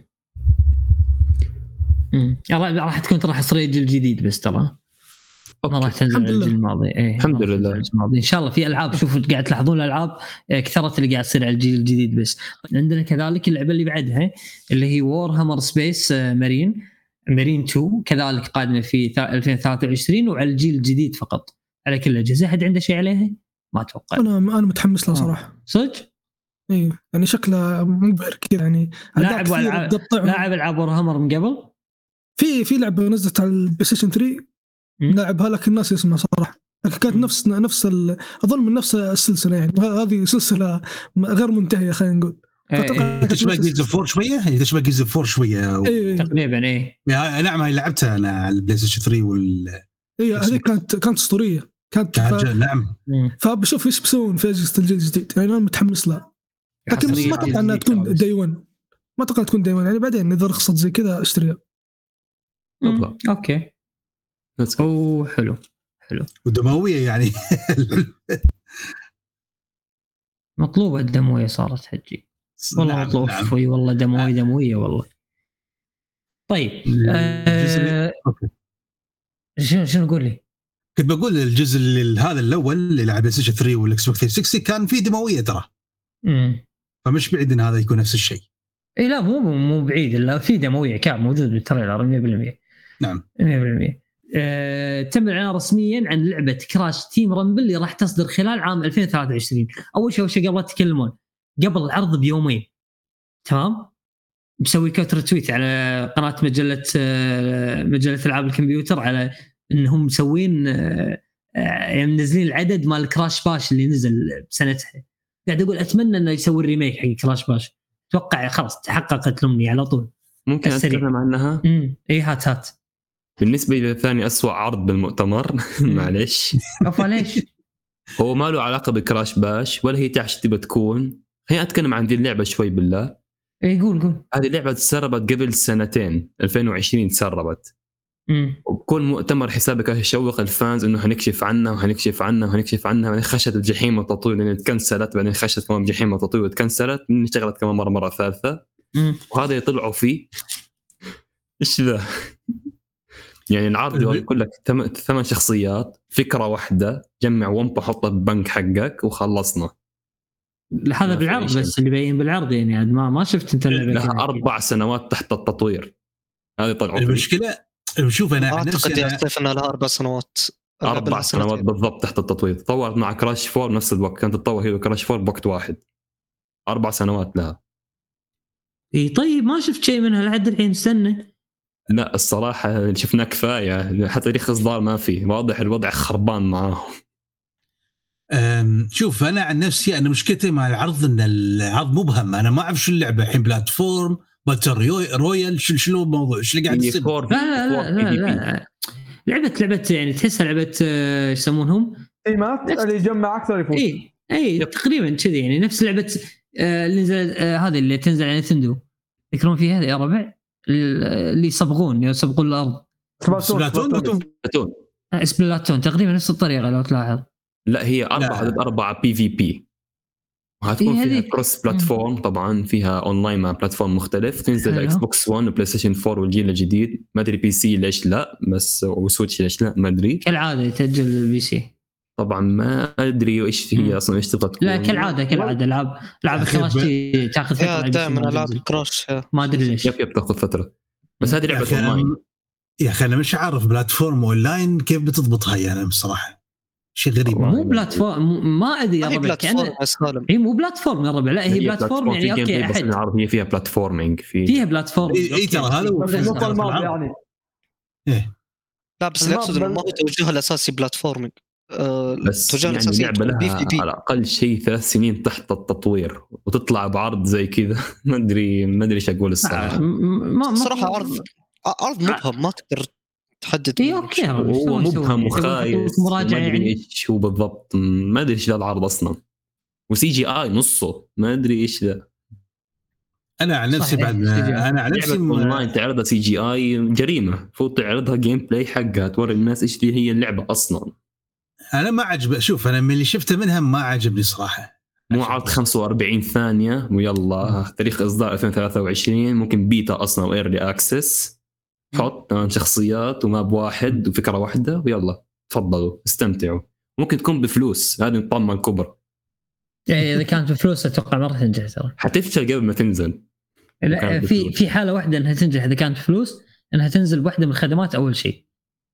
امم راح تكون ترى حصريه الجيل الجديد بس ترى ما راح تنزل الجيل الماضي. ايه الحمد لله الماضي ان شاء الله. في العاب شوفوا قاعد تلاحظون الالعاب كثرت اللي قاعد تصير على الجيل الجديد. بس عندنا كذلك اللعبه اللي بعدها اللي هي وور هامر سبيس مارين مارين تو كذلك قادمه في ألفين وثلاثة وعشرين وعلى الجيل الجديد فقط على كل الاجهزه. حد عنده شيء عليها؟ ما اتوقع. انا انا متحمس لها صراحه. صدق ايه يعني شكله مبهر كثير يعني. لاعب لاعب العاب وور هامر من قبل. في في لعبه نزلت على البلاي ستيشن ثري لاعبها لك الناس اسمها صراحه كانت نفس نفس اظن من نفس السلسله يعني هذه سلسله غير منتهيه خلينا نقول. تشبه جيز فور شويه تشبه جيز فور شويه و... إيه. تقريبا ايه نعم هاي لعبتها انا على البلاي ستيشن ثري وال اي هذه كانت كانت اسطوريه كانت ف... نعم. فبشوف ايش بيسوون في اجهزه الجيل الجديد يعني انا متحمس لها لكن ما اتوقع انها تكون داي ون ما اتوقع تكون داي ون يعني بعدين اذا رخصت زي كذا اشتريها. اوكي او حلو حلو ودمويه يعني مطلوبه الدمويه صارت حجي والله نعم مطلوب نعم. شوي والله دمويه دمويه والله. طيب آه... شنو شنو نقول لي؟ كنت بقول الجزء اللي هذا الاول اللي لعب بلاي ستيشن ثري والاكس بوكس ثلاثمية وستين كان فيه دمويه ترى امم فمش بعيد ان هذا يكون نفس الشيء. اي لا مو مو بعيد الا في دمويه كان موجود بالتريلر مية بالمية. نعم مية بالمية. أه... تم الاعلان رسميا عن لعبه كراش تيم رامبل اللي راح تصدر خلال عام ألفين وثلاثة وعشرين. اول شيء اول شيء قبل تتكلمون قبل العرض بيومين تمام مسوي كوتر تويت على قناه مجله مجله العاب الكمبيوتر على انهم مسوين يعني منزلين العدد مال كراش باش اللي نزل بسنتها. قاعد اقول اتمنى انه يسوي الريميك حق كراش باش. اتوقع خلاص تحققت لمني على طول. ممكن اتكلم عنها امم اي هات هات. بالنسبه لي ثاني أسوأ عرض بالمؤتمر معليش افا ليش هو ما له علاقه بكراش باش ولا هي تعش تبى تكون. خليني اتكلم عن دي اللعبه شوي بالله. اي قول قول. هذه اللعبه تسربت قبل سنتين ألفين وعشرين تسربت امم وبكل مؤتمر حسابك يشوق الفانز انه هنكشف عنها وهنكشف عنها وهنكشف عنها بعدين خشت الجحيم التطوير لان تكنسلت بعدين خشت كمان جحيم التطوير وتكنسلت من اشتغلت كمان مره مره ثالثه امم وهذا يطلعوا فيه ايش ذا يعني العرض يقول لك ثمان شخصيات فكره واحده جمع ومبا حطها ببنك حقك وخلصنا. هذا بالعرض بس اللي باين بالعرض يعني ما ما شفت انت اللعبه لها اربع سنوات تحت التطوير. هذه طلعوا المشكله شوف انا اعتقد يا سيف انها لها اربع سنوات اربع سنوات بالضبط تحت التطوير. تطورت مع كراش فور نفس الوقت كانت تتطور هي وكراش فور بوقت واحد اربع سنوات لها. اي طيب ما شفت شيء منها لحد الحين استنى. لا الصراحه شفنا كفايه حتى تاريخ اصدار ما فيه واضح الوضع خربان معاهم. شوف انا عن نفسي انا مشكلتي مع العرض ان العرض مبهم. انا ما اعرف شو اللعبه الحين بلاتفورم باتل رويال شو شنو الموضوع ايش اللي قاعد يصير. لا لا لا, لا. لعبه لعبه يعني تحسها لعبه ايش يسمونهم اي مات اللي يجمع اكثر يفوز. اي اي تقريبا كذي يعني نفس لعبه آه اللي نزل آه هذه اللي تنزل على نينتندو يذكرون فيها يا ربع اللي يسبقون يسبقون الارض سبلاتون سبلاتون تقريبا نفس الطريقه لو تلاحظ. لا هي أربعة ضد أربعة بي في بي وهتكون إيه فيها كروس بلاتفورم طبعا فيها أونلاين مع بلاتفورم مختلف تنزل إكس بوكس ون وبلاي ستيشن فور والجيل الجديد ما أدري بي سي ليش لا بس وسويتش ليش لا ما أدري كالعادة يتأجل البي سي طبعا ما أدري إيش هي أصلا إيش تبغى تكون. لا كالعادة كالعادة ألعاب ألعاب كراش تأخذ فترة دائما ألعاب كراش ما أدري ليش يب يب تأخذ فترة بس هذه لعبة أونلاين. يا أخي أنا مش عارف بلاتفورم أونلاين كيف بتضبطها يعني بصراحة شيء غريب. مو بلاتفورم ما ادري يا ربع كان هي مو بلاتفورم يا ربع لا هي بلاتفورم يعني اوكي احد العرض هي فيها بلاتفورمينج في فيها بلاتفورم اي ترى هذا النقطه الماضيه يعني ايه لا بس اللي اقصد انه ما هو توجهها الاساسي بلاتفورمينج أه بس يعني اللعبه لها على الاقل شيء ثلاث سنين تحت التطوير وتطلع بعرض زي كذا ما ادري ما ادري ايش اقول الصراحه. الصراحه عرض عرض مبهم ما تقدر تحدد. اي اوكي هو مبهم وخايس ما ادري ايش هو بالضبط ما ادري ايش ذا العرض اصلا وسي جي اي نصه ما ادري ايش ذا. انا عن نفسي بعد انا عن نفسي اونلاين تعرضها سي جي اي جريمه فوت تعرضها جيم بلاي حقها توري الناس ايش هي اللعبه اصلا. انا ما عجب شوف انا من اللي شفته منها ما عجبني صراحه. مو عرض خمسة وأربعين ثانيه ويلا تاريخ اصدار ألفين وثلاثة وعشرين ممكن بيتا اصلا وايرلي اكسس حط ثمان شخصيات وماب واحد وفكره واحده ويلا تفضلوا استمتعوا. ممكن تكون بفلوس هذه الطامه الكبرى يعني اذا كانت بفلوس اتوقع مره تنجح ترى حتفشل قبل ما تنزل. لا في في حاله واحده انها تنجح اذا كانت بفلوس انها تنزل بواحده من الخدمات اول شيء.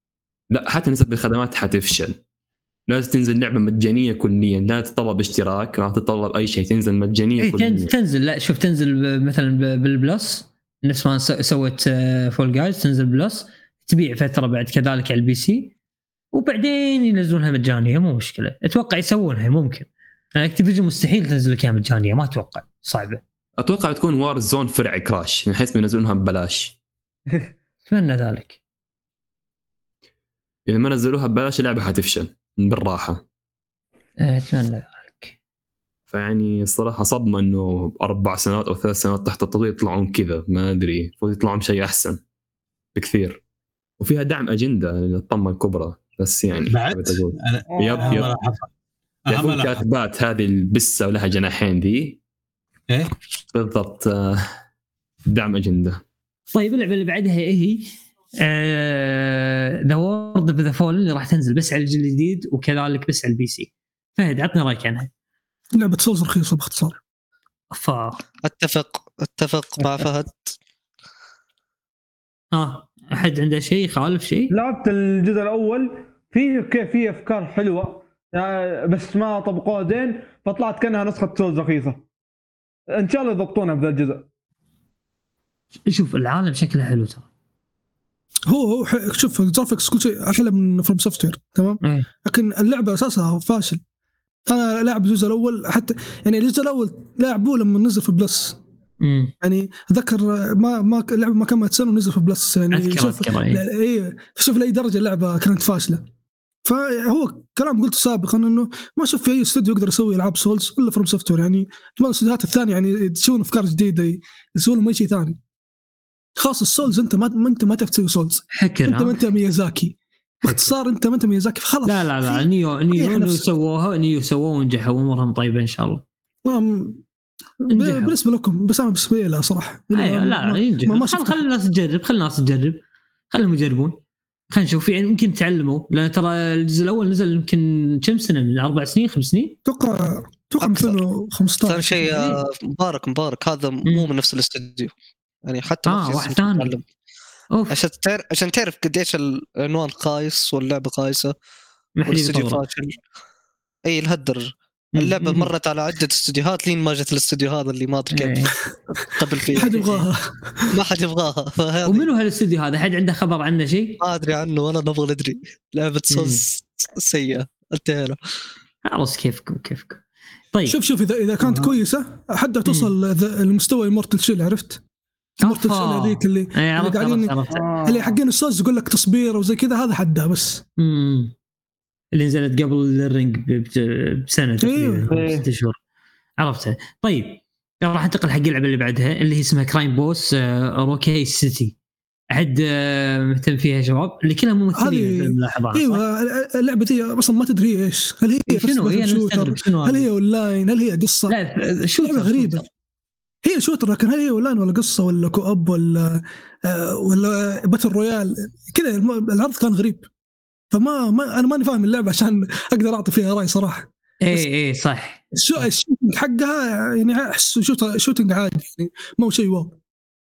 لا حتى نزل بالخدمات حتفشل. لازم تنزل لعبه مجانيه كليا لا تطلب اشتراك ولا تطلب اي شيء تنزل مجانيه إيه كليا. تنزل لا شوف تنزل مثلا بالبلس نفس ما سوت فول جايز تنزل بلس تبيع فتره بعد كذلك على البي سي وبعدين ينزلونها مجانيه مو مشكله. اتوقع يسوونها ممكن. اكتيفيجن مستحيل تنزل لك اياها مجانيه ما اتوقع صعبه. اتوقع تكون وار زون فرع كراش من حيث ينزلونها ببلاش. اتمنى ذلك. اذا ما نزلوها ببلاش اللعبه حتفشل بالراحه. اتمنى ذلك. فيعني الصراحه صدمه انه اربع سنوات او ثلاث سنوات تحت التطوير يطلعون كذا ما ادري المفروض يطلعون شيء احسن بكثير. وفيها دعم اجنده للطمه الكبرى بس يعني بعد أنا... يب يب يب كاتبات هذه البسه ولها جناحين ذي ايه بالضبط دعم اجنده. طيب اللعبه اللي بعدها ايه هي؟ ذا وورد اوف ذا فول اللي راح تنزل بس على الجيل الجديد وكذلك بس على البي سي. فهد عطنا رايك عنها. لعبه سولز رخيصه باختصار. ف اتفق اتفق مع فهد. اه احد عنده شيء خالف شيء؟ لعبت الجزء الاول فيه كيف فيه افكار حلوه بس ما طبقوها زين فطلعت كانها نسخه سولز رخيصه. ان شاء الله يضبطونها بذا الجزء. شوف العالم شكله حلو ترى. هو هو شوف الجرافيكس كل شيء احلى من فروم سوفت وير تمام. أيه. لكن اللعبه اساسها فاشل. انا لاعب الجزء الاول حتى يعني الجزء الاول لاعبوه لما نزل في بلس. امم يعني ذكر ما ما اللعبه ما كملت سنه ونزل في بلس يعني أذكر شوف أذكر أيه. ايه شوف لاي درجه اللعبه كانت فاشله. فهو كلام قلت سابقا انه ما شوف في اي استوديو يقدر يسوي العاب سولز الا فروم سوفت وير. يعني الاستوديوهات الثانيه يعني يسوون افكار جديده يسوون اي شيء ثاني خاص السولز. انت ما انت ما تسوي سولز حكر انت ما ها؟ انت ميازاكي باختصار انت ما انت ميازاكي خلاص. لا لا لا نيو نيو, نيو سووها نيو سووها ونجحوا وامورهم طيبه ان شاء الله. بالنسبه لكم بس انا بالنسبه لي لا صراحه أيوة لا ينجح. خل خل الناس تجرب خل الناس تجرب خلهم يجربون خلينا نشوف يعني يمكن تعلموا لان ترى الجزء الاول نزل يمكن كم سنه من اربع سنين خمس سنين اتوقع اتوقع ألفين وخمسة عشر. شيء مبارك مبارك هذا مو من نفس الاستوديو يعني حتى اه واحد ثاني عشان تعرف عشان تعرف قديش العنوان قايس واللعبه قايسه والاستوديو فاشل. اي الهدر اللعبه مرت على عده استوديوهات لين ما جت الاستوديو هذا اللي ما ادري كيف قبل فيه ما حد يبغاها ما حد يبغاها. ومنو هالاستوديو هذا حد عنده خبر عنه شيء؟ ما ادري عنه ولا نبغى ندري. لعبه سوز سيئه انتهينا خلاص كيفكم كيفكم. طيب شوف شوف اذا اذا كانت آه. كويسه حتى توصل المستوى المورتل شيل عرفت المورتل شيل هذيك اللي, اللي قاعدين آه. اللي حقين السولز يقول لك تصبير وزي كذا هذا حدها بس امم اللي نزلت قبل الرينج بسنه تقريبا ست شهور عرفتها. طيب راح انتقل حق اللعبه اللي بعدها اللي هي اسمها كرايم بوس روكي سيتي. احد مهتم فيها شباب اللي كلها ممثلين ملاحظات. ايوه اللعبه دي اصلا ما تدري ايش هل هي شنو هي شنو هل هي اونلاين هل هي قصه. لا شو غريبه هي شوتر لكن هل هي اونلاين ولا قصه ولا كوب ولا آه ولا باتل رويال كذا. العرض كان غريب فما ما انا ماني فاهم اللعبه عشان اقدر اعطي فيها راي صراحه. اي اي صح شو الشوتنج حقها يعني احس شوت شوتنج عادي يعني ما هو شيء واو.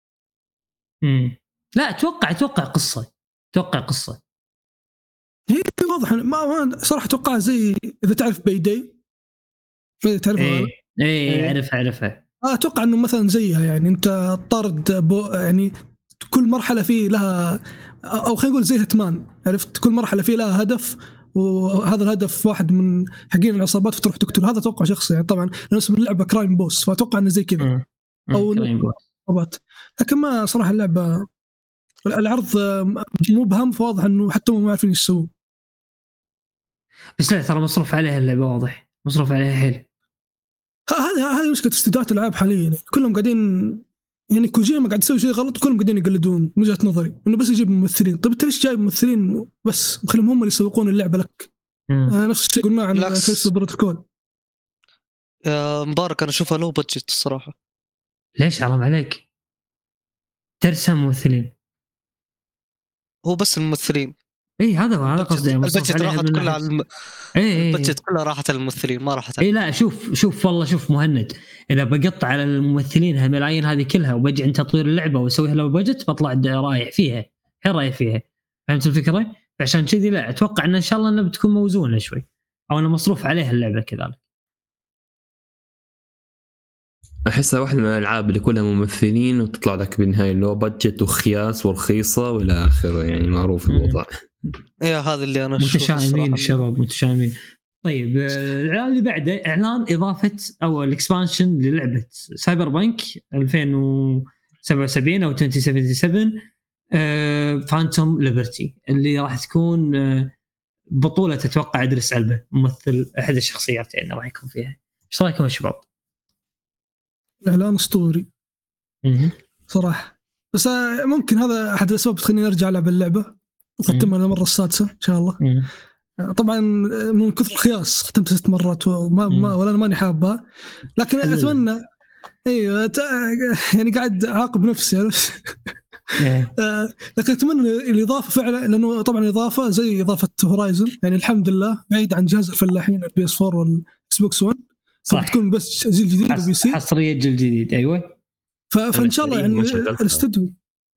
امم لا اتوقع اتوقع قصه اتوقع قصه هي واضح ما, ما صراحه اتوقع زي اذا تعرف بايدي تعرف اي اي اعرف اعرفها. اتوقع انه مثلا زيها يعني انت طرد يعني كل مرحله فيه لها او خلينا نقول زي هتمان عرفت كل مرحله فيه لها هدف وهذا الهدف واحد من حقين العصابات فتروح تقتل. هذا اتوقع شخصي يعني طبعا اسم اللعبه كرايم بوس فاتوقع انه زي كذا او عصابات. لكن ما صراحه اللعبه العرض مبهم فواضح انه حتى هم ما عارفين ايش يسوون. بس لا ترى مصروف عليها اللعبه واضح مصروف عليها حيل. هذه هذه مشكله استديوهات الالعاب حاليا يعني كلهم قاعدين يعني كوجيما قاعد يسوي شيء غلط وكلهم قاعدين يقلدون. من وجهه نظري انه بس يجيب ممثلين. طيب انت ليش جايب ممثلين بس وخليهم هم اللي يسوقون اللعبه لك؟ آه نفس الشيء قلنا عن كريس بروتوكول. يا مبارك انا اشوفها لو بادجت الصراحه. ليش حرام عليك ترسم ممثلين؟ هو بس الممثلين. اي هذا هذا قصدي البادجت راحت كلها على الم... اي البادجت كلها راحت على الممثلين ما راحت اي لا شوف شوف والله شوف مهند اذا بقطع على الممثلين هالملايين هذه كلها وبجي عند تطوير اللعبه واسويها لو بادجت بطلع رايح فيها حين رايح فيها. فهمت الفكره؟ عشان كذي لا اتوقع ان ان شاء الله انها بتكون موزونه شوي او انه مصروف عليها اللعبه كذلك. احسها واحده من الالعاب اللي كلها ممثلين وتطلع لك بالنهايه لو بادجت وخياس ورخيصه والى اخره يعني معروف الوضع. ايه هذا اللي انا متشائمين الشباب متشائمين. طيب الاعلان اللي بعده اعلان اضافه او الاكسبانشن للعبه سايبر بانك ألفين وسبعة وسبعين او ألفين وسبعة وسبعين فانتوم ليبرتي اللي راح تكون آه بطوله تتوقع ادريس ألبا ممثل احد الشخصيات يعني راح يكون فيها. ايش رايكم يا شباب؟ اعلان اسطوري صراحه، بس ممكن هذا احد الاسباب تخليني ارجع العب اللعبه وختمها المره السادسه ان شاء الله. مم. طبعا من كثر الخياس ختمت ست مرات وما ما ولا انا ماني حابها، لكن حلو. اتمنى ايوه يعني قاعد اعاقب نفسي لكن اتمنى الاضافه فعلا، لانه طبعا الاضافه زي اضافه هورايزن يعني الحمد لله بعيد عن جهاز الفلاحين البي اس فور والاكس بوكس ون، بتكون بس جيل جديد وبي سي حصريه جيل جديد. ايوه فان شاء الله يعني الاستوديو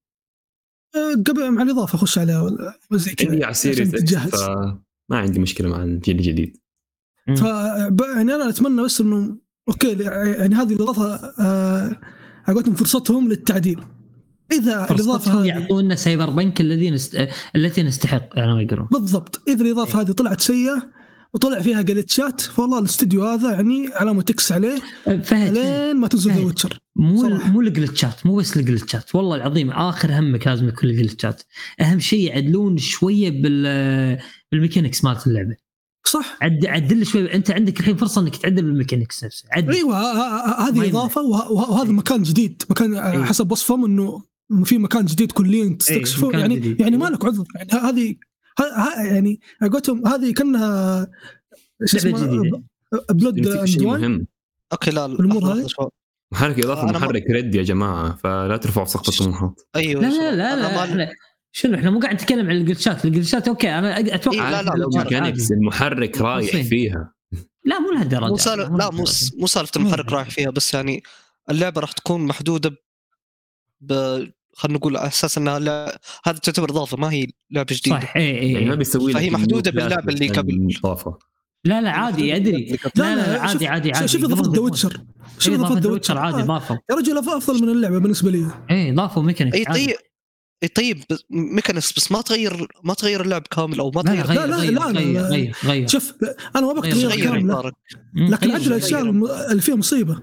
قبل مع الاضافه اخش عليها زي كذا على سيريز، ما عندي مشكله مع الجيل الجديد. ف يعني انا اتمنى بس انه اوكي يعني هذه الاضافه آه عقدتهم فرصتهم للتعديل. اذا الاضافه هذه يعطونا سايبر بنك الذي نست... التي نستحق يعني ما يقولون بالضبط. اذا الاضافه هذه طلعت سيئه وطلع فيها جلتشات فوالله الاستوديو هذا يعني علامه تكس عليه لين ما تنزل ذا ويتشر. مو مو الجلتشات، مو بس الجلتشات والله العظيم اخر همك لازم يكون الجلتشات. اهم شيء يعدلون شويه بال بالميكانكس مالت اللعبه. صح عد عدل شوي. انت عندك الحين فرصه انك تعدل بالميكانكس نفسه. ايوه هذه اضافه وهذا مكان جديد، مكان أيوة. حسب وصفهم انه في مكان جديد كليا تستكشفه. أيوة. يعني جديد. يعني ما لك عذر يعني هذه يعني قلتهم هذه كانها لعبه بلود اندوان. اوكي لا الامور هذه محرك اضافه محرك ما... ريد يا جماعه، فلا ترفعوا سقف الطموحات. ايوه لا لا لا, لا احنا شنو احنا مو قاعد نتكلم عن الجلتشات. الجلتشات اوكي انا اتوقع إيه لا لا الميكانكس المحرك رايح فيها. لا مو لهالدرجه. مو سالفه لا مو مو سالفه المحرك رايح فيها، بس يعني اللعبه راح تكون محدوده ب خلينا نقول على اساس انها لا... هذا تعتبر اضافه ما هي لعبه جديده. صح اي اي يعني ما بيسوي فهي محدوده باللعبه اللي قبل اضافه. لا لا عادي ادري لا لا عادي عادي عادي. شوف اضافه ذا ويتشر، شوف اضافه ذا ويتشر عادي اضافه يا رجل افضل من اللعبه بالنسبه لي. اي اضافه ميكانيك اي طيب اي طيب ميكانيكس بس ما تغير ما تغير اللعب كامل او ما تغير. لا لا لا, لا, لا, لا, لا, لا شوف انا ما بقدر غير كامل، لكن عندنا الاشياء اللي فيها مصيبه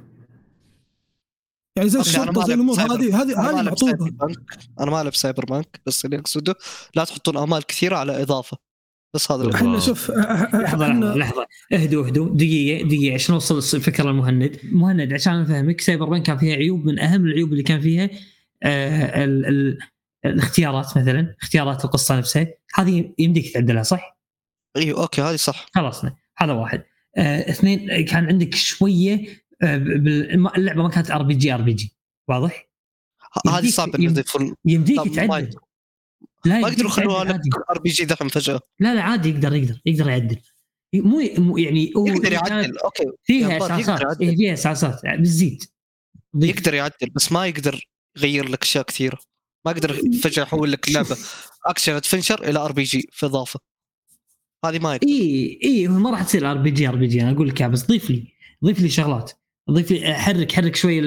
يعني زي الشرطه زي الامور هذه هذه هذه معطوبه. انا ما العب سايبر بانك، بس اللي اقصده لا تحطون امال كثيره على اضافه. بس هذا احنا شوف لحظه لحظه اهدوا اهدوا دقيقه دقيقه عشان نوصل الفكره المهند مهند عشان افهمك. سايبر بانك كان فيها عيوب، من اهم العيوب اللي كان فيها آه ال ال الاختيارات، مثلا اختيارات القصه نفسها هذه يمديك تعدلها صح؟ ايوه اوكي هذه صح خلصنا. هذا واحد. آه اثنين كان عندك شويه آه اللعبه ما كانت ار بي جي ار بي جي واضح؟ هذه صعبه يمديك, يمديك تعدل. لا ما يقدروا يخلوها ار بي جي دحين فجاه. لا لا عادي يقدر يقدر يقدر يعدل. مو يعني هو يقدر يعدل اوكي فيها اساسات إيه فيها اساسات بتزيد يقدر يعدل، بس ما يقدر يغير لك اشياء كثيره. ما يقدر فجاه يحول لك اللعبه اكشن ادفنشر الى ار بي جي في اضافه. هذه ما يقدر. اي اي ما راح تصير ار بي جي ار بي جي. انا اقول لك بس ضيف لي ضيف لي شغلات، ضيف لي حرك حرك شوي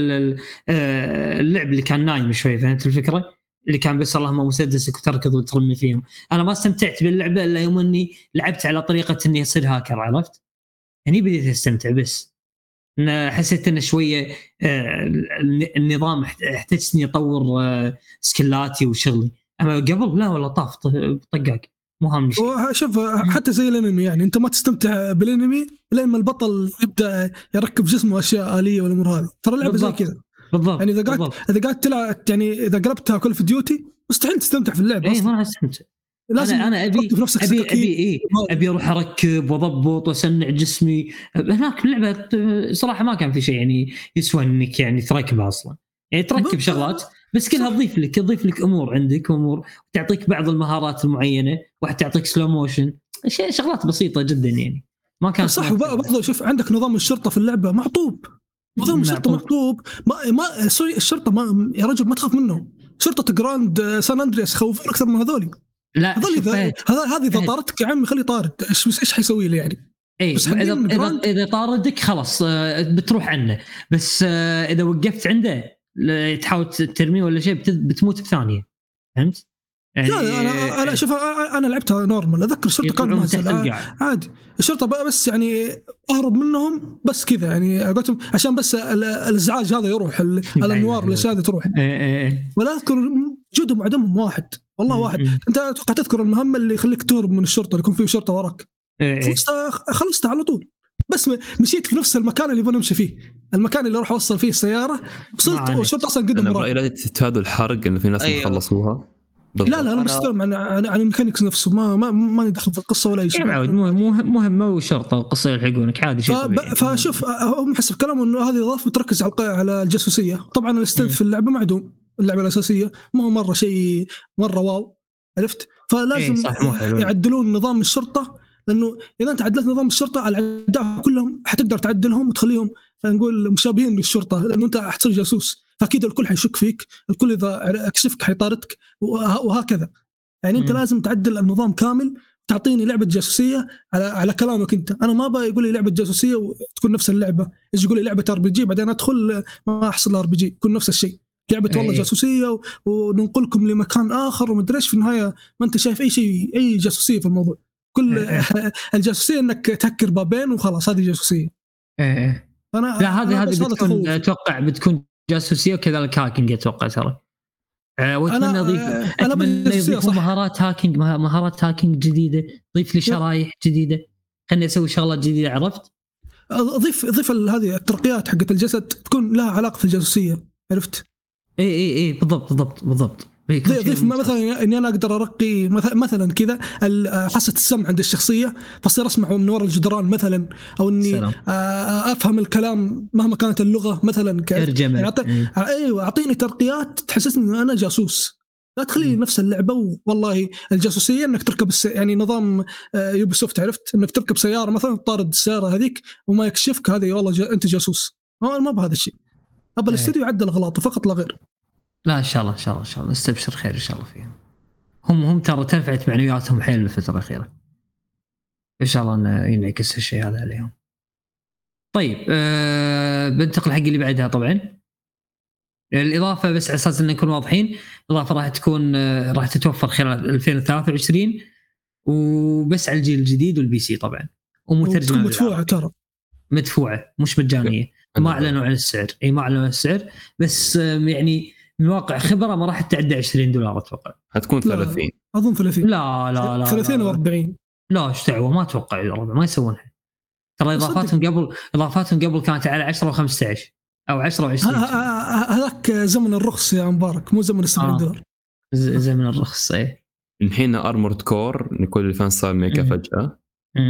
اللعب اللي كان نايم شوي. فهمت الفكره؟ اللي كان بس اللهم مسدسك وتركض وترمي فيهم. انا ما استمتعت باللعبه الا يوم اني لعبت على طريقه اني اصير هاكر، عرفت؟ يعني بديت استمتع، بس انا حسيت انه شويه النظام احتجتني اطور سكيلاتي وشغلي. اما قبل لا والله طاف طقاق مو هامني شيء. شوف حتى زي الانمي يعني انت ما تستمتع بالانمي لما البطل يبدا يركب جسمه اشياء آلية والامور هذه. ترى اللعبه زي كذا بالضبط. يعني اذا قاعد اذا قاعد تلعب يعني اذا قلبتها كل في ديوتي مستحيل تستمتع في اللعبه. اي ما راح استمتع. لازم انا انا ابي ابي ابي إيه؟ ابي اروح اركب واضبط واسنع جسمي. هناك اللعبه صراحه ما كان في شيء يعني يسوى انك يعني تركبها اصلا. يعني تركب شغلات بس كلها تضيف لك تضيف لك امور عندك امور تعطيك بعض المهارات المعينه، واحد تعطيك سلو موشن، اشياء شغلات بسيطه جدا يعني ما كان صح. برضه شوف عندك نظام الشرطه في اللعبه معطوب. نظام الشرطه مكتوب ما ما سوري الشرطه ما يا رجل ما تخاف منه. شرطه جراند سان اندرياس خوفون اكثر من هذولي. لا هذا هذه اذا طاردتك يا عمي خلي طارد ايش ايش حيسوي لي يعني. اي اذا اذا اذا طاردك خلاص بتروح عنه، بس اذا وقفت عنده تحاول ترميه ولا شيء بتموت بثانيه. فهمت؟ يعني لا انا انا شوف انا لعبتها نورمال. اذكر الشرطه كان مهزل عادي الشرطه بس يعني اهرب منهم بس كذا يعني قلت عشان بس الازعاج هذا يروح الانوار الاشياء هذه تروح. ولا اذكر جودهم عدمهم واحد والله واحد. انت اتوقع تذكر المهمه اللي يخليك تهرب من الشرطه اللي يكون فيه شرطه وراك خلصت خلصت على طول بس مشيت في نفس المكان اللي بنمشي فيه المكان اللي راح اوصل فيه السياره وصلت والشرطه اصلا قدام وراك. لا تتفادوا الحرق انه في ناس أيوه. خلصوها لا لا انا بستلم عن عن الميكانيكس نفسه ما ما ما ندخل في القصه ولا شيء. معود مو مهمه وشرطه القصه يلحقونك عادي شيء طبيعي. فشوف هم حسب كلامه انه هذه اضافه بتركز على على الجاسوسيه. طبعا الاستلف في اللعبه معدوم اللعبه الاساسيه ما هو مره شيء مره واو عرفت. فلازم إيه يعدلون نظام الشرطه لانه اذا انت عدلت نظام الشرطه على الاعداء كلهم حتقدر تعدلهم وتخليهم نقول مشابهين للشرطه لانه انت حتصير جاسوس فاكيد الكل حيشك فيك الكل اذا اكشفك حيطاردك وهكذا. يعني انت م. لازم تعدل النظام كامل. تعطيني لعبه جاسوسيه على على كلامك انت. انا ما ابغى يقول لي لعبه جاسوسيه وتكون نفس اللعبه يجي يقول لي لعبه ار بي جي بعدين ادخل ما احصل ار بي جي يكون نفس الشيء لعبه والله جاسوسيه وننقلكم لمكان اخر وما ادري ايش في النهايه ما انت شايف اي شيء اي جاسوسيه في الموضوع. كل الجاسوسيه انك تهكر بابين وخلاص هذه جاسوسيه. ايه انا لا هذه هذه بتكون اتوقع بتكون جاسوسيه وكذلك هاكينج اتوقع ترى. أه واتمنى اضيف اتمنى يضيف مهارات هاكينج مهارات هاكينج جديده ضيف لي شرايح جديده خلني اسوي شغلات جديده عرفت. اضيف اضيف هذه الترقيات حقت الجسد تكون لها علاقه في الجاسوسيه عرفت. اي اي اي بالضبط بالضبط بالضبط. ضيف مثلا اني انا اقدر ارقي مثلا كذا حاسه السمع عند الشخصيه فصير اسمعه من وراء الجدران مثلا او اني سلام. افهم الكلام مهما كانت اللغه مثلا يعني ايوه اعطيني ترقيات تحسسني ان انا جاسوس. لا تخلي نفس اللعبه. والله الجاسوسيه انك تركب الس... يعني نظام يوبي سوفت عرفت انك تركب سياره مثلا تطارد السياره هذيك وما يكشفك هذه والله ج... انت جاسوس. ما بهذا الشيء ابى الاستديو يعدل غلطه فقط لا غير. لا إن شاء الله إن شاء الله إن شاء الله نستبشر خير إن شاء الله فيهم. هم هم ترى ترفعت معنوياتهم حيل بالفترة الأخيرة إن شاء الله إنه ينعكس الشيء هذا عليهم. طيب أه بنتقل حق اللي بعدها. طبعا الإضافة بس على أساس إن نكون واضحين الإضافة راح تكون أه راح تتوفر خلال ألفين وثلاثة وعشرين وبس على الجيل الجديد والبي سي طبعا ومترجمة مدفوعة ترى مدفوعة مش مجانية. ما أعلنوا عن السعر أي ما أعلنوا عن السعر بس يعني من واقع خبرة ما راح تعدي عشرين دولار أتوقع. هتكون ثلاثين أظن ثلاثين. لا لا لا ثلاثين وأربعين. لا إيش دعوة ما أتوقع الربع ما يسوونها ترى. إضافاتهم قبل إضافاتهم قبل كانت على عشرة وخمسة عشر أو عشرة وعشرين. هذاك زمن الرخص يا مبارك مو زمن السبعين دولار. زمن الرخص إيه. الحين أرمورد كور نقول الفان صار ميكا فجأة.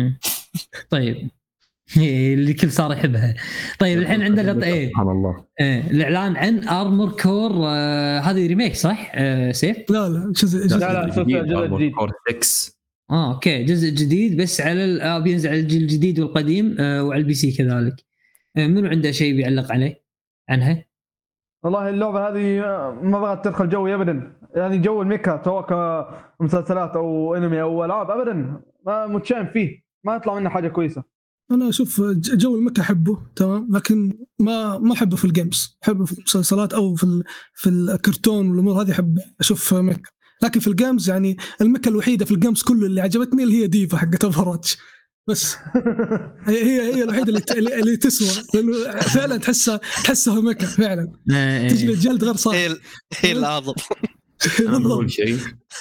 طيب اللي كل صار يحبها. طيب الحين عندنا ايه سبحان الله إيه الاعلان عن ارمور كور آه هذه ريميك صح آه سيف؟ لا لا جزء لا لا جزء جديد كور ستة. اه اوكي جزء جديد بس على آه بينزل على الجيل الجديد والقديم آه وعلى البي سي كذلك. آه منو عنده شيء بيعلق عليه عنها؟ والله اللعبه هذه ما بغت تدخل جوي ابدا يعني جو الميكا سواء كمسلسلات او انمي او العاب ابدا ما متشائم فيه ما يطلع منه حاجه كويسه. أنا أشوف جو المكة أحبه تمام لكن ما ما أحبه في الجيمز. أحبه في المسلسلات أو في في الكرتون والأمور هذه أحب أشوف مكة. لكن في الجيمز يعني المكة الوحيدة في الجيمز كله اللي عجبتني اللي هي ديفا حقت أوفرواتش بس. هي هي هي الوحيدة اللي اللي تسوى لأنه فعلا تحسها تحسها مكة فعلا تجلد جلد غير صح. هي هي الأعظم. أقول شيء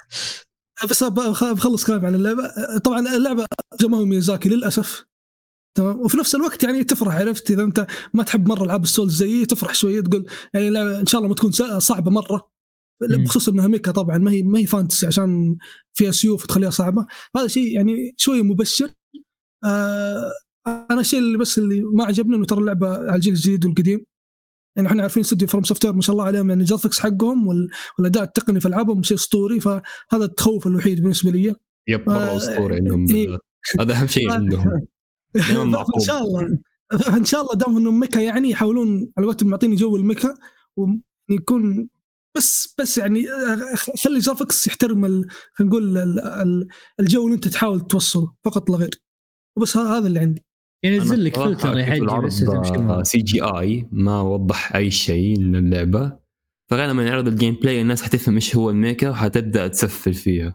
بس بخلص كلام عن اللعبة. طبعا اللعبة جمعه ميازاكي للأسف تمام وفي نفس الوقت يعني تفرح عرفت إذا أنت ما تحب مرة العاب السولز زي تفرح شوية تقول يعني إن شاء الله ما تكون صعبة مرة بخصوص إنها ميكا طبعا ما هي ما هي فانتسي عشان فيها سيوف تخليها صعبة. هذا شيء يعني شوية مبشر. آه أنا الشيء اللي بس اللي ما عجبني إنه ترى اللعبة على الجيل الجديد والقديم يعني إحنا عارفين استوديو فروم سوفتوير ما شاء الله عليهم يعني الجرافيكس حقهم والأداء التقني في ألعابهم شيء أسطوري. فهذا التخوف الوحيد بالنسبة لي. يب مرة أسطوري عندهم هذا أهم شيء عندهم. إن شاء الله إن شاء الله دام إنه ميكا يعني يحاولون على وقت معطيني جو الميكا ويكون بس بس يعني خلي الجرافيكس يحترم ال... نقول ال... الجو اللي أنت تحاول توصله فقط لا غير. وبس هذا اللي عندي. ينزل لك فلتر يحجب سي جي اي ما وضح اي شيء للعبه فغالبا لما يعرض الجيم بلاي الناس حتفهم ايش هو الميكا وحتبدا تسفل فيها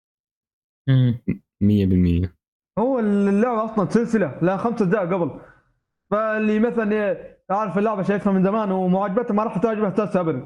مية بالمية. هو اللعبه اصلا سلسله لا خمسة اجزاء قبل، فاللي مثلا عارف اللعبه شايفها من زمان ومعجبته ما راح تعجبها اساسا ابدا.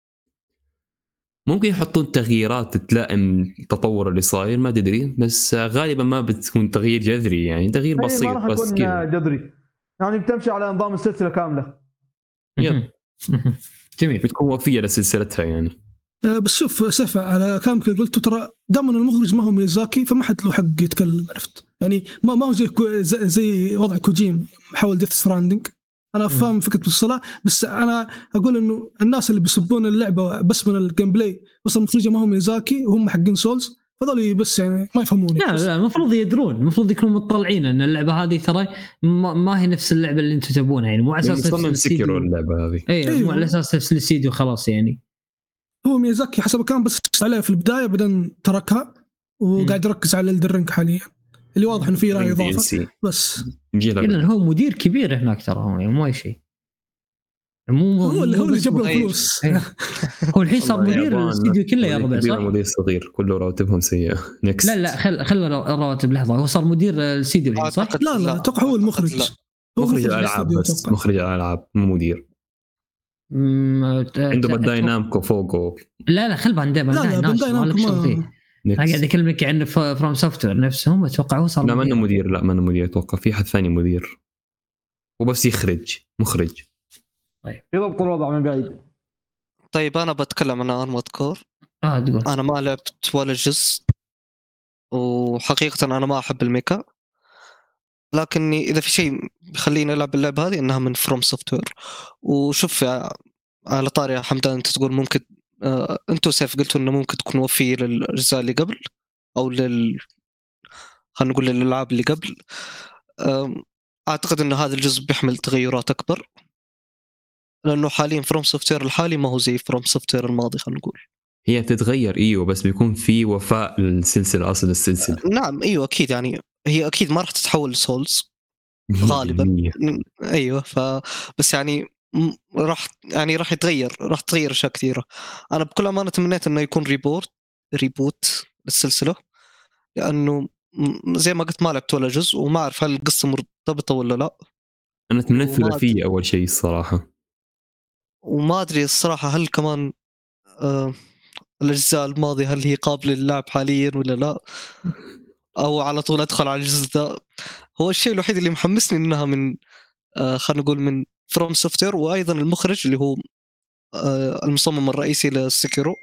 ممكن يحطون تغييرات تلائم التطور اللي صاير ما تدري، بس غالبا ما بتكون تغيير جذري يعني تغيير بسيط ما راح بس كذا جذري يعني بتمشي على نظام السلسله كامله. يب جميل بتكون وفيه لسلسلتها يعني. بس شوف سفة على كلامك اللي قلته ترى دائما المخرج ما هو ميازاكي فما حد له حق يتكلم عرفت يعني ما ما هو زي زي, زي وضع كوجيم حول ديث ستراندينج. انا فاهم فكره بالصلاه بس انا اقول انه الناس اللي بيسبون اللعبه بس من الجيم بلاي بس المخرج ما هو ميازاكي وهم حقين سولز فضلوا بس يعني ما يفهموني. لا لا المفروض يدرون المفروض يكونوا مطلعين ان اللعبه هذه ترى ما, ما هي نفس اللعبه اللي انتم تبونها يعني مو على اساس نفس السيكرو اللعبه هذه اي أيوه. مو على اساس نفس الاستديو خلاص يعني. هو ميازاكي حسب كان بس عليها في البدايه بعدين تركها وقاعد يركز على الدرينك حاليا اللي واضح انه فيه راي اضافه بس الا هو مدير كبير هناك ترى يعني مو اي شيء مو هو اللي هو اللي جاب الفلوس. هو الحين صار مدير الاستديو كله يا ربع صح؟ مدير صغير كله رواتبهم سيئه. لا لا خل خل الرواتب لحظه هو صار مدير الاستديو صح؟ لا لا اتوقع هو المخرج مخرج الالعاب بس مخرج الالعاب مو مدير. عنده بانداي نامكو فوقه. لا لا خل بانداي بانداي نامكو ما قاعد اكلمك عن فروم سوفت وير نفسهم اتوقع هو صار لا ما انه مدير لا ما انه مدير اتوقع في حد ثاني مدير وبس يخرج مخرج. طيب يضبط الوضع من بعيد. طيب انا بتكلم عن ارمود كور. اه تقول انا ما لعبت ولا جزء وحقيقه انا ما احب الميكا لكني اذا في شيء بيخليني العب اللعبه هذه انها من فروم سوفت وير. وشوف على طاري يا حمدان انت تقول ممكن آه انتوا سيف قلتوا انه ممكن تكون وفيه للاجزاء اللي قبل او لل خلينا نقول للالعاب اللي قبل. آه اعتقد ان هذا الجزء بيحمل تغيرات اكبر لانه حاليا فروم سوفت وير الحالي ما هو زي فروم سوفت وير الماضي خلينا نقول. هي بتتغير ايوه بس بيكون في وفاء للسلسله اصل السلسله. نعم ايوه اكيد يعني هي اكيد ما راح تتحول لسولز غالبا ايوه ف بس يعني راح يعني راح يتغير راح تغير اشياء كثيره. انا بكل امانه تمنيت انه يكون ريبورت ريبوت للسلسله لانه زي ما قلت ما لعبت ولا جزء وما اعرف هل القصه مرتبطه ولا لا. انا تمنيت ثلاثيه اول شيء الصراحه وما ادري الصراحه هل كمان آه الاجزاء الماضيه هل هي قابله للعب حاليا ولا لا او على طول ادخل على الجزء ده. هو الشيء الوحيد اللي محمسني انها من آه خلينا نقول من فروم سوفتوير وايضا المخرج اللي هو آه المصمم الرئيسي لسكيرو.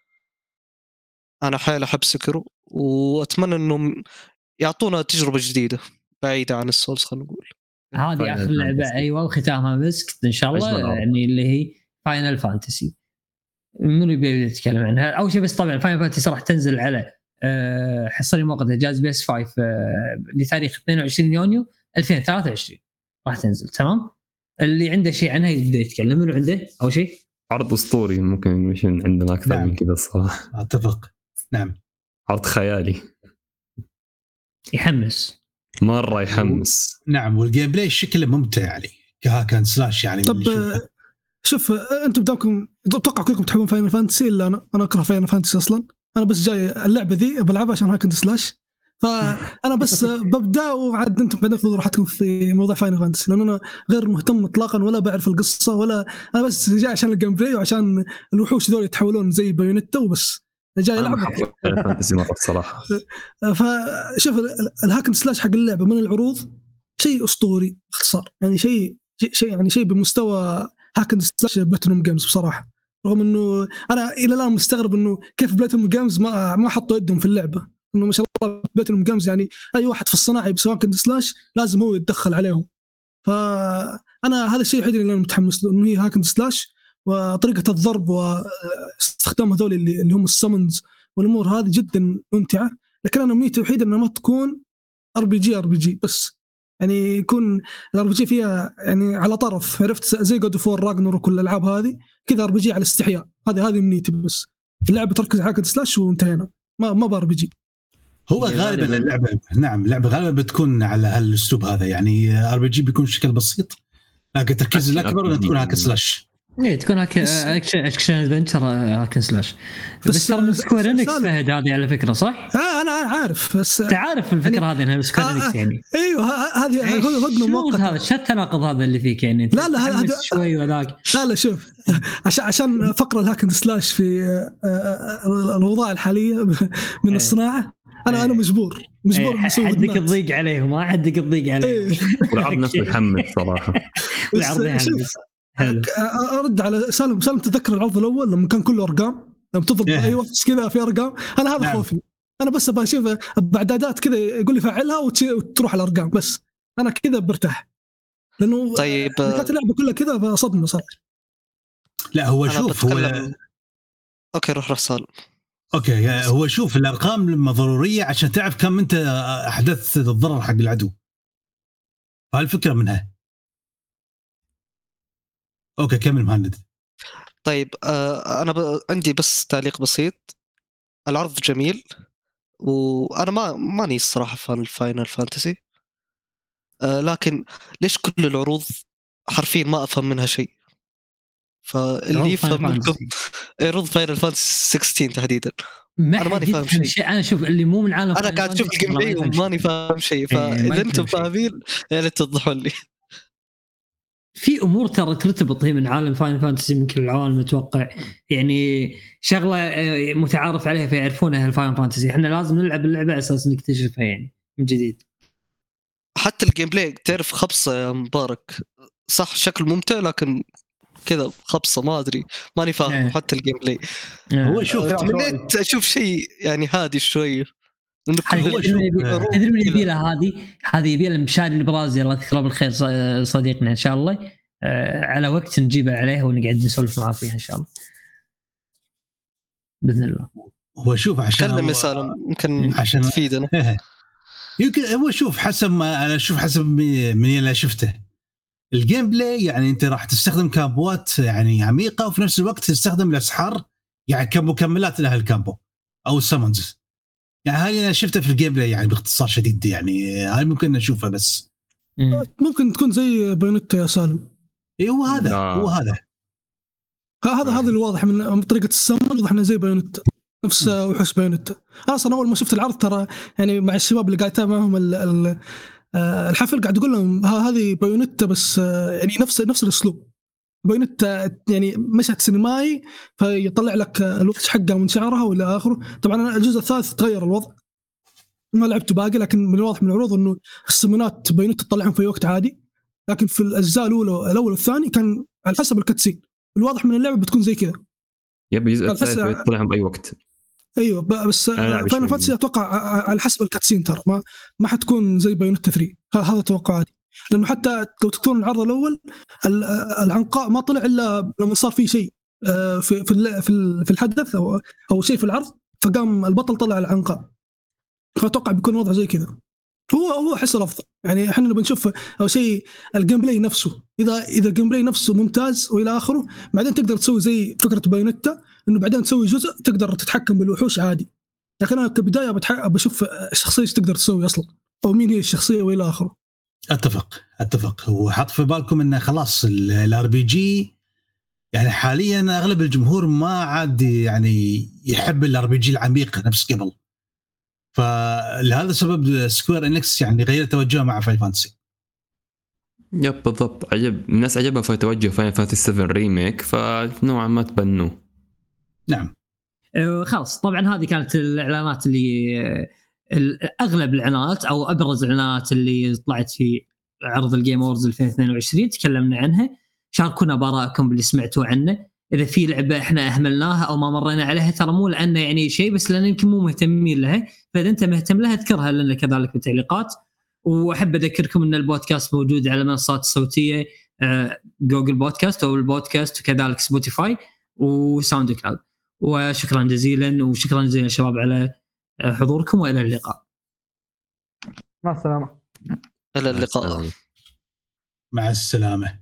انا حيل احب سكيرو واتمنى انهم يعطونا تجربه جديده بعيده عن السولز خلينا نقول. هذه اخر لعبه ايوه وختامها مسك ان شاء الله يعني اللي هي فاينل فانتسي. منو يبي يتكلم عنها اول شيء؟ بس طبعا فاينل فانتسي راح تنزل على أه حصري مؤقته جهاز بي اس خمسة أه لتاريخ اثنين وعشرين يونيو ألفين وثلاثة وعشرين راح تنزل. تمام اللي عنده شيء عنها يبدا يتكلم. منو عنده اول شيء؟ عرض اسطوري ممكن مش عندنا اكثر نعم. من كذا الصراحه اتفق. نعم عرض خيالي يحمس مره يحمس. نعم والجيم بلاي شكله ممتع يعني كهاكن سلاش يعني. طب شوف انتم بداكم اتوقع كلكم تحبون فاينل فانتسي الا انا انا اكره فاينل فانتسي اصلا. انا بس جاي اللعبه ذي بلعبها عشان هاكن سلاش فانا بس ببدا وعاد انتم بعدين خذوا راحتكم في موضوع فاينل فانتسي لان انا غير مهتم اطلاقا ولا بعرف القصه ولا انا بس جاي عشان الجيم بلاي وعشان الوحوش ذول يتحولون زي بايونيتا وبس جاي العب فانتسي مره الصراحه. فشوف الهاكن سلاش حق اللعبه من العروض شيء اسطوري باختصار يعني شيء شيء يعني شيء بمستوى هاكن سلاش بلاتينوم جيمز بصراحه. رغم انه انا الى الان مستغرب انه كيف بلاتينوم جيمز ما ما حطوا يدهم في اللعبه انه ما شاء الله بلاتينوم جيمز يعني اي واحد في الصناعه بسواء هاكن سلاش لازم هو يتدخل عليهم. فانا هذا الشيء الوحيد اللي انا متحمس له انه هي هاكن سلاش وطريقه الضرب واستخدام هذول اللي, اللي هم السمنز والامور هذه جدا ممتعه. لكن انا امنيتي الوحيده انها ما تكون ار بي جي ار بي جي بس يعني يكون الار بي جي فيها يعني على طرف عرفت زي جود اوف وور راجنر وكل الالعاب هذه كذا ار بي جي على الاستحياء. هذه هذه امنيتي بس اللعبه تركز على هاكن سلاش وانتهينا ما ما بار بي جي. هو غالبا اللعبه نعم اللعبه غالبا بتكون على هالاسلوب هذا يعني ار بي جي بيكون شكل بسيط لكن التركيز الاكبر انه تكون هاكن سلاش. ايه تكون اكشن ادفنتشر هاكن سلاش. بس ترى سكوير انكس فهد هذه على فكره صح؟ اه انا عارف بس تعرف الفكره هذه انها سكوير انكس يعني. ايوه هذه هدنه مؤقته. هذا شو التناقض هذا اللي فيك يعني؟ لا لا هذا شوي وذاك. لا لا شوف عشان عشان فقره الهاكن سلاش في الاوضاع الحاليه من الصناعه انا انا مجبور مجبور مسوي حدك الضيق عليهم ما حدك الضيق عليهم. والعرض نفسه يحمس صراحه. العرض يحمس. ارد على سالم سالم تذكر العرض الاول لما كان كله ارقام لما تضرب ايوه كذا في ارقام انا هذا خوفي. انا بس ابغى اشوف بعدادات كذا يقول لي فعلها وتروح الارقام بس انا كذا برتاح لانه طيب كانت اللعبه كلها كذا صدمه صار. لا هو شوف هو اوكي روح روح سالم. اوكي هو شوف الارقام لما ضروريه عشان تعرف كم انت احدثت الضرر حق العدو. هالفكره منها. اوكي كمل مهند. طيب آه انا ب... عندي بس تعليق بسيط. العرض جميل وانا ما ماني الصراحه فان الفاينل فانتسي آه لكن ليش كل العروض حرفيا ما افهم منها شيء. فاللي يفهم منكم عروض فاينل فانتسي ستة عشر تحديدا انا ماني فاهم شيء. شيء انا اشوف اللي مو من عالم انا قاعد اشوف الجيم بلاي وماني فاهم شيء فاذا انتم فاهمين يا ريت توضحوا لي. في امور ترى ترتبط هي من عالم فاينل فانتسي من كل العوالم متوقع يعني شغله متعارف عليها فيعرفونها الفاينل فانتسي. احنا لازم نلعب اللعبه اساس نكتشفها يعني من جديد. حتى الجيم بلاي تعرف خبصه يا مبارك صح شكل ممتع لكن كذا خبصه ما ادري ماني فاهم حتى الجيم بلاي. هو شوف تمنيت اشوف شيء يعني هادي شويه. تدري من يبي لها هذه هذه يبي لها مشاري البرازي الله يذكره بالخير صديقنا ان شاء الله آه على وقت نجيبه عليه ونقعد نسولف معاه فيها ان شاء الله باذن الله. هو شوف عشان كلم مثلا ممكن عشان تفيدنا. يمكن هو شوف حسب ما انا اشوف حسب من اللي شفته الجيم بلاي يعني انت راح تستخدم كامبوات يعني عميقه وفي نفس الوقت تستخدم الاسحار يعني كمكملات لها الكامبو او السمنز. يعني هاي أنا شفتها في الجيم بلاي يعني باختصار شديد يعني هاي ممكن نشوفها بس ممكن تكون زي بايونيتا يا سالم. إيه هو هذا آه. هو هذا هذا هذا الواضح من طريقة السمن واضح إنه زي بايونيتا نفس وحوش بايونيتا. أصلا أول ما شفت العرض ترى يعني مع الشباب اللي قاعد معهم الحفل قاعد أقول لهم هذه بايونيتا بس يعني نفس نفس الأسلوب. بايونيتا يعني مشهد سينمائي فيطلع لك الوحش حقه من شعرها ولا آخره. طبعا الجزء الثالث تغير الوضع ما لعبته باقي لكن من الواضح من العروض إنه السمنات بايونيتا تطلعهم في وقت عادي لكن في الأجزاء الأولى الأول والثاني كان على حسب الكاتسين. الواضح من اللعبة بتكون زي كذا. يبي الجزء الثالث يطلعهم بأي وقت. أيوة بس فاينل فانتسي أتوقع على حسب الكاتسين ترى ما ما حتكون زي بايونيتا ثلاثة. هذا توقعاتي لأنه حتى لو تكون العرض الأول العنقاء ما طلع إلا لما صار فيه شيء في في في الحدث أو أو شيء في العرض فقام البطل طلع العنقاء. فأتوقع بيكون وضع زي كذا. هو هو حس الأفضل يعني إحنا بنشوف أو شيء الجيم بلاي نفسه إذا إذا الجيم بلاي نفسه ممتاز وإلى آخره بعدين تقدر تسوي زي فكرة بايونيتا إنه بعدين تسوي جزء تقدر تتحكم بالوحوش عادي. لكن أنا كبداية بتح... بشوف الشخصية إيش تقدر تسوي أصلا أو مين هي الشخصية وإلى آخره. اتفق اتفق وحط في بالكم انه خلاص الار بي جي يعني حاليا اغلب الجمهور ما عاد يعني يحب الار بي جي العميقه نفس قبل. فلهذا سبب سكوير انكس يعني غير توجهه مع فاينل فانتسي. يب بالضبط عجب الناس عجبها في توجه فاينل فانتسي سبعة ريميك فنوعا ما تبنوا. نعم خلاص طبعا هذه كانت الاعلانات اللي اغلب الاعلانات او ابرز الاعلانات اللي طلعت في عرض الجيم اورز ألفين واثنين وعشرين تكلمنا عنها. شاركونا بارائكم باللي سمعتوا عنه. اذا في لعبه احنا اهملناها او ما مرينا عليها ترى مو لانه يعني شيء بس لان يمكن مو مهتمين لها فاذا انت مهتم لها اذكرها لنا كذلك بالتعليقات. واحب اذكركم ان البودكاست موجود على منصات الصوتيه جوجل بودكاست او البودكاست وكذلك سبوتيفاي وساوند كلاود. وشكرا جزيلا وشكرا جزيلا شباب على حضوركم والى اللقاء. مع السلامه. الى اللقاء. مع السلامه.